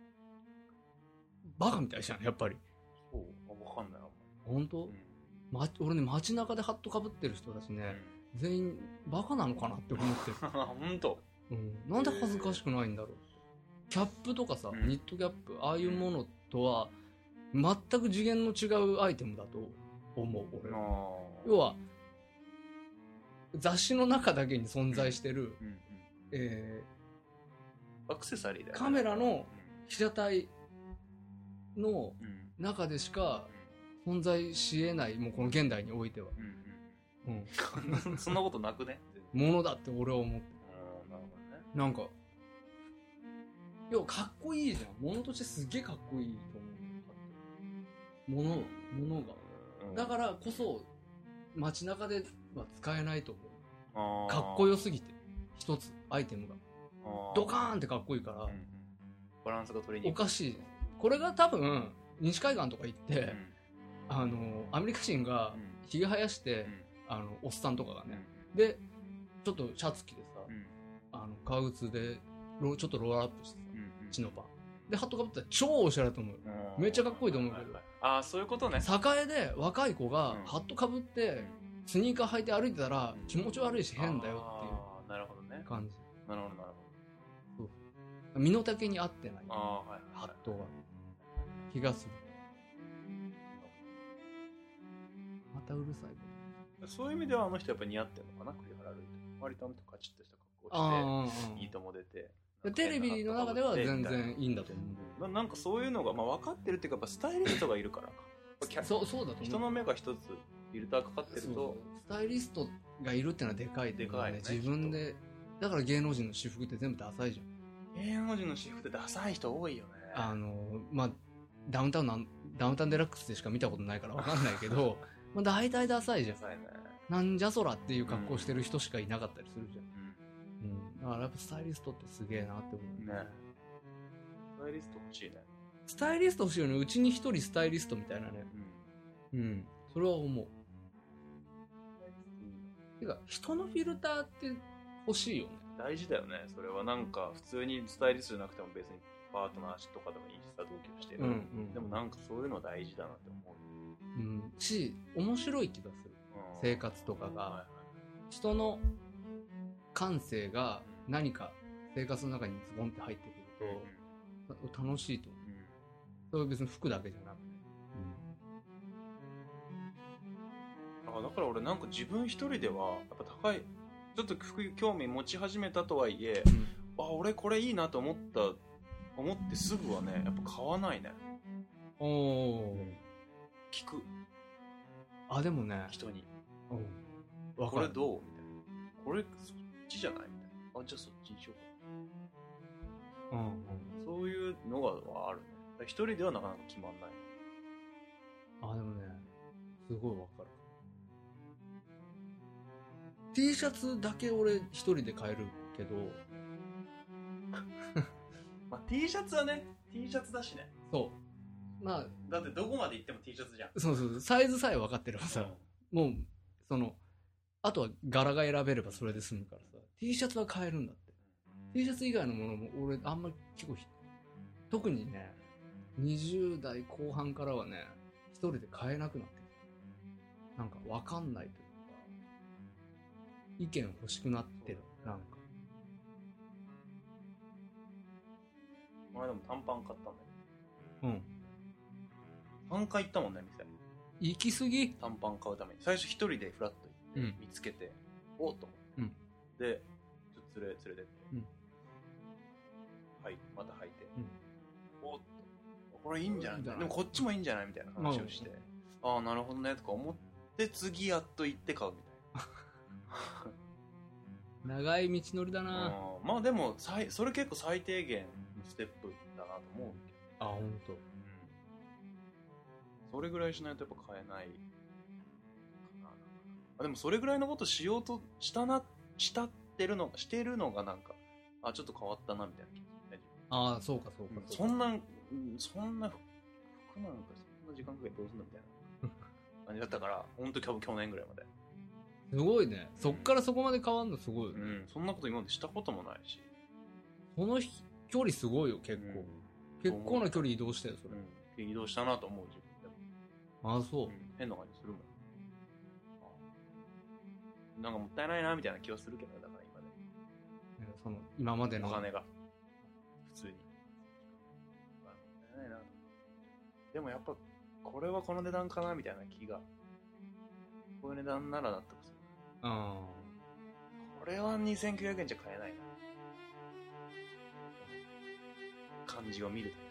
バカみたいじゃんやっぱり。 そう分かんない本当、うん、ま、俺ね街中でハットかぶってる人たちね、うん、全員バカなのかなって思ってる本当、 うん、なんで恥ずかしくないんだろう。キャップとかさ、うん、ニットキャップああいうものとは全く次元の違うアイテムだと思う俺は。要は雑誌の中だけに存在してる、うんうん、えー、アクセサリーだよね。 カメラの被写体の中でしか存在し得ないもうこの現代においては、うんうん、 そんなことなくねものだって俺は思ってる。 なるほどね。 なんか要はかっこいいじゃん。物としてすげえかっこいいと思う。物、物が。だからこそ、街中では使えないと思う。かっこよすぎて。一つ、アイテムが。ドカーンってかっこいいから。うん、 バランスが取りにくい。 おかしい。これが多分、西海岸とか行って、うん、あの、アメリカ人が髭生やして、うん、あの、おっさんとかがね。うん、で、ちょっとシャツ着てさ、うん、あの、革靴で、ちょっとローラーアップしてさ、うんうん、チノパン。で、ハットかぶったら超オシャレだと思う。めっちゃかっこいいと思うけど。 ああ、そういうことね。 栄で若い子がハットかぶって、スニーカー履いて歩いてたら気持ち悪いし変だよっていう。 なるほどね。 感じ。 なるほど、なるほど。そう。身の丈に合ってない。 ああ、はい。 ハットが。気がする。またうるさい。 そういう意味ではあの人やっぱ似合ってるのかな、栗原類と。割とあの人カチッとした格好をして、いいとも出て。 テレビの中では全然いいんだと思う。 な, なんかそういうのが、まあ、分かってるっていうか、やっぱスタイリストがいるからか。 そう、そうだと思う。 人の目が一つフィルターかかってると。 スタイリストがいるってのはでかい、ね。でかいね。自分で。だから芸能人の私服って全部ダサいじゃん。芸能人の私服ってダサい人多いよね。 あの、まあ、ダウンタウンの、ダウンタウンデラックスでしか見たことないから分かんないけど、まあ大体ダサいじゃん。ダサいね。なんじゃそらっていう格好してる人しかいなかったりするじゃん。うん。うん、だからやっぱスタイリストってすげえなって思う。ね。 スタイリスト欲しいね。 スタイリスト欲しいよね。うちに一人スタイリストみたいなね。うん。うん。それは思う。てか、人のフィルターって欲しいよね。 大事だよね。それはなんか、普通にスタイリストじゃなくても別にパートナーとかでもいいしさ、同居してる。うんうん、でもなんかそういうの大事だなって思う。 うん。し、面白い気がする。生活とかが。はいはい、人の感性が何か生活の中にズボンって入ってくると、うん、楽しいと思う。うん、それは別に服だけじゃなくて。 うん、あ、だから俺なんか自分一人では、やっぱ高い、ちょっと服興味持ち始めたとはいえ、うん、あ、俺これいいなと思った、思ってすぐはね、やっぱ買わないね。 おー。 聞く。 あ、でもね。 人に。 うん。 これどうみたいな。これ、そっちじゃないみたいな。あ、じゃあそっちにしようか。うん、うん。そういうのがあるね。一人ではなかなか決まんない。 あ、でもね、すごいわかる。T シャツだけ俺一人で買えるけど。 まあ T シャツはね、T シャツだしね。 そう。まあ。 だってどこまで行っても T シャツじゃん。 そうそう。サイズさえ分かってればさ、うん、もう、その、あとは柄が選べればそれで済むからさ。T シャツは買えるんだって。T シャツ以外のものも俺あんまり結構、特にね、にじゅう代後半からはね、一人で買えなくなってきた。なんかわかんないというか、意見欲しくなってる。なんか。 前でも短パン買ったんだけど。うん。 さんかい行ったもんね、店。 行き過ぎ？ 短パン買うために。最初一人でフラッと行って、見つけて、うん、おっと思って。うん、で、ちょっと連れ、連れてって。うん、はい、また履いて。うん、おっと。これいいんじゃない？でもこっちもいいんじゃないみたいな話をして。うん、ああ、なるほどね、とか思って、次やっと行って買うみたいな。長い道のりだな。 うん、まあでも、それ結構最低限のステップだなと思うけど。あ、ほんと。 それぐらいしないとやっぱ買えないかな。あ、でもそれぐらいのことしようとしたな、したってるの、してるのがなんか、あ、ちょっと変わったなみたいな気がするね。 ああ、そうかそうかそうか。そんな、そんな服なんかそんな時間かけてどうすんのみたいな感じだったから、ほんと去年ぐらいまで。 すごいね。そっからそこまで変わんのすごいよね。 うん、そんなこと今までしたこともないし。 その距離すごいよ、結構。うん、結構な距離移動したよ、それ。 うん、移動したなと思う自分。 ああ、そう、うん、 変な感じするもん。なんかもったいないなみたいな気はするけど、だから今で。 その今までのお金が普通に。まあ、もったいないなと。でもやっぱこれはこの値段かなみたいな気が。こういう値段なら納得する。ああ。これはにせんきゅうひゃくえんじゃ買えないな。感じを見ると。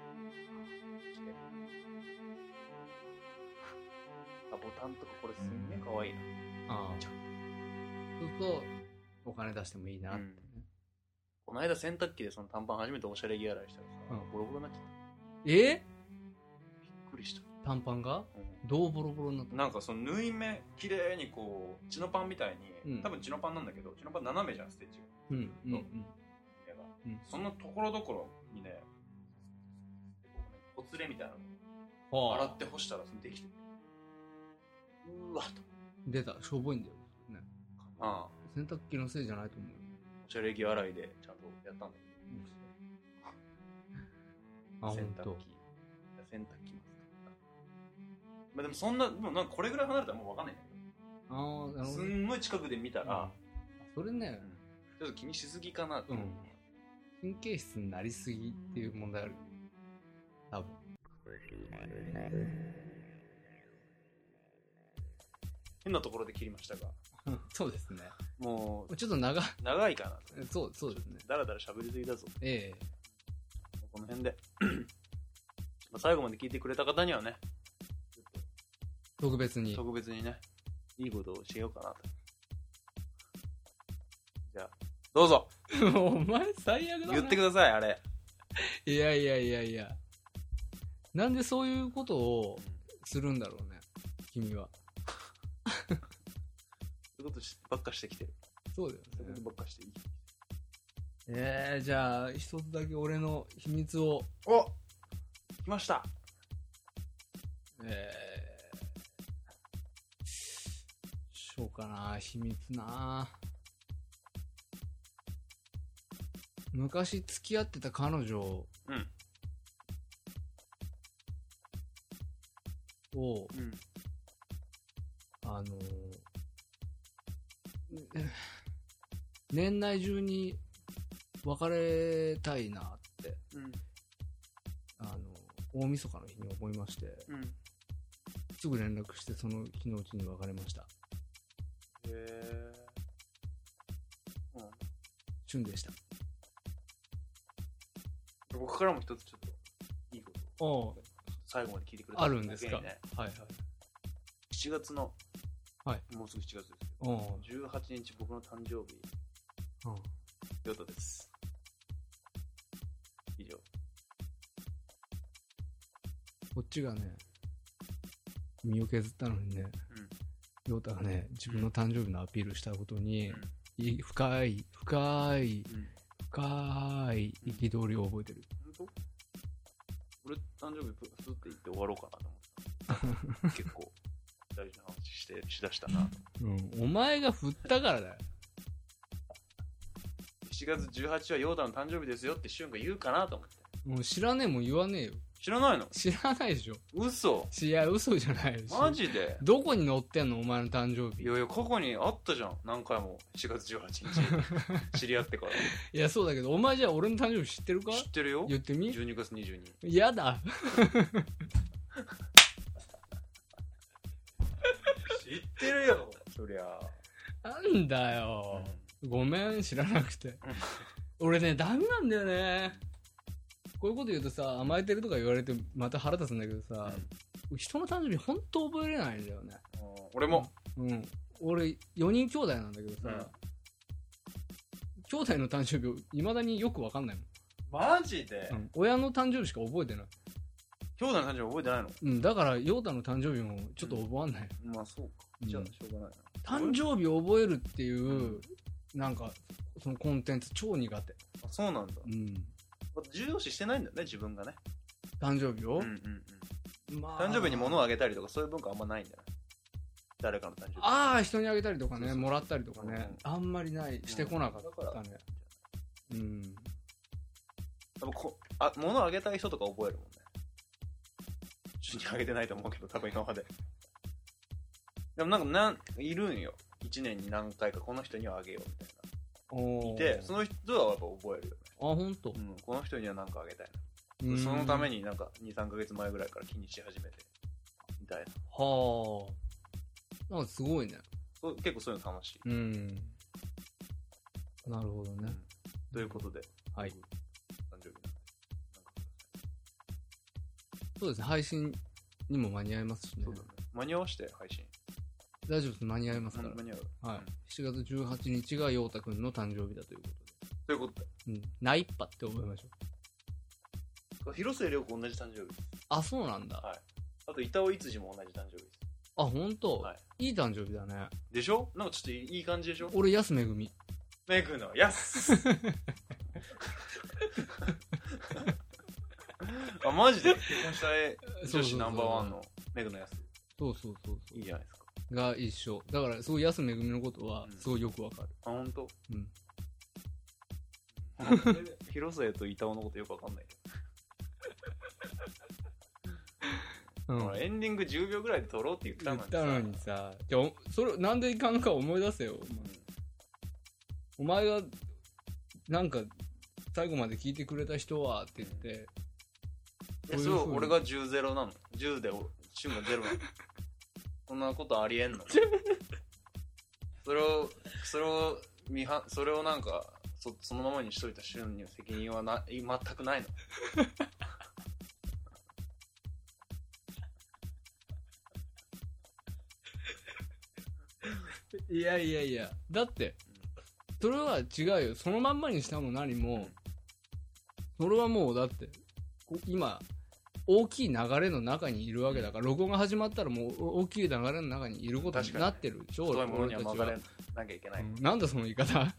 ボタンとかこれすんげえ可愛いな。ああ。 そうすると、お金出してもいいなってね。 うん、 この間洗濯機でその短パン初めておしゃれ着洗いしたらさ、うん、ボロボロになっちゃった。 えー、 びっくりした。 短パンが、うん、どうボロボロになった？ なんかその縫い目綺麗にこうチノパンみたいに、うん、多分チノパンなんだけど、チノパン斜めじゃん、ステッチが。うんうんうん。うん、そのところどころにね、ほつれみたいなのを洗って干したらできて、うわっと出た。しょぼいんだよね。ああ、洗濯機のせいじゃないと思う。 おしゃれ着洗いでちゃんとやったんだけど、うん、洗濯機洗濯機まあでもそんな、でもなんかこれぐらい離れたらもう分かんないんだけど、ああ、なるほど。すんごい近くで見たら、 うん、それね、 うん、ちょっと気にしすぎかなと思う、 うん、神経質になりすぎっていう問題ある。多分。 変なところで切りましたがそうですね。 もうちょっと長長いかなと。 そうそうですね。 だらだら喋りすぎだぞ。 ええこの辺で最後まで聞いてくれた方にはね、 特別に特別にね、いいことをしようかなと。じゃあどうぞお前最悪だな。 言ってください。あれ、 いやいやいやいや、なんでそういうことをするんだろうね、君は。 そういうことばっかしてきてる。 そうだよね。 そういうことばっかしていい。 えー、じゃあ一つだけ俺の秘密を。 お、来ました。 えー、しようかな、秘密な。昔付き合ってた彼女を、うん、を、うん、あの年内中に別れたいなって、うん、あの大晦日の日に思いまして、うん、すぐ連絡してその日のうちに別れました。へえ、うん、旬でした。 僕からも一つちょっといいことを最後まで聞いてくれた、 ね、あるんですか。はいはい。 しちがつの、はい、もうすぐしちがつですけど、じゅうはちにち僕の誕生日、ヨタです。以上。 こっちがね、身を削ったのにね、ヨタがね、自分の誕生日のアピールしたことに、うん、深い深い、うん、深い憤りを覚えてる。 本当？俺誕生日プスって言って終わろうかなと思った結構大事な話してしだしたな、 うん、お前が振ったからだよ。 しちがつじゅうはちはヨータの誕生日ですよってシュンが言うかなと思って。 もう知らねえもん言わねえよ。 知らないの？ 知らないでしょ。 嘘？ いや嘘じゃないし。 マジで？ どこに載ってんのお前の誕生日。 いやいや過去にあったじゃん、何回も。しがつじゅうはちにち知り合ってからいやそうだけど、お前じゃあ俺の誕生日知ってるか？ 知ってるよ。 言ってみ。 じゅうにがつにじゅうに。 やだ知ってるよそりゃ。 なんだよ、うん、ごめん知らなくて俺ねダメなんだよね、こういうこと言うとさ、甘えてるとか言われてまた腹立つんだけどさ、うん、人の誕生日ほんと覚えれないんだよね。 俺も、 うん、うん、俺よにん兄弟なんだけどさ、うん、兄弟の誕生日を未だによく分かんないもん。 マジで、 うん、親の誕生日しか覚えてない。 兄弟の誕生日覚えてないの？ うん、だからヨータの誕生日もちょっと覚わんない、 うん、まあそうか、じゃあしょうがないな。 誕生日を覚えるっていう、うん、なんかそのコンテンツ超苦手。 あ、そうなんだ。うん。重要視してないんだよね、自分がね。 誕生日を、うんうんうん、まあ、誕生日に物をあげたりとかそういう文化あんまないんだよ。誰かの誕生日。 ああ、人にあげたりとかね、そうそうそう、もらったりとかね、うん、あんまりない、してこなかったね。うん。 多分こあ、物をあげたい人とか覚えるもんね。人にあげてないと思うけど、多分今まで。でもなんかなんいるんよ。一年に何回かこの人にはあげようみたいな。いて、その人はやっぱ覚えるよね。 あ、ほんと？ うん、この人には何かあげたいな。そのためになんかに、さんかげつまえぐらいから気にし始めてみたいな。 はあ。なんかすごいね。 そう結構そういうの楽しい。うん。 なるほどね。うん、 ということで、 はい。 誕生日なんで。 そうですね、配信にも間に合いますしね。 そうだね。間に合わせて配信。 大丈夫です、間に合いますから。 間に合う。 はい。しちがつじゅうはちにちが陽太くんの誕生日だということで。 そういうことだよ。 うん。ナイッパって覚えましょう。広末涼子同じ誕生日です。 あ、そうなんだ。 はい。あと、板尾いつじも同じ誕生日です。 あ、ほんと、 はい、 いい誕生日だね。 でしょ？なんかちょっといい感じでしょ？ 俺、安めぐみ。 めぐの、やすあ、マジで結婚したい女子ナンバーワンのめぐのやす。 そうそうそうそう。 いいじゃないですか。 が一緒。だから、すごい安めぐみのことは、すごいよくわかる。 うん、あ、ほんと？ うん。 広末と板尾のことよくわかんないけど。うん、エンディングじゅうびょうぐらいで撮ろうって言ったのにさ。 言ったのにさ。じゃあ、それ、なんでいかんか思い出せよ。お前が、なんか、最後まで聞いてくれた人はって言って。 いや、そう、俺がじゅうゼロなの。じゅうで、シュンがゼロなの。そんなことありえんの？それを、それを、見は、それをなんか、そ, そのままにしといたシュンには責任はな全くないの。 いやいやいや、だってそれは違うよ。そのまんまにしたも何も、それはもうだって今大きい流れの中にいるわけだから、録音が始まったらもう大きい流れの中にいることになってるでしょ。 そういうものには曲がれなきゃいけない、うん、 なんだその言い方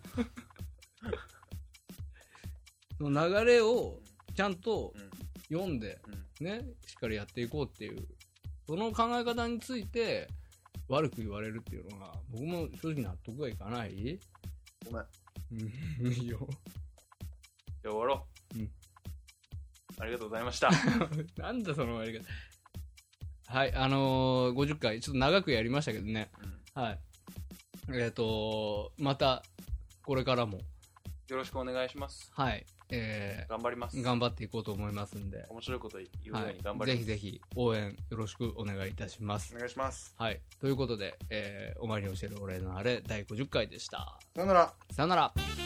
その流れをちゃんと読んで、うん、ね、しっかりやっていこうっていう、その考え方について悪く言われるっていうのが僕も正直納得がいかない。 ごめん。 いいよ。 じゃあ終わろう。うん。ありがとうございました。 なんだその終わり方。はい、あのー、ごじゅっかいちょっと長くやりましたけどね。うん、はい。えっ、ー、とー、またこれからもよろしくお願いします。 はい。えー、 頑張ります。 頑張っていこうと思いますんで。 面白いこと言うように頑張ります。はい、 ぜひぜひ応援よろしくお願いいたします。 お願いします。 はい。ということで、えー、お前に教えるお礼のあれだいごじゅっかいでした。 さよなら。 さよなら。